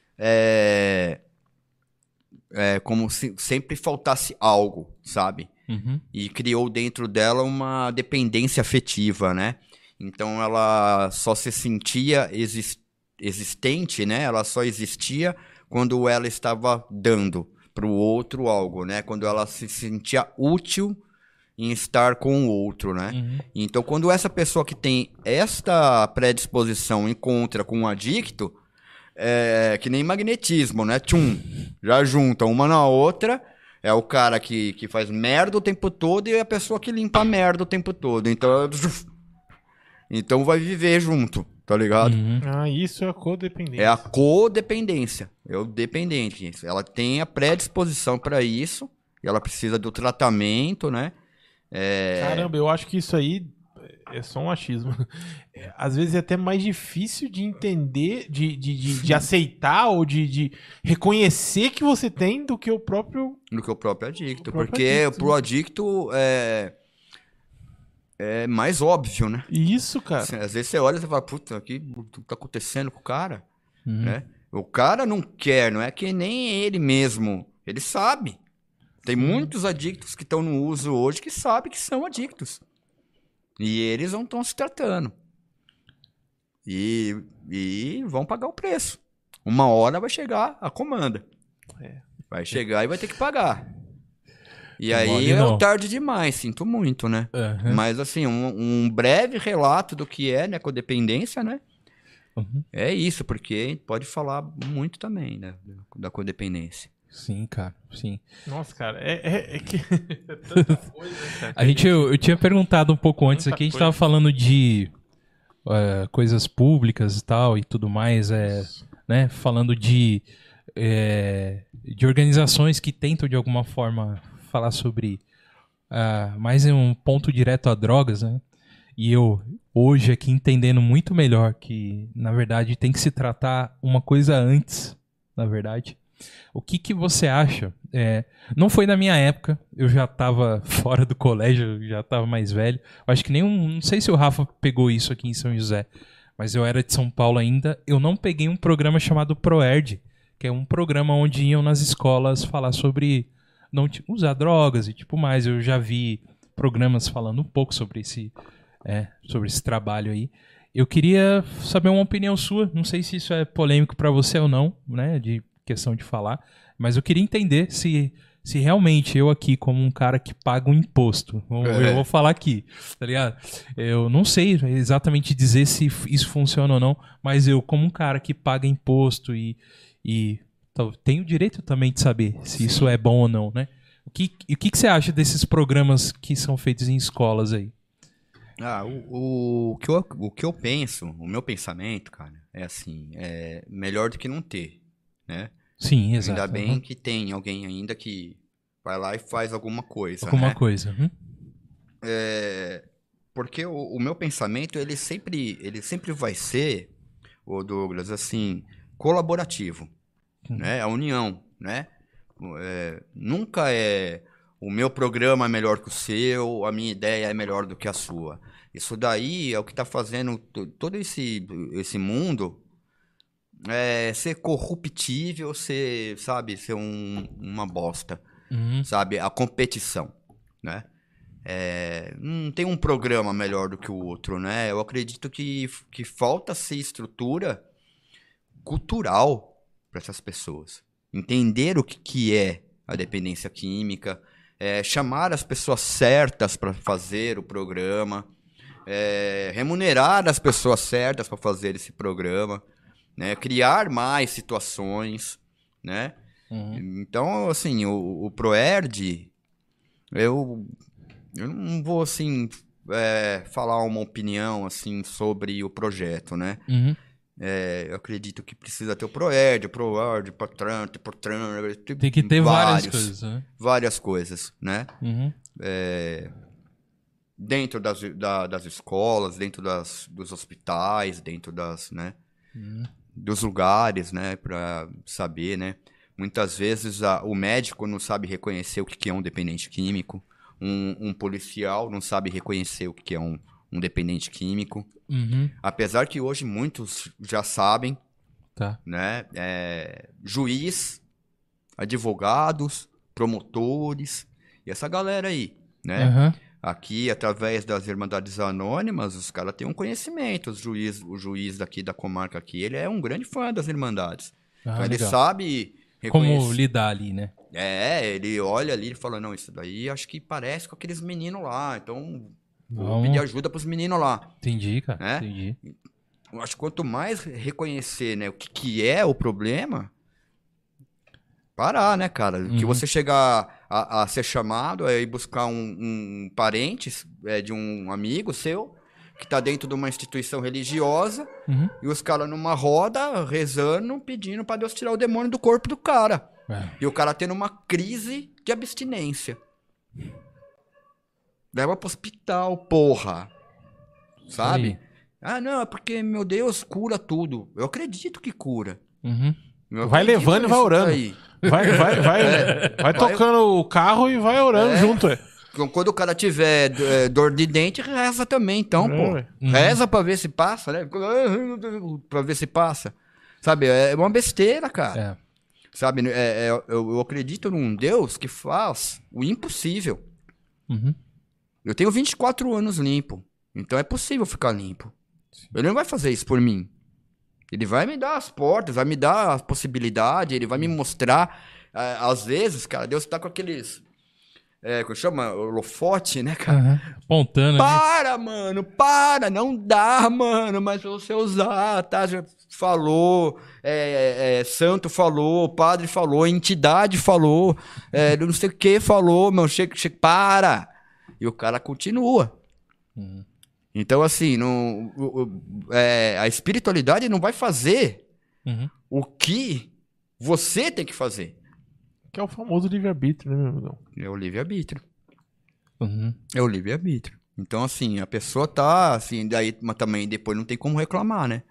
como se sempre faltasse algo, sabe? Uhum. E criou dentro dela uma dependência afetiva, né? Então ela só se sentia existente, né? Ela só existia quando ela estava dando para o outro algo, né? Quando ela se sentia útil em estar com o outro, né? Uhum. Então quando essa pessoa que tem esta predisposição encontra com um adicto, que nem magnetismo, né? Tchum, já junta uma na outra. É o cara que faz merda o tempo todo e a pessoa que limpa a merda o tempo todo. Então vai viver junto, tá ligado? Uhum. Ah, isso é a codependência. É a codependência. É o dependente. Ela tem a predisposição pra isso. E ela precisa do tratamento, né? Caramba, eu acho que isso aí é só um achismo. Às vezes é até mais difícil de entender, de aceitar ou de reconhecer que você tem do que o próprio... Do que o próprio adicto. O próprio Porque adicto, pro adicto é mais óbvio, né? Isso, cara. Às vezes você olha e fala, puta, o que tá acontecendo com o cara? Uhum. Né? O cara não quer, não é que nem ele mesmo. Ele sabe. Tem muitos adictos que estão no uso hoje que sabem que são adictos. E eles não estão se tratando. E vão pagar o preço. Uma hora vai chegar a comanda. Vai chegar e vai ter que pagar. E aí tarde demais, sinto muito, né? Uhum. Mas assim, um breve relato do que é, né, codependência, né? Uhum. É isso, porque pode falar muito também, né, da codependência. Sim, cara, sim. Nossa, cara, é que... é tanta coisa, cara. Eu tinha perguntado um pouco antes Muita aqui, a gente coisa. tava falando de coisas públicas e tal e tudo mais, né? Falando de organizações que tentam de alguma forma falar sobre mais em um ponto direto a drogas, né? E eu hoje aqui entendendo muito melhor que, na verdade, tem que se tratar uma coisa antes, na verdade. O que você acha? Não foi na minha época, eu já estava fora do colégio, eu já estava mais velho. Eu acho que não sei se o Rafa pegou isso aqui em São José, mas eu era de São Paulo ainda. Eu não peguei um programa chamado ProErd, que é um programa onde iam nas escolas falar sobre não usar drogas e tipo mais. Eu já vi programas falando um pouco sobre esse trabalho aí. Eu queria saber uma opinião sua, não sei se isso é polêmico para você ou não, né, de questão de falar, mas eu queria entender se realmente eu aqui, como um cara que paga um imposto, eu vou falar aqui, tá ligado? Eu não sei exatamente dizer se isso funciona ou não, mas eu, como um cara que paga imposto e tenho o direito também de saber se isso é bom ou não, né? O que você acha desses programas que são feitos em escolas aí? O que eu penso, o meu pensamento, cara, é assim, melhor do que não ter, né? Sim, exato. Ainda bem que tem alguém ainda que vai lá e faz alguma coisa, Alguma né? coisa. Porque o meu pensamento, ele sempre vai ser, ô Douglas, assim, colaborativo, né? A união, né? Nunca é o meu programa é melhor que o seu, a minha ideia é melhor do que a sua. Isso daí é o que está fazendo todo esse mundo ser corruptível, ser, sabe, ser uma bosta, sabe? A competição, né? Não tem um programa melhor do que o outro, né? Eu acredito que falta-se estrutura cultural para essas pessoas. Entender o que é a dependência química, chamar as pessoas certas para fazer o programa, remunerar as pessoas certas para fazer esse programa, né? Criar mais situações, né? Então, assim, o Proerd, eu não vou, assim, falar uma opinião, assim, sobre o projeto, né? Eu acredito que precisa ter o Proerd, Patran. Tem que ter várias coisas, né? Várias coisas, né? Dentro das escolas, dentro dos hospitais, dentro né? Dos lugares, né? Para saber, né? Muitas vezes o médico não sabe reconhecer o que é um dependente químico. Um policial não sabe reconhecer o que é um dependente químico. Apesar que hoje muitos já sabem, né? Juiz, advogados, promotores, e essa galera aí, né? Aqui, através das Irmandades Anônimas, os caras têm um conhecimento. O juiz daqui da comarca aqui, ele é um grande fã das Irmandades. Então ele sabe reconhecer. Como lidar ali, né? Ele olha ali e fala, não, isso daí acho que parece com aqueles meninos lá, então vou pedir ajuda pros meninos lá. Entendi, cara, né? Entendi. Eu acho que quanto mais reconhecer, né, o que é o problema, parar, né, cara? Que você chegar a ser chamado, ir buscar um parente de um amigo seu, que tá dentro de uma instituição religiosa, e os caras numa roda, rezando, pedindo pra Deus tirar o demônio do corpo do cara. E o cara tendo uma crise de abstinência. Leva pro hospital, porra. Sabe? Não, é porque, meu Deus, cura tudo. Eu acredito que cura. Vai levando e vai orando. Vai tocando o carro e vai orando junto. Quando o cara tiver dor de dente, reza também, então, pô. Reza pra ver se passa, né? Pra ver se passa. Sabe? É uma besteira, cara. Sabe? Eu acredito num Deus que faz o impossível. Eu tenho 24 anos limpo. Então é possível ficar limpo. Ele não vai fazer isso por mim. Ele vai me dar as portas, vai me dar a possibilidade, ele vai me mostrar. Às vezes, cara, Deus tá com aqueles... como chama? Holofote, né, cara? Apontando. Para, mano, para! Não dá, mano, mas você usar, tá? Já falou, santo falou, padre falou, entidade falou, não sei o que falou, meu, chega, para! E o cara continua. Então, assim, a espiritualidade não vai fazer o que você tem que fazer. Que é o famoso livre-arbítrio, né, meu amigão? É o livre-arbítrio. É o livre-arbítrio. Então, assim, a pessoa tá, assim, daí, mas também depois não tem como reclamar, né?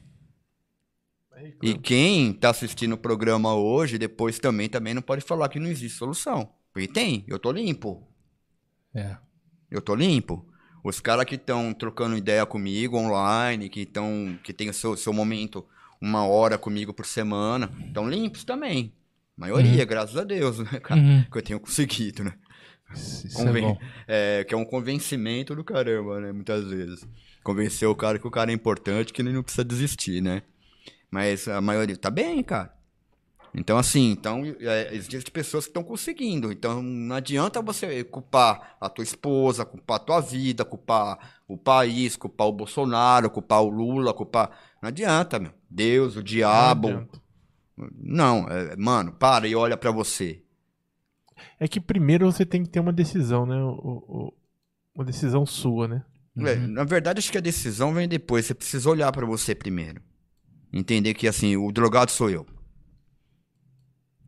E quem tá assistindo o programa hoje, depois também não pode falar que não existe solução. Porque tem, eu tô limpo. Eu tô limpo. Os caras que estão trocando ideia comigo online, que tem o seu momento, 1 hora comigo por semana, estão limpos também. A maioria, graças a Deus, né, cara? Que eu tenho conseguido, né? Que é um convencimento do caramba, né? Muitas vezes. Convencer o cara que o cara é importante, que ele não precisa desistir, né? Mas a maioria tá bem, cara. Então, assim, existem pessoas que estão conseguindo. Então, não adianta você culpar a tua esposa, culpar a tua vida, culpar o país, culpar o Bolsonaro, culpar o Lula, Não adianta, meu. Deus, o diabo. Não, mano, para e olha pra você. É que primeiro você tem que ter uma decisão, né? Uma decisão sua, né? Na verdade, acho que a decisão vem depois. Você precisa olhar pra você primeiro. Entender que, assim, o drogado sou eu.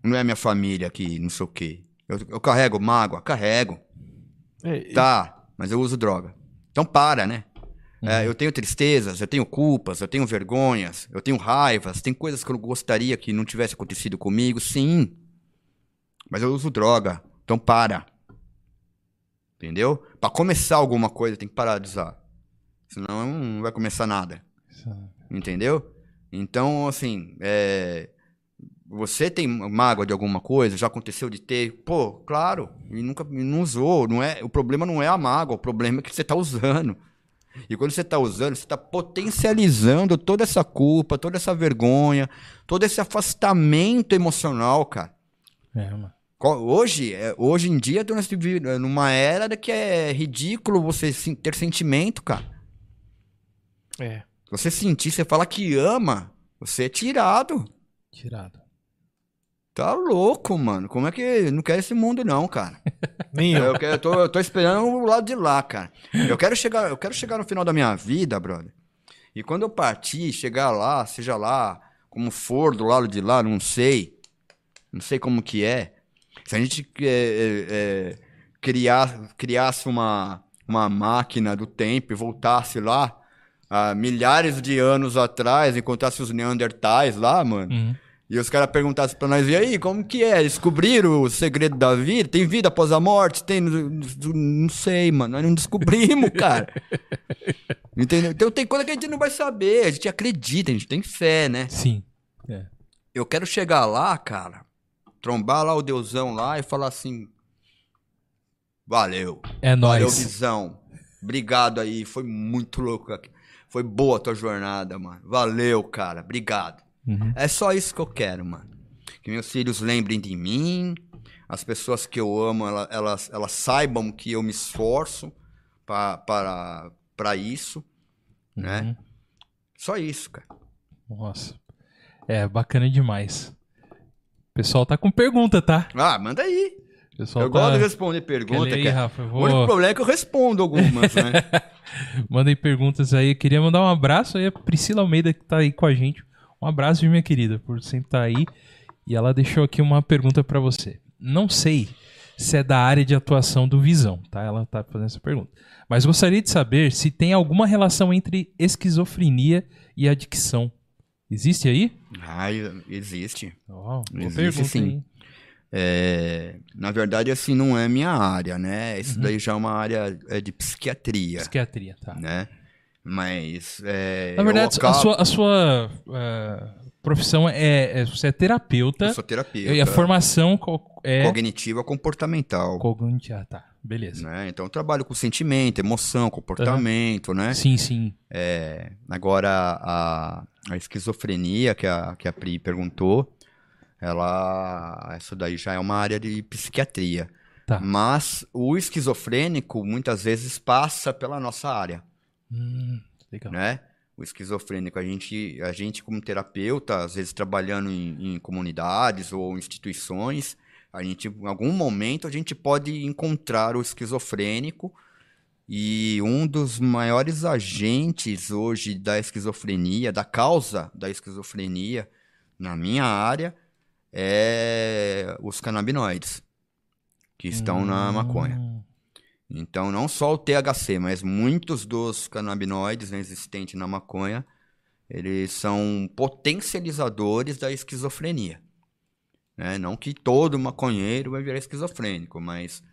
Não é minha família que não sei o quê. Eu carrego mágoa? Carrego. É, Tá, mas eu uso droga. Então para, né? Eu tenho tristezas, eu tenho culpas, eu tenho vergonhas, eu tenho raivas, tem coisas que eu gostaria que não tivesse acontecido comigo, sim. Mas eu uso droga, então para. Entendeu? Pra começar alguma coisa tem que parar de usar. Senão não vai começar nada. Entendeu? Então, assim, você tem mágoa de alguma coisa? Já aconteceu de ter? Pô, claro, e nunca não usou. O problema não é a mágoa, o problema é que você tá usando. E quando você tá usando, você tá potencializando toda essa culpa, toda essa vergonha, todo esse afastamento emocional, cara. Mano. Hoje em dia, nós vivemos numa era que é ridículo você ter sentimento, cara. Você sentir, você fala que ama, você é tirado. Tá louco, mano. Como é que... Não quero esse mundo, não, cara. Nem eu. Eu tô esperando o lado de lá, cara. Eu quero chegar no final da minha vida, brother. E quando eu partir, chegar lá, seja lá, como for, do lado de lá, não sei. Não sei como que é. Se a gente criasse uma máquina do tempo e voltasse lá, há milhares de anos atrás, encontrasse os Neandertais lá, mano... E os caras perguntassem pra nós, e aí, como que é? Descobriram o segredo da vida? Tem vida após a morte? Tem... Não sei, mano. Nós não descobrimos, cara. Entendeu? Então tem coisa que a gente não vai saber. A gente acredita, a gente tem fé, né? Sim. Eu quero chegar lá, cara, trombar lá o Deusão lá e falar assim... Valeu. É nóis. Valeu, visão. Obrigado aí. Foi muito louco. Foi boa a tua jornada, mano. Valeu, cara. Obrigado. É só isso que eu quero, mano. Que meus filhos lembrem de mim, as pessoas que eu amo, elas saibam que eu me esforço para isso, né? Só isso, cara. Nossa. Bacana demais. O pessoal tá com pergunta, tá? Ah, manda aí. Eu gosto de responder perguntas. Aí, Rafa, O único problema é que eu respondo algumas, né? Mandem perguntas aí. Eu queria mandar um abraço aí a Priscila Almeida, que tá aí com a gente. Um abraço, minha querida, por sempre estar aí. E ela deixou aqui uma pergunta pra você. Não sei se é da área de atuação do Visão, tá? Ela tá fazendo essa pergunta. Mas gostaria de saber se tem alguma relação entre esquizofrenia e adicção. Existe aí? Existe. Boa Existe, pergunta, sim. hein? Na verdade, assim, não é minha área, né? Isso daí já é uma área de psiquiatria. Psiquiatria, tá. Né? Mas... Na verdade, a sua profissão você é terapeuta. Eu sou terapeuta. E a formação é... Cognitiva comportamental. Tá, beleza. Né? Então, eu trabalho com sentimento, emoção, comportamento, né? Sim, sim. Agora, a esquizofrenia, que a Pri perguntou, essa daí já é uma área de psiquiatria. Tá. Mas o esquizofrênico, muitas vezes, passa pela nossa área. Legal. Né? O esquizofrênico, a gente como terapeuta, às vezes trabalhando em comunidades ou instituições, em algum momento a gente pode encontrar o esquizofrênico, e um dos maiores agentes hoje da esquizofrenia, da causa da esquizofrenia na minha área, é os canabinoides que estão na maconha. Então, não só o THC, mas muitos dos canabinoides existentes na maconha, eles são potencializadores da esquizofrenia. Né? Não que todo maconheiro vai virar esquizofrênico, mas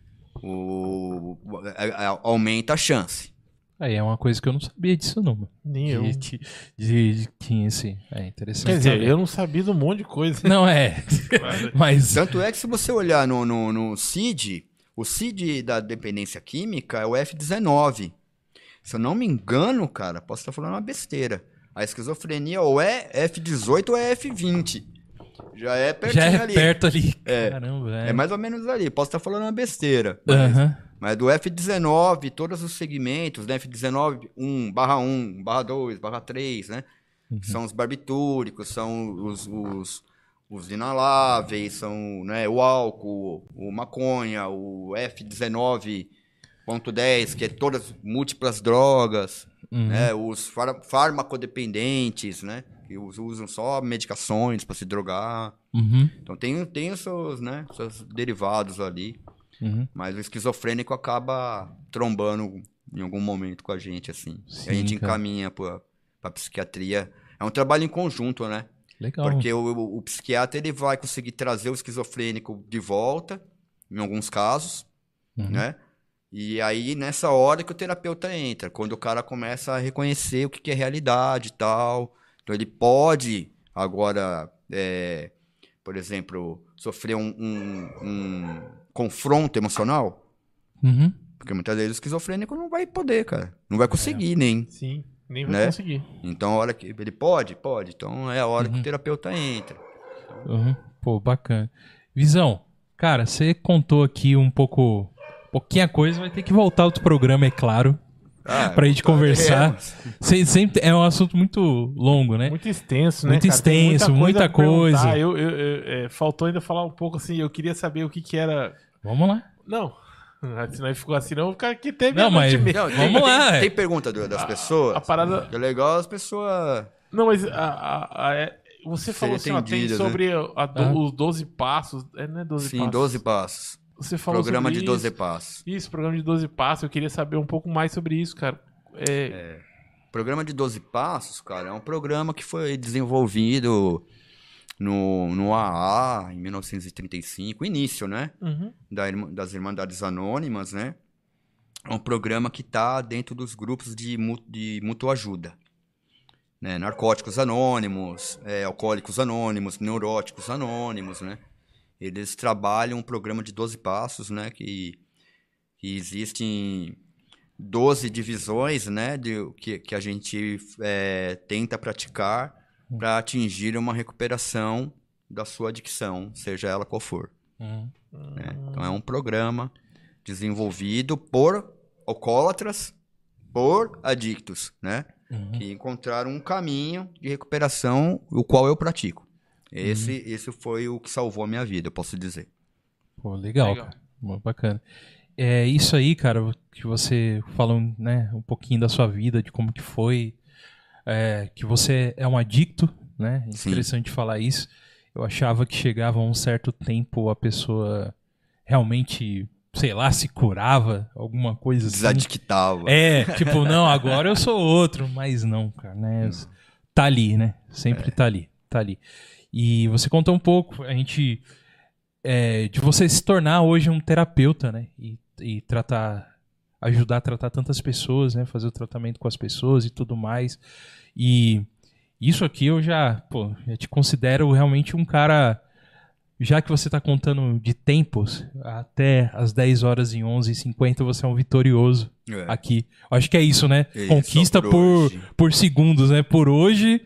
aumenta a chance. Aí é uma coisa que eu não sabia disso, não. Nem eu. Tinha esse. É interessante. Quer dizer, eu não sabia de um monte de coisa. Não mas... Tanto é que se você olhar no CID... O CID da dependência química é o F19. Se eu não me engano, cara, posso estar falando uma besteira. A esquizofrenia ou é F18 ou é F20. Já é pertinho ali. Perto ali. Caramba, É mais ou menos ali. Posso estar falando uma besteira. Mas do F19, todos os segmentos, né? F19, 1/1, 1/2, 1/3, né? São os barbitúricos, são os inaláveis, são, né, o álcool, o maconha, o F19.10, que é todas múltiplas drogas, né, os farmacodependentes, né, que usam só medicações para se drogar. Então tem os seus, né, seus derivados ali, mas o esquizofrênico acaba trombando em algum momento com a gente, assim. Sim, e a gente cara. encaminha pra psiquiatria. É um trabalho em conjunto, né? Legal. Porque o psiquiatra ele vai conseguir trazer o esquizofrênico de volta, em alguns casos, né? E aí, nessa hora que o terapeuta entra, quando o cara começa a reconhecer o que é realidade e tal. Então, ele pode, agora, por exemplo, sofrer um confronto emocional. Porque muitas vezes o esquizofrênico não vai poder, cara. Não vai conseguir nem. Sim, nem vai Né? conseguir. Então, a hora que ele pode. Então, é a hora que o terapeuta entra. Pô, bacana. Visão, cara, você contou aqui pouquinha coisa, vai ter que voltar outro programa, é claro, pra gente conversar. Sempre é um assunto muito longo, né? Muito extenso, né, Muito cara? Tem extenso, muita pra perguntar. coisa. Faltou ainda falar um pouco assim, eu queria saber o que era... Vamos lá. Não, se não ficou assim, não, vou ficar aqui até Não, mas meia-noite e meia. vamos lá. Tem pergunta das pessoas? A parada... É legal as pessoas... Não, mas você falou assim, ó, tem entendidas, sobre os 12 passos. Não é 12 passos? Sim, 12 passos. Você falou Programa sobre de 12 isso. passos. Isso, programa de 12 passos. Eu queria saber um pouco mais sobre isso, cara. Programa de 12 passos, cara, é um programa que foi desenvolvido no AA, em 1935, início, né? Das Irmandades Anônimas, né? É um programa que está dentro dos grupos de mútua ajuda. Né? Narcóticos Anônimos, Alcoólicos Anônimos, Neuróticos Anônimos, né? Eles trabalham um programa de 12 passos, né? Que existem 12 divisões, né? Que a gente tenta praticar para atingir uma recuperação da sua adicção, seja ela qual for. Né? Então é um programa desenvolvido por alcoólatras, por adictos, né? Que encontraram um caminho de recuperação, o qual eu pratico. Esse foi o que salvou a minha vida, eu posso dizer. Pô, legal. Cara. Muito bacana. É isso aí, cara, que você falou, né, um pouquinho da sua vida, de como que foi, que você é um adicto, né? É interessante falar isso. Eu achava que chegava a um certo tempo a pessoa realmente, sei lá, se curava, alguma coisa assim. Desadictava. Tipo, não, agora eu sou outro, mas não, cara, né? Tá ali, né? Sempre tá ali. E você contou um pouco, de você se tornar hoje um terapeuta, né? E ajudar a tratar tantas pessoas, né? Fazer o tratamento com as pessoas e tudo mais. E isso aqui eu já te considero realmente um cara, já que você está contando de tempos, até as 10 horas e 11h50 você é um vitorioso aqui. Eu acho que é isso, né? Conquista por segundos, né? Por hoje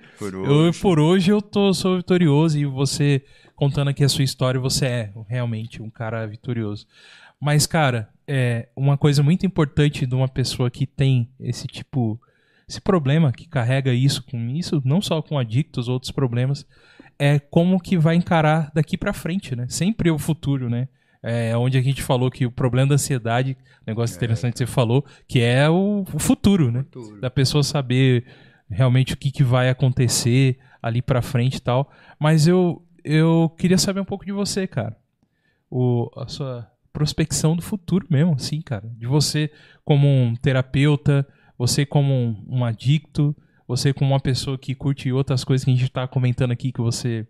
eu sou vitorioso, e você contando aqui a sua história, você é realmente um cara vitorioso. Mas, cara, uma coisa muito importante de uma pessoa que tem esse problema, que carrega isso, não só com adictos, outros problemas, é como que vai encarar daqui pra frente, né? Sempre o futuro, né? Onde a gente falou que o problema da ansiedade, negócio interessante que você falou, que é o futuro, né? Da pessoa saber realmente o que vai acontecer ali pra frente e tal. Mas eu queria saber um pouco de você, cara. A sua prospecção do futuro mesmo, assim, cara. De você como um terapeuta, você como um adicto, você como uma pessoa que curte outras coisas que a gente tá comentando aqui, que você...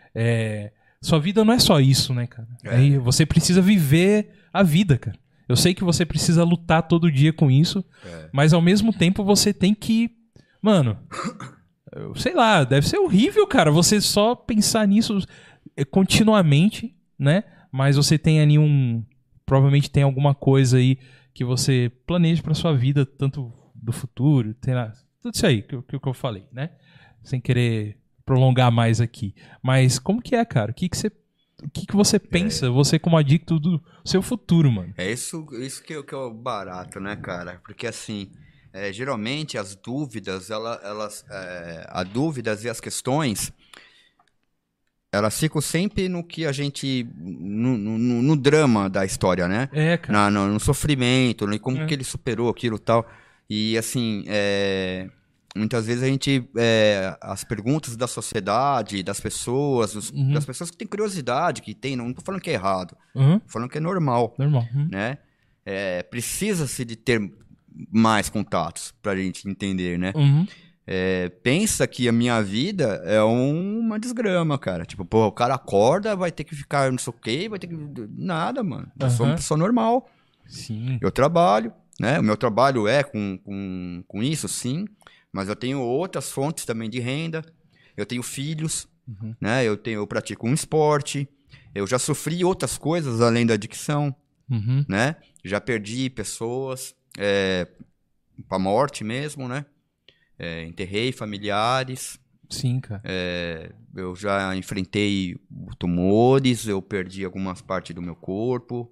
Sua vida não é só isso, né, cara? Você precisa viver a vida, cara. Eu sei que você precisa lutar todo dia com isso, mas ao mesmo tempo você tem que... Mano, sei lá, deve ser horrível, cara, você só pensar nisso continuamente, né? Mas você tem ali provavelmente tem alguma coisa aí que você planeja pra sua vida, tanto do futuro, tem lá, tudo isso aí que eu falei, né? Sem querer prolongar mais aqui. Mas como que é, cara? O que você pensa, você como adicto do seu futuro, mano? É isso que é o barato, né, cara? Porque assim, geralmente as dúvidas, as dúvidas e as questões, elas ficam sempre no que a gente... No drama da história, né? Cara. No sofrimento, como que ele superou aquilo e tal. E assim, muitas vezes a gente, as perguntas da sociedade, das pessoas, das pessoas que têm curiosidade, que tem, não tô falando que é errado, tô falando que é normal, né? Precisa-se de ter mais contatos pra gente entender, né? Pensa que a minha vida é uma desgrama, cara. Tipo, pô, o cara acorda, vai ter que ficar não sei o quê, vai ter que... Nada, mano. Eu sou uma pessoa normal. Sim. Eu trabalho, né? O meu trabalho é com isso, sim. Mas eu tenho outras fontes também de renda. Eu tenho filhos, né? Eu pratico um esporte. Eu já sofri outras coisas além da adicção, né? Já perdi pessoas pra morte mesmo, né? Enterrei familiares. Sim, cara. Eu já enfrentei tumores, eu perdi algumas partes do meu corpo.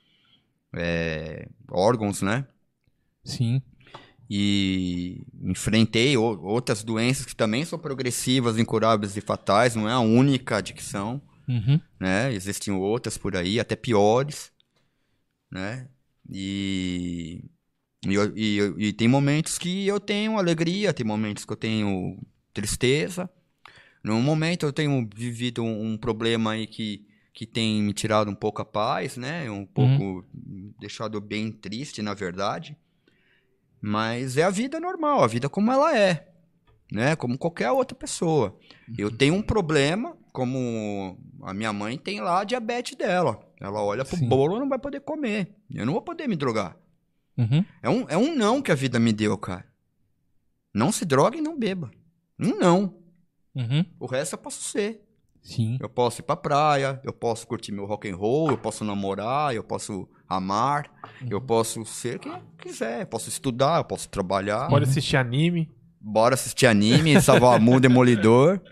Órgãos, né? Sim. E enfrentei outras doenças que também são progressivas, incuráveis e fatais. Não é a única adicção, né? Existem outras por aí, até piores, né? E tem momentos que eu tenho alegria, tem momentos que eu tenho tristeza. Num momento eu tenho vivido um problema aí que tem me tirado um pouco a paz, né? Um pouco deixado bem triste, na verdade. Mas é a vida normal, a vida como ela é, né? Como qualquer outra pessoa. Eu tenho um problema, como a minha mãe tem lá a diabetes dela. Ela olha pro bolo e não vai poder comer. Eu não vou poder me drogar. É um não que a vida me deu, cara. Não se drogue e não beba. Um não. O resto eu posso ser. Sim. Eu posso ir pra praia, eu posso curtir meu rock and roll, eu posso namorar, eu posso amar, eu posso ser quem eu quiser, eu posso estudar, eu posso trabalhar. Pode assistir anime. Bora assistir anime, Salva-Mu, Demolidor.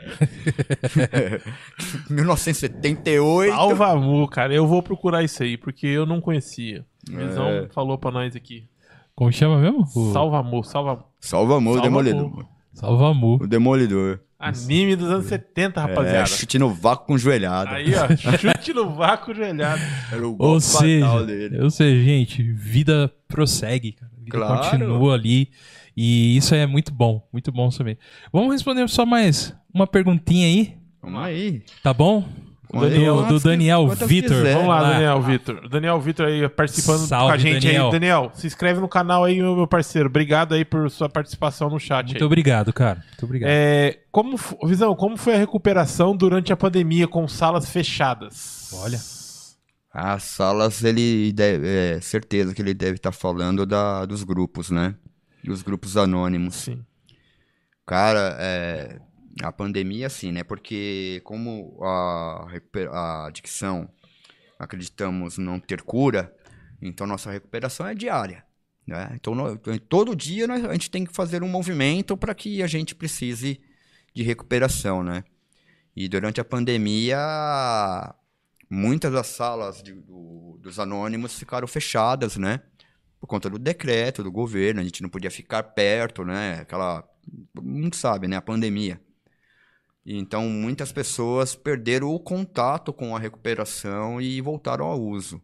1978. Salva-Mu, cara. Eu vou procurar isso aí, porque eu não conhecia. O Visão falou pra nós aqui. Como chama mesmo? Salva-Mu. Salva-Mu, Demolidor. Salva-Mu. O Demolidor. Anime dos anos 70, rapaziada. Chute no vácuo com joelhada. Aí, ó. Chute no vácuo, joelhada. Era o golpe fatal dele. Ou seja, gente, vida prossegue, cara. A vida continua ali. E isso é muito bom saber. Vamos responder só mais uma perguntinha aí. Vamos aí. Tá bom? Do Daniel Vitor. Vamos lá, Daniel Vitor. Daniel Vitor aí participando com a gente Daniel. Aí. Daniel, se inscreve no canal aí, meu parceiro. Obrigado aí por sua participação no chat. Muito obrigado, cara. Muito obrigado. Visão, como foi a recuperação durante a pandemia com salas fechadas? Olha. As salas, ele deve, certeza que ele deve estar falando dos grupos, né? Dos grupos anônimos. Sim. Cara, a pandemia, assim, né? Porque como a adicção, acreditamos não ter cura, então nossa recuperação é diária, né? Então, todo dia a gente tem que fazer um movimento para que a gente precise de recuperação, né? E durante a pandemia, muitas das salas dos anônimos ficaram fechadas, né? Por conta do decreto do governo, a gente não podia ficar perto, né? Todo mundo sabe, né? A pandemia. Então, muitas pessoas perderam o contato com a recuperação e voltaram ao uso.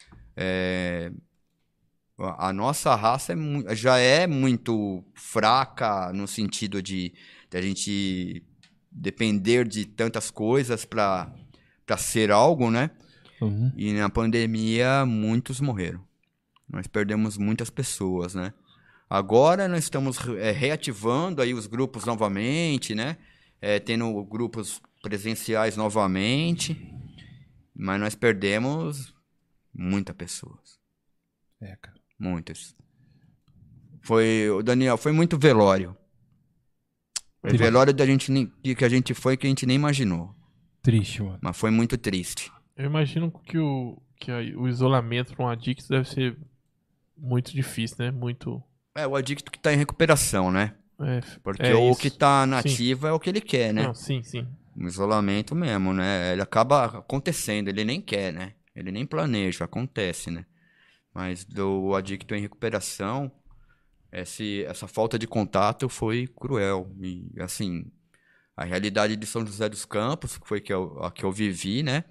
A nossa raça já é muito fraca no sentido de a gente depender de tantas coisas para ser algo, né? E na pandemia, muitos morreram. Nós perdemos muitas pessoas, né? Agora nós estamos reativando aí os grupos novamente, né? Tendo grupos presenciais novamente, mas nós perdemos muitas pessoas. Cara. Muitas. Daniel, foi muito velório. Foi velório que a gente foi que a gente nem imaginou. Triste, mano. Mas foi muito triste. Eu imagino que o isolamento para um adicto deve ser muito difícil, né? Muito... O adicto que tá em recuperação, né? Porque o que tá nativo é o que ele quer, né? Não, sim. O isolamento mesmo, né? Ele acaba acontecendo, ele nem quer, né? Ele nem planeja, acontece, né? Mas do adicto em recuperação, essa falta de contato foi cruel. E, assim, a realidade de São José dos Campos, que foi a que eu vivi, né?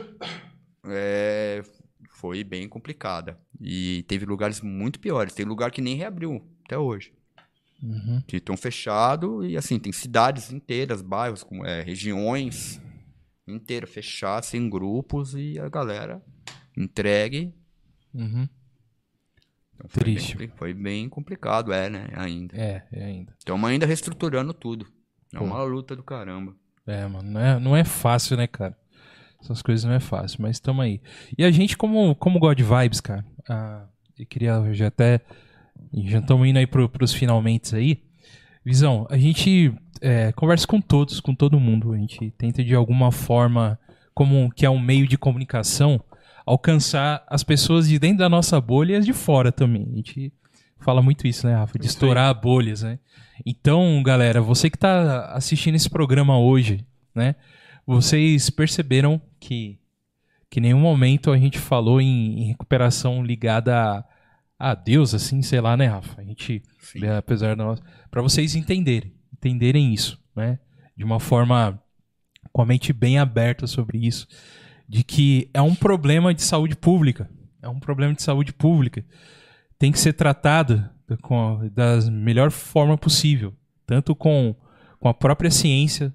Foi bem complicada. E teve lugares muito piores. Tem lugar que nem reabriu até hoje. que estão fechados e assim, tem cidades inteiras, bairros, regiões inteiras fechadas, sem grupos e a galera entregue. Uhum. Então Triste. Foi bem complicado, né, ainda. Ainda. Estamos ainda reestruturando tudo. É Pô. uma luta do caramba. Mano, não é fácil, né, cara? Essas coisas não é fácil, mas estamos aí. E a gente, como God Vibes, cara, eu queria já estamos indo aí pros finalmente aí. Visão, a gente conversa com todos, com todo mundo. A gente tenta de alguma forma, como que é um meio de comunicação, alcançar as pessoas de dentro da nossa bolha e as de fora também. A gente fala muito isso, né, Rafa? De estourar bolhas, né? Então, galera, você que tá assistindo esse programa hoje, né? Vocês perceberam que em nenhum momento a gente falou em recuperação ligada a Deus, assim, sei lá, né, Rafa? A gente, apesar de nós... Pra vocês entenderem isso, né? De uma forma com a mente bem aberta sobre isso, de que é um problema de saúde pública. É um problema de saúde pública. Tem que ser tratado da melhor forma possível. Tanto com a própria ciência,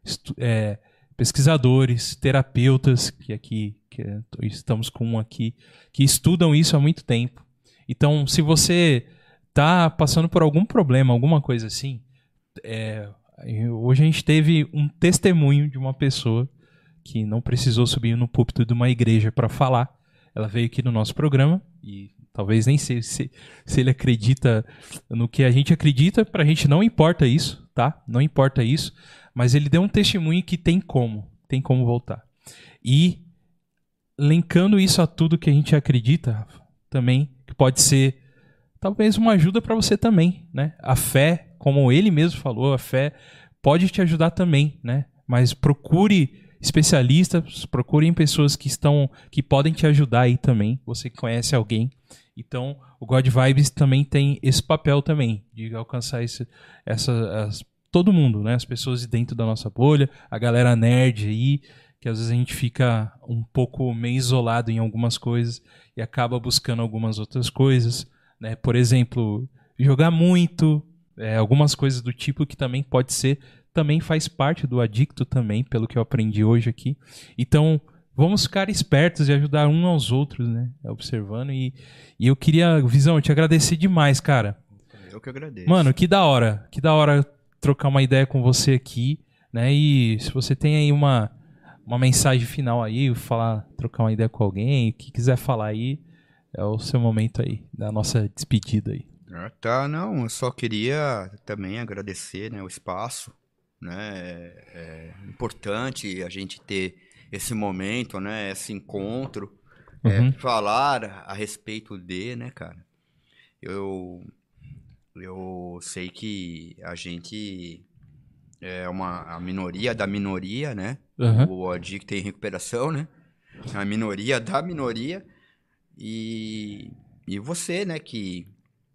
pesquisadores, terapeutas, que estamos com um aqui, que estudam isso há muito tempo. Então, se você está passando por algum problema, alguma coisa assim, hoje a gente teve um testemunho de uma pessoa que não precisou subir no púlpito de uma igreja para falar. Ela veio aqui no nosso programa e talvez nem sei se ele acredita no que a gente acredita, pra gente não importa isso, tá? Não importa isso, mas ele deu um testemunho que tem como voltar. E linkando isso a tudo que a gente acredita, Rafa, também, que pode ser talvez uma ajuda para você também, né? A fé, como ele mesmo falou, a fé pode te ajudar também, né? Mas procure especialistas, procurem pessoas que podem te ajudar aí também. Você que conhece alguém. Então, o God Vibes também tem esse papel também, de alcançar todo mundo, né? As pessoas de dentro da nossa bolha, a galera nerd aí, que às vezes a gente fica um pouco meio isolado em algumas coisas e acaba buscando algumas outras coisas, né? Por exemplo, jogar muito, algumas coisas do tipo que também também faz parte do adicto também, pelo que eu aprendi hoje aqui. Então, vamos ficar espertos e ajudar uns aos outros, né? Observando. E eu queria, Visão, te agradecer demais, cara. Eu que agradeço. Mano, que da hora trocar uma ideia com você aqui, né? E se você tem aí uma mensagem final aí, trocar uma ideia com alguém, o que quiser falar aí, é o seu momento aí, da nossa despedida aí. Não, eu só queria também agradecer, né, o espaço, né? É importante a gente ter esse momento, né, esse encontro, falar a respeito né, cara. Eu sei que a gente é a minoria da minoria, né? O adicto em recuperação, né? A minoria da minoria. E você, né, que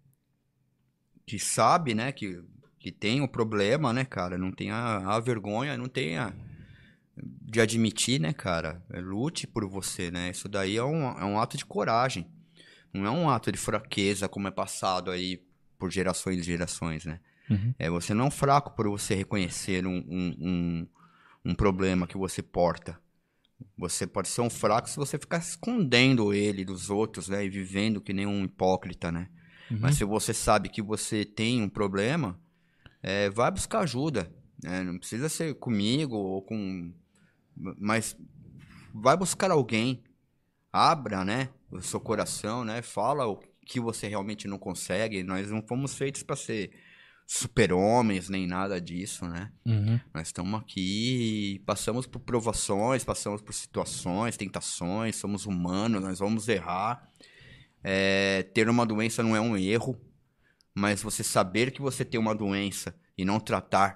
sabe, né, que tem o problema, né, cara? Não tenha a vergonha, não tenha de admitir, né, cara? Lute por você, né? Isso daí é um ato de coragem. Não é um ato de fraqueza, como é passado aí por gerações e gerações, né? Você não é um fraco por você reconhecer um problema que você porta. Você pode ser um fraco se você ficar escondendo ele dos outros, né? E vivendo que nem um hipócrita, né? Mas se você sabe que você tem um problema, vai buscar ajuda, né? Não precisa ser comigo ou com... Mas vai buscar alguém. Abra, né, o seu coração, né? Fala o que você realmente não consegue. Nós não fomos feitos para ser super-homens, nem nada disso, né? Nós estamos aqui, passamos por provações, passamos por situações, tentações, somos humanos, nós vamos errar. Ter uma doença não é um erro, mas você saber que você tem uma doença e não tratar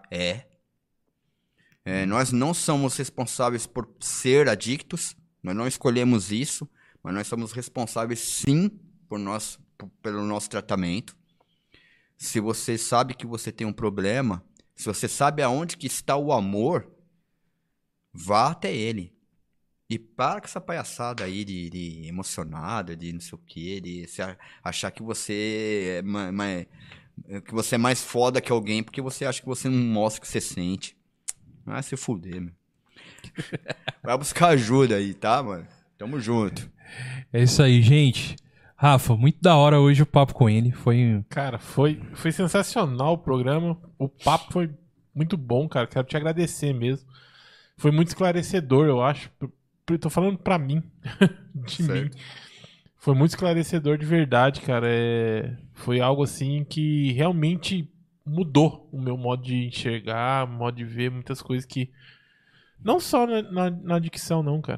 nós não somos responsáveis por ser adictos, nós não escolhemos isso, mas nós somos responsáveis sim pelo nosso tratamento. Se você sabe que você tem um problema, se você sabe aonde que está o amor, vá até ele. E para com essa palhaçada aí de emocionada, de não sei o quê, de achar que você que você é mais foda que alguém porque você acha que você não mostra o que você sente. Vai se fuder, meu. Vai buscar ajuda aí, tá, mano? Tamo junto. É isso aí, gente. Rafa, muito da hora hoje o papo com ele. Cara, foi sensacional o programa. O papo foi muito bom, cara. Quero te agradecer mesmo. Foi muito esclarecedor, eu acho. Tô falando pra mim. De mim. Foi muito esclarecedor de verdade, cara. Foi algo assim que realmente mudou o meu modo de enxergar, modo de ver muitas coisas que... Não só na dicção, não, cara.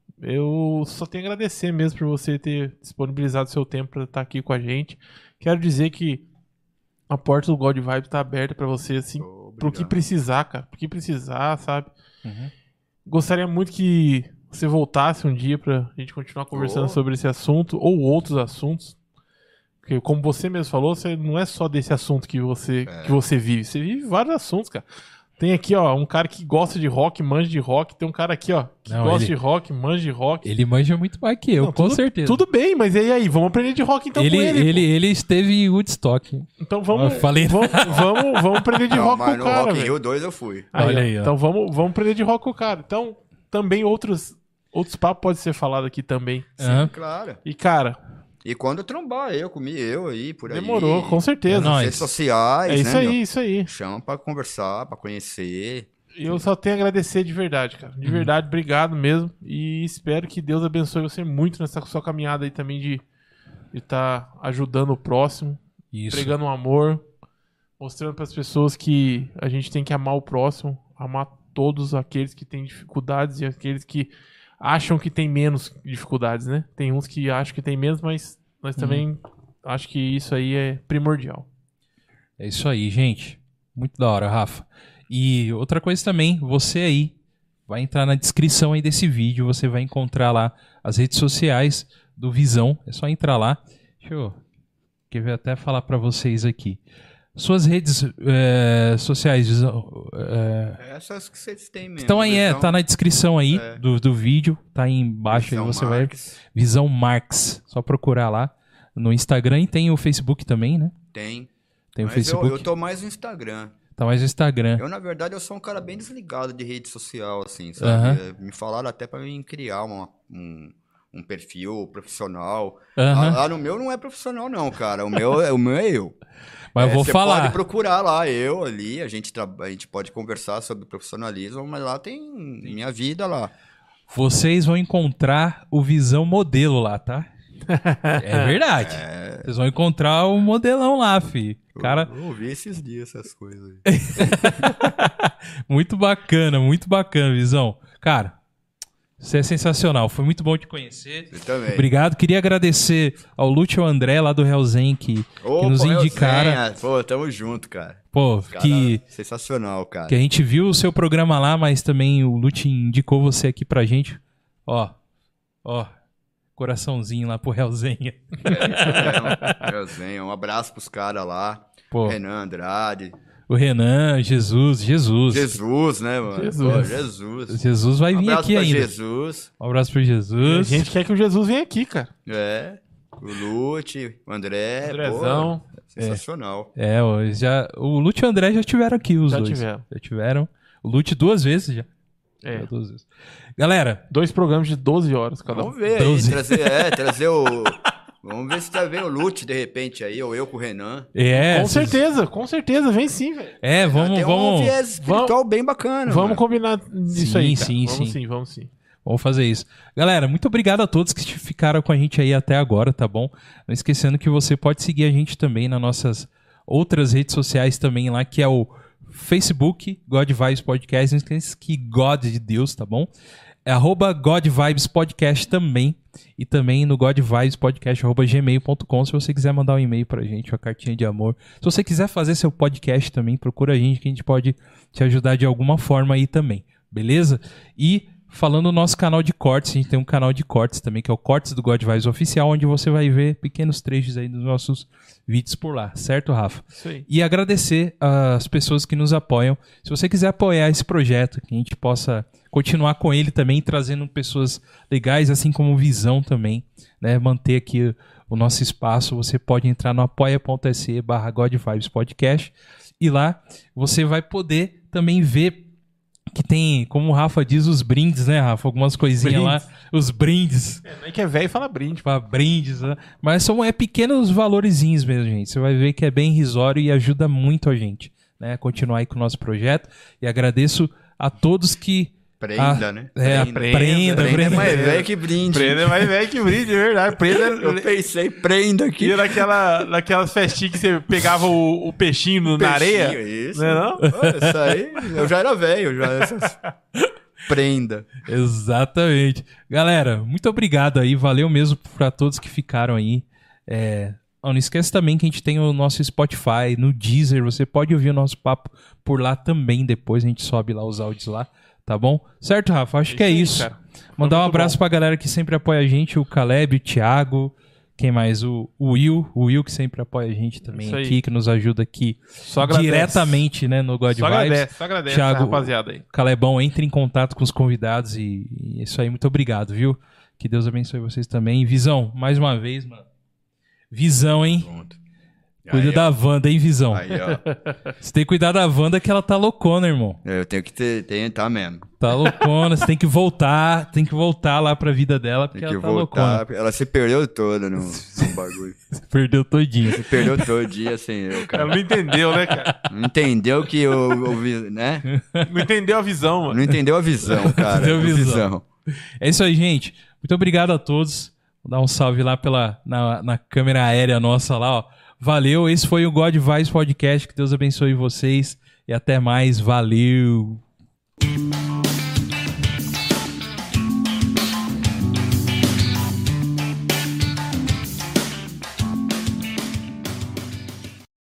Eu só tenho a agradecer mesmo por você ter disponibilizado seu tempo pra estar aqui com a gente. Quero dizer que a porta do God Vibes tá aberta pra você, assim, pro que precisar, cara. Pro que precisar, sabe? Uhum. Gostaria muito que você voltasse um dia pra gente continuar conversando sobre esse assunto ou outros assuntos. Porque, como você mesmo falou, você não é só desse assunto que você vive. Você vive vários assuntos, cara. Tem aqui, ó, um cara que gosta de rock, manja de rock. Tem um cara aqui, ó, que gosta de rock, manja de rock. Ele manja muito mais que eu, com certeza. Tudo bem, mas e aí? Vamos aprender de rock então com ele. Ele esteve em Woodstock. Então vamos aprender de rock com o cara, no Rock in velho. Rio 2 eu fui. Olha aí, ó. Então vamos aprender de rock com o cara. Então, também outros papos podem ser falados aqui também. Sim, claro. E, cara... E quando trombar, eu aí, por aí. Demorou, com certeza. Nas redes sociais, é isso né, aí, isso aí. Chama pra conversar, pra conhecer. Eu só tenho a agradecer de verdade, cara. De verdade, obrigado mesmo. E espero que Deus abençoe você muito nessa sua caminhada aí também de estar ajudando o próximo, pregando o amor, mostrando para as pessoas que a gente tem que amar o próximo, amar todos aqueles que têm dificuldades e aqueles que acham que tem menos dificuldades, né? Tem uns que acham que tem menos, mas nós também acho que isso aí é primordial. É isso aí, gente. Muito da hora, Rafa. E outra coisa também, você aí vai entrar na descrição aí desse vídeo, você vai encontrar lá as redes sociais do Visão. É só entrar lá. Deixa eu até falar pra vocês aqui. Suas redes sociais, Visão. Essas que vocês têm mesmo. Então aí Visão, tá na descrição aí do vídeo, tá aí embaixo. Visão aí você Marques. vai. Visão Marques. Só procurar lá no Instagram e tem o Facebook também, né? Tem. Tem o Mas Facebook. eu tô mais no Instagram. Tá mais no Instagram. Eu, na verdade, eu sou um cara bem desligado de rede social, assim, sabe? Me falaram até pra mim criar um perfil profissional. Lá no meu não é profissional, não, cara. O meu é eu. Mas eu vou falar. Você pode procurar lá, eu ali, a gente pode conversar sobre profissionalismo, mas lá tem minha vida lá. Vocês vão encontrar o Visão modelo lá, tá? É verdade. Vocês vão encontrar o modelão lá, fi. Cara... Eu ouvi esses dias essas coisas aí. Muito bacana, Visão. Cara, você é sensacional. Foi muito bom te conhecer. Você também. Obrigado. Queria agradecer ao Lúcio e ao André lá do Hellzen que nos indicaram. Pô, tamo junto, cara. Pô, cara, que... sensacional, cara. Que a gente viu o seu programa lá, mas também o Lúcio indicou você aqui pra gente. Ó. Coraçãozinho lá pro Hellzen. Hellzen, um abraço pros caras lá. Pô. Renan Andrade. O Renan, Jesus, né, mano? Jesus vai vir aqui ainda. Um abraço pra Jesus. A gente quer que o Jesus venha aqui, cara. O Lute, o Andrezão. Pô, sensacional. O Lute e o André já estiveram aqui, os dois. Já tiveram. O Lute 2 vezes já. 2 vezes. Galera. 2 programas de 12 horas cada um. Vamos ver aí, trazer o... Vamos ver se tá vendo o Lute de repente aí, ou eu com o Renan. Com certeza, vem sim, velho. Vamos. Tem um viés espiritual bem bacana. Vamos combinar isso aí. Sim. Vamos sim. Vamos fazer isso. Galera, muito obrigado a todos que ficaram com a gente aí até agora, tá bom? Não esquecendo que você pode seguir a gente também nas nossas outras redes sociais também lá, que é o Facebook, God Vibes Podcast. Não esqueça que God de Deus, tá bom? É @God Vibes Podcast também. E também no godvibespodcast@gmail.com. Se você quiser mandar um e-mail pra gente, uma cartinha de amor. Se você quiser fazer seu podcast também, procura a gente que a gente pode te ajudar de alguma forma aí também. Beleza? E falando do nosso canal de cortes, a gente tem um canal de cortes também, que é o Cortes do God Vibes Oficial, onde você vai ver pequenos trechos aí dos nossos vídeos por lá. Certo, Rafa? Isso aí. E agradecer as pessoas que nos apoiam. Se você quiser apoiar esse projeto, que a gente possa continuar com ele também, trazendo pessoas legais, assim como Visão também, né? Manter aqui o nosso espaço, você pode entrar no apoia.se/godvibespodcast e lá você vai poder também ver que tem, como o Rafa diz, os brindes, né, Rafa? Algumas coisinhas lá, os brindes. Não é que é velho e fala brinde. Tipo, brindes, né? Mas são pequenos valorezinhos mesmo, gente. Você vai ver que é bem irrisório e ajuda muito a gente, né, a continuar aí com o nosso projeto. E agradeço a todos que... Prenda, né? Prenda é mais velho que brinde. Prenda é mais velho que brinde, é verdade. Prenda Eu pensei, prenda aqui. ia naquelas festinhas que você pegava o peixinho na areia. Isso. Não é não? Isso aí, eu já era velho, já. Prenda. Exatamente. Galera, muito obrigado aí. Valeu mesmo pra todos que ficaram aí. Não esqueça também que a gente tem o nosso Spotify, no Deezer. Você pode ouvir o nosso papo por lá também. Depois a gente sobe lá os áudios lá. Tá bom? Certo, Rafa? Acho que é isso. Cara. Mandar um abraço pra galera que sempre apoia a gente. O Caleb, o Thiago. Quem mais? O Will. O Will que sempre apoia a gente também Isso aí. aqui. Que nos ajuda aqui Só agradece. diretamente, né, no God Vibes. Só agradece Thiago, essa rapaziada aí. Calebão, entre em contato com os convidados e é isso aí. Muito obrigado, viu? Que Deus abençoe vocês também. Visão, mais uma vez, mano. Visão, hein? Pronto. Cuida Aí, da Wanda, hein, Visão? Aí, ó. Você tem que cuidar da Wanda que ela tá loucona, irmão. Eu tenho que tentar mesmo. Tá loucona, você tem que voltar lá pra vida dela, porque Tem que ela tá voltar. loucona. Ela se perdeu toda no bagulho. Você perdeu todinho. Se perdeu todo dia sem eu, cara. Ela não entendeu, né, cara? Não entendeu que eu né? Não entendeu a visão, mano. Não entendeu a visão, cara. Entendeu a A visão. É isso aí, gente. Muito obrigado a todos. Vou dar um salve lá na câmera aérea nossa lá, ó. Valeu, esse foi o God Vibes Podcast. Que Deus abençoe vocês e até mais. Valeu!